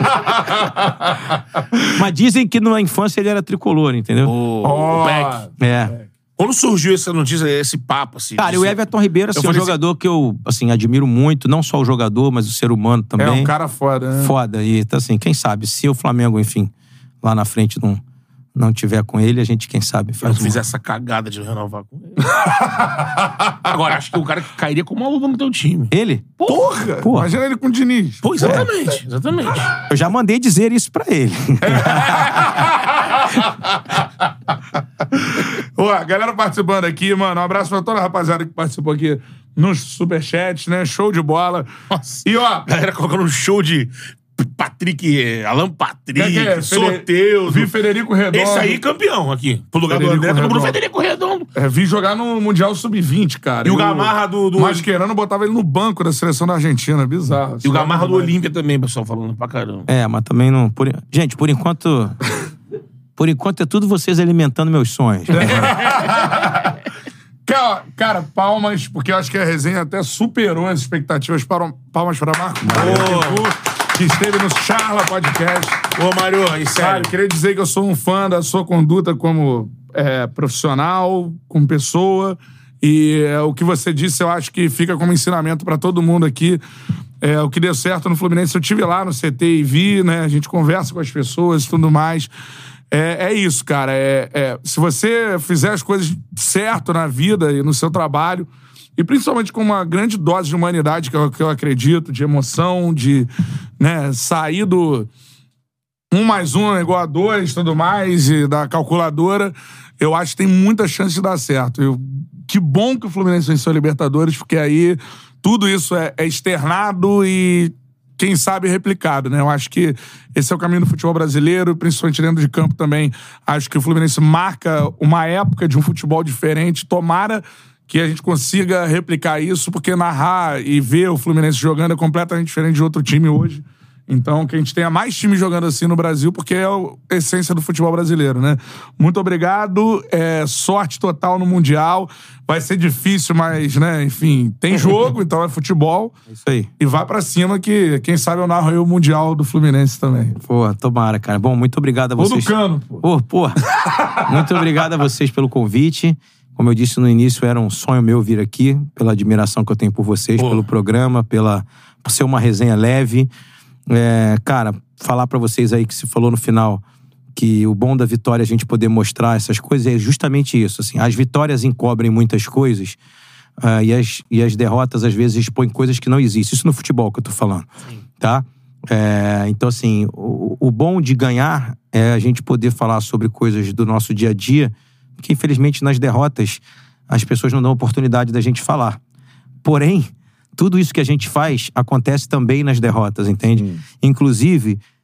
Mas dizem que na infância ele era tricolor, entendeu? O, Ó, o Peck. É. Quando surgiu essa notícia, esse papo, assim... Cara, e o disse- Everton Ribeiro, assim, Eu é um falei assim- jogador que eu, assim, admiro muito, não só o jogador, mas o ser humano também. É um cara foda, né? Foda. E, então, assim, quem sabe, se o Flamengo, enfim, lá na frente não, não tiver com ele, a gente, quem sabe, Eu faz fiz uma... essa cagada de renovar com ele. Agora, acho que o cara que cairia como uma luva no teu time. Ele? Porra! Porra. Imagina ele com o Diniz. Pô, exatamente, exatamente. Eu já mandei dizer isso pra ele. Ó, a galera participando aqui, mano. Um abraço pra toda a rapaziada que participou aqui nos superchats, né? Show de bola. Nossa. E, ó, A galera colocando um show de Patrick, Alan Patrick, que que é? Soteudo. Vi Federico Redondo. Esse aí campeão aqui. Pro lugar Federico do André, todo mundo Redondo. Federico Redondo. É, vi jogar no Mundial sub vinte, cara. E o Gamarra do- do- Mascherano botava ele no banco da seleção da Argentina. Bizarro. E o Gamarra do Olímpia também, pessoal, falando pra caramba. É, mas também não... Por... Gente, por enquanto... Por enquanto é tudo vocês alimentando meus sonhos. Cara, cara, palmas, porque eu acho que a resenha até superou as expectativas. Para, palmas para Marco Boa, que esteve no Charla Podcast. Ô, Mário, e Cara, sério. queria dizer que eu sou um fã da sua conduta como é, profissional, como pessoa. E é, o que você disse, eu acho que fica como ensinamento pra todo mundo aqui. É, o que deu certo no Fluminense, eu estive lá no C T e vi, né? A gente conversa com as pessoas e tudo mais. É, é isso, cara. É, é, se você fizer as coisas certo na vida e no seu trabalho, e principalmente com uma grande dose de humanidade, que eu, que eu acredito, de emoção, de né, sair do um mais um é igual a dois, tudo mais, e da calculadora, eu acho que tem muita chance de dar certo. Eu, que bom que o Fluminense venceu a Libertadores, porque aí tudo isso é, é externado e, quem sabe, replicado, né? Eu acho que esse é o caminho do futebol brasileiro, principalmente dentro de campo também. Acho que o Fluminense marca uma época de um futebol diferente. Tomara que a gente consiga replicar isso, porque narrar e ver o Fluminense jogando é completamente diferente de outro time hoje. Então, que a gente tenha mais times jogando assim no Brasil, porque é a essência do futebol brasileiro, né? Muito obrigado. É, sorte total no Mundial. Vai ser difícil, mas, né, enfim, tem jogo, então é futebol. É isso aí. E vai pra cima que, quem sabe, eu narro aí o Mundial do Fluminense também. Pô, tomara, cara. Bom, muito obrigado a Ou vocês. do Cano, pô. Pô, pô. Muito obrigado a vocês pelo convite. Como eu disse no início, era um sonho meu vir aqui, pela admiração que eu tenho por vocês, Pô. pelo programa, pela, por ser uma resenha leve. É, cara, falar pra vocês aí que se falou no final que o bom da vitória é a gente poder mostrar essas coisas é justamente isso. Assim, as vitórias encobrem muitas coisas uh, e, as, e as derrotas às vezes expõem coisas que não existem. Isso no futebol que eu tô falando. Sim. Tá? É, então, assim, o, o bom de ganhar é a gente poder falar sobre coisas do nosso dia a dia, que infelizmente nas derrotas as pessoas não dão oportunidade da gente falar. Porém, tudo isso que a gente faz acontece também nas derrotas, entende? Sim. Inclusive,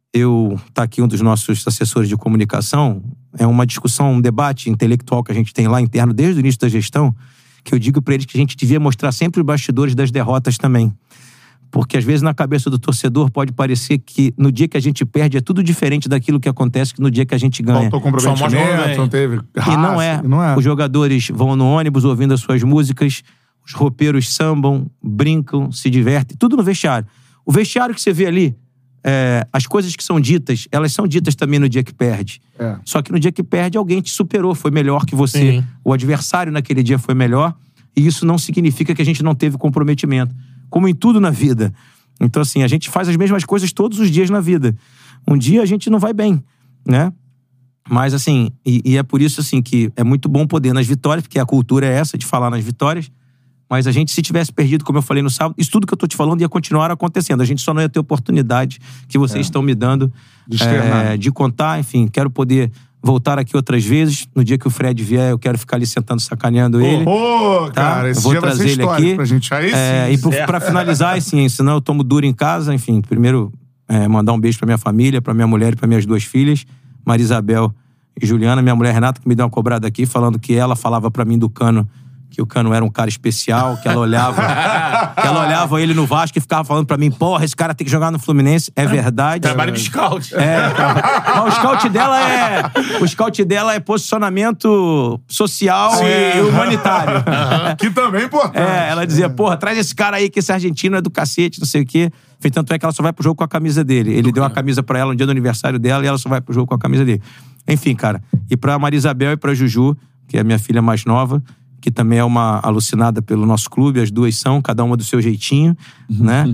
eu tá aqui um dos nossos assessores de comunicação, é uma discussão, um debate intelectual que a gente tem lá interno desde o início da gestão, que eu digo para eles que a gente devia mostrar sempre os bastidores das derrotas também. Porque às vezes na cabeça do torcedor pode parecer que no dia que a gente perde é tudo diferente daquilo que acontece que no dia que a gente ganha. Faltou comprometimento, não teve raça, e não é. e não é. Os jogadores vão no ônibus ouvindo as suas músicas, os roupeiros sambam, brincam, se divertem, tudo no vestiário. O vestiário que você vê ali, é, as coisas que são ditas, elas são ditas também no dia que perde. É. Só que no dia que perde, alguém te superou, foi melhor que você. Sim. O adversário naquele dia foi melhor, e isso não significa que a gente não teve comprometimento. Como em tudo na vida. Então, assim, a gente faz as mesmas coisas todos os dias na vida. Um dia a gente não vai bem, né? Mas, assim, e, e é por isso, assim, que é muito bom poder nas vitórias, porque a cultura é essa, de falar nas vitórias. Mas a gente, se tivesse perdido, como eu falei no sábado, isso tudo que eu tô te falando ia continuar acontecendo. A gente só não ia ter oportunidade que vocês é. estão me dando de, é, de contar. Enfim, quero poder voltar aqui outras vezes. No dia que o Fred vier, eu quero ficar ali sentando, sacaneando ele. Ô, oh, tá? cara, esse vou dia trazer vai ser ele histórico aqui pra gente. Aí é, sim. E pro, pra finalizar, assim, senão eu tomo duro em casa. Enfim, primeiro, é, mandar um beijo pra minha família, pra minha mulher e pra minhas duas filhas, Maria Isabel e Juliana. Minha mulher Renata, que me deu uma cobrada aqui, falando que ela falava pra mim do Cano, que o Cano era um cara especial, que ela olhava que ela olhava ele no Vasco e ficava falando pra mim, porra, esse cara tem que jogar no Fluminense. É verdade. Trabalho de scout. É, cara. O scout dela é o scout dela é posicionamento social Sim. e humanitário. Uhum. Que também é importante. É, ela dizia, porra, traz esse cara aí que esse argentino é do cacete, não sei o quê. Tanto é que ela só vai pro jogo com a camisa dele. Ele deu uma camisa pra ela no dia do aniversário dela e ela só vai pro jogo com a camisa dele. Enfim, cara. E pra Maria Isabel e pra Juju, que é a minha filha mais nova, que também é uma alucinada pelo nosso clube, as duas são, cada uma do seu jeitinho, uhum. né?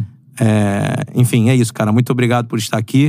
É, enfim, é isso, cara. Muito obrigado por estar aqui.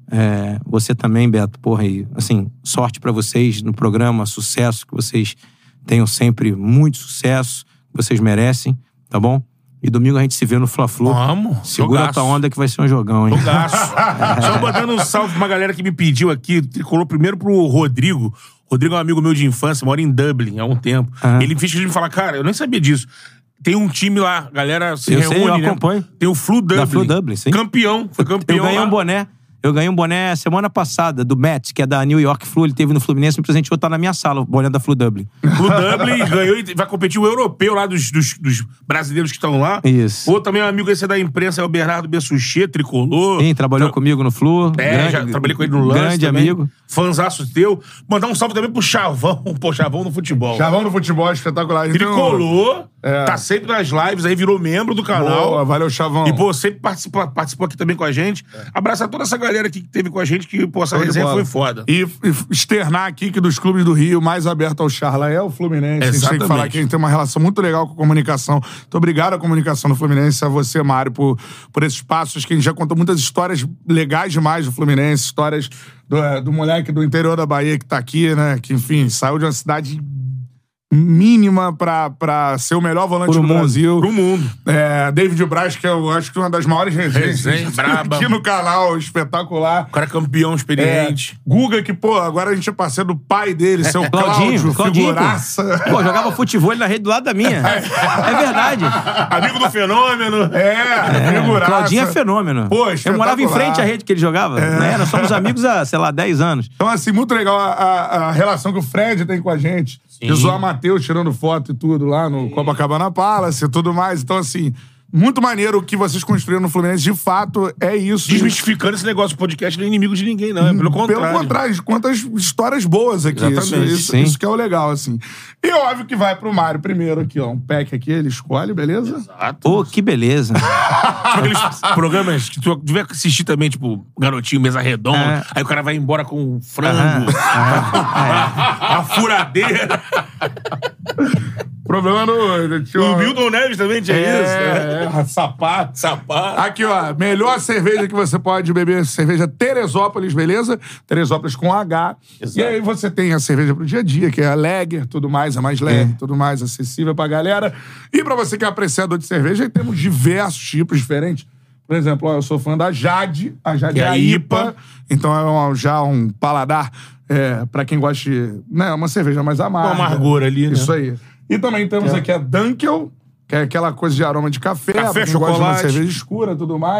É, você também, Beto, porra, e, assim, sorte pra vocês no programa, sucesso, que vocês tenham sempre muito sucesso, que vocês merecem, tá bom? E domingo a gente se vê no Fla-Flu. Vamos. Segura a tua onda que vai ser um jogão, hein? Jogaço. Só mandando um salve pra uma galera que me pediu aqui, tricolou primeiro pro Rodrigo. Rodrigo é um amigo meu de infância, mora em Dublin há um tempo. Uhum. Ele fez que me falar, cara, eu nem sabia disso. Tem um time lá, a galera se eu reúne, sei, eu né? acompanho. Tem o Flu Dublin. Da Flu Dublin, sim. Campeão, foi campeão Eu ganhei lá. um boné. Eu ganhei um boné semana passada, do Matt, que é da New York Flu. Ele teve no Fluminense, me presenteou, tá na minha sala, o boné da Flu Dublin. Flu Dublin ganhou e vai competir o europeu lá dos, dos, dos brasileiros que estão lá. Isso. Ou também um amigo esse é da imprensa, é o Bernardo Bessuchet, tricolor. Sim, trabalhou Tra... comigo no Flu. É, grande, já trabalhei com ele no lance Grande também. amigo. Fãzaço teu. Mandar um salve também pro Chavão. Pô, Chavão no futebol. Chavão no futebol, espetacular. Tricolor. É. Tá sempre nas lives, aí virou membro do canal. Boa, valeu, Chavão. E, pô, sempre participou, participou aqui também com a gente. É. Abraçar toda essa galera aqui que teve com a gente, que, pô, essa Show resenha foi foda. E, e externar aqui que dos clubes do Rio, mais aberto ao charla é o Fluminense. Exatamente. A gente tem que falar que a gente tem uma relação muito legal com a comunicação. Muito obrigado à comunicação do Fluminense, a você, Mário, por, por esses passos que a gente já contou muitas histórias legais demais do Fluminense, histórias do, do moleque do interior da Bahia que tá aqui, né? Que, enfim, saiu de uma cidade mínima pra, pra ser o melhor volante Pro do mundo. Brasil. Pro mundo. É, David Braz, que eu acho que é uma das maiores resenhas Resenha, braba. aqui no canal, espetacular. O cara é campeão experiente. É, Guga, que, pô, agora a gente é parceiro do pai dele, seu Claudinho, Cláudio, Claudinho, figuraça. Pô, pô, jogava futebol na rede do lado da minha. É verdade. Amigo do fenômeno. É, figuraça. Claudinho é fenômeno. Pô, eu morava em espetacular. frente à rede que ele jogava. É. Né? Nós somos amigos há, sei lá, dez anos. Então, assim, muito legal a, a, a relação que o Fred tem com a gente. De zoar Matheus tirando foto e tudo lá no Sim. Copacabana Palace e tudo mais. Então, assim, muito maneiro o que vocês construíram no Fluminense. De fato, é isso. Desmistificando esse negócio do podcast, não é inimigo de ninguém, não. É pelo contrário. Pelo contrário, quantas histórias boas aqui. Isso, Exatamente, isso, sim. isso que é o legal, assim. E óbvio que vai pro Mário primeiro aqui, ó. Um pack aqui, ele escolhe, beleza? Exato. Pô, que beleza. Tipo aqueles programas que tu devia assistir também, tipo, Garotinho, Mesa Redonda. É. Aí o cara vai embora com frango, Aham, a furadeira. Problema no... Tinha O uma- Milton Neves também tinha É, isso. né? é, sapato. Sapato. Aqui, ó, melhor cerveja que você pode beber, cerveja Teresópolis, beleza? Teresópolis com H. Exato. E aí você tem a cerveja pro dia a dia, que é a Lager, tudo mais, é mais leve, tudo mais acessível pra galera. E pra você que é apreciador de cerveja, aí temos diversos tipos diferentes. Por exemplo, ó, eu sou fã da Jade, a Jade Que é é a a I I P A, P A. então é uma- já um paladar é, pra quem gosta de... Né, uma cerveja mais amarga. Com amargor ali, né? Isso aí. E também temos aqui a Dunkel, que é aquela coisa de aroma de café, Café, pra quem gosta de uma chocolate. cerveja escura e tudo mais.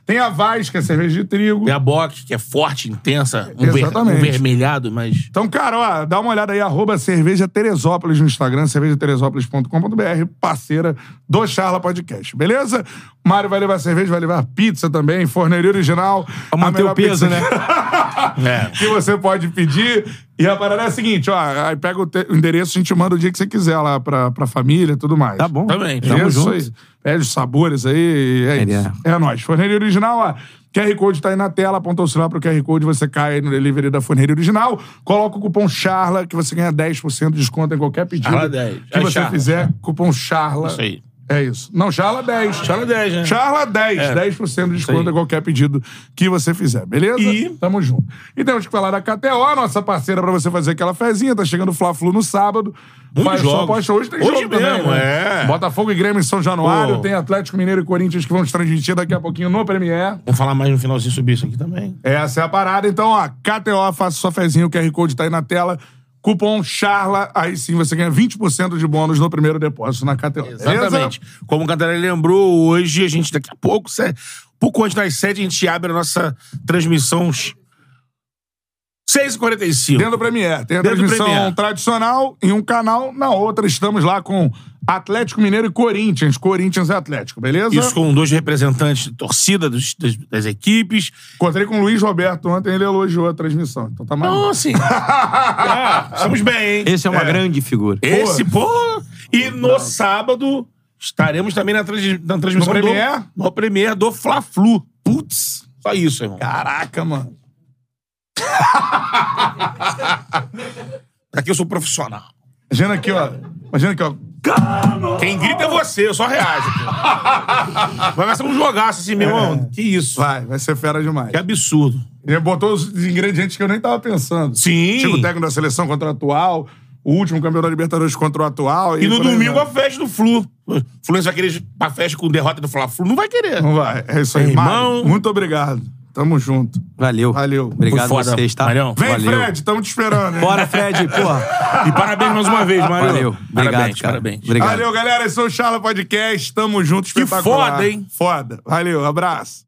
Tem a Vaz, que é cerveja de trigo. Tem a Bock, que é forte, intensa, um, ver, Exatamente. um vermelhado, mas... Então, cara, ó, dá uma olhada aí, arroba Cerveja Teresópolis no Instagram, cerveja teresópolis ponto com ponto b r, parceira do Charla Podcast, beleza? Mário vai levar cerveja, vai levar pizza também, forneria original. Pra manter o peso, pizza né? É. que você pode pedir. E a parada é a seguinte, ó, aí pega o, te- o endereço, a gente manda o dia que você quiser lá pra, pra família e tudo mais. Tá bom. Também. Beleza? Tamo junto. Isso aí. Pede os sabores aí, é Ele isso. É, nóis. Forneria original, ó. Q R Code tá aí na tela, apontou o celular pro Q R Code, você cai no delivery da Forneria Original, coloca o cupom CHARLA, que você ganha dez por cento de desconto em qualquer pedido Charla dez. que É você Charla. fizer. Cupom CHARLA. Isso aí. É isso. Não, Charla dez. Charla dez, né? Charla dez. É. dez por cento de Isso desconto aí. em qualquer pedido que você fizer, beleza? E- Tamo junto. E temos que falar da K T O, nossa parceira, pra você fazer aquela fezinha. Tá chegando o Fla-Flu no sábado. Muitos Faz sua jogos. aposta. Hoje tem Hoje jogo também, mesmo, né? é. Botafogo e Grêmio em São Januário. Pô. Tem Atlético Mineiro e Corinthians que vão se transmitir daqui a pouquinho no Premier. Vamos falar mais no finalzinho sobre isso aqui também. Essa é a parada. Então, ó, K T O, faça sua fezinha. O Q R Code tá aí na tela. Cupom CHARLA. Aí sim você ganha vinte por cento de bônus no primeiro depósito na K T O. Exatamente. Como o Cantarelli lembrou, hoje a gente, daqui a pouco, se- pouco antes das sete, a gente abre a nossa transmissão seis e quarenta e cinco. Dentro do Premier. Tem a Dentro do transmissão Premier. tradicional em um canal. Na outra, estamos lá com Atlético Mineiro e Corinthians. Corinthians e Atlético, beleza? Isso com dois representantes de torcida dos- das, das equipes. Encontrei com o Luiz Roberto ontem, ele elogiou a transmissão. Então tá mais. Então, assim. é, estamos bem, hein? Esse é uma grande figura. Esse, pô. E no sábado estaremos também na, trans- na transmissão No do, Premier? no Premier do Fla-Flu. Putz. Só isso, irmão. Caraca, mano. Aqui eu sou profissional. Imagina aqui, ó. Imagina aqui, ó. Quem grita é você, eu só reajo. Mas vai ser um jogaço assim, meu irmão. Que isso? Vai, vai ser fera demais. Que absurdo. Ele botou os ingredientes que eu nem tava pensando. Sim. Tipo o técnico da seleção contra o atual, o último campeão da Libertadores contra o atual. E no por aí domingo vai. a festa do Flu. O Fluminense vai querer ir pra festa com derrota do Fla-Flu? Não vai querer. Não vai. É isso aí, Irmão. Mário. Muito obrigado. Tamo junto. Valeu. Valeu. Obrigado a Foi foda, vocês, tá? Marião. Vem, Valeu. Fred, tamo te esperando. hein? Bora, Fred, porra. E parabéns mais uma vez, Mário. Valeu. Obrigado, parabéns, cara. parabéns. Obrigado. Valeu, galera. Esse é o Charla Podcast. Tamo junto, espetacular. foda, hein? Foda. Valeu, abraço.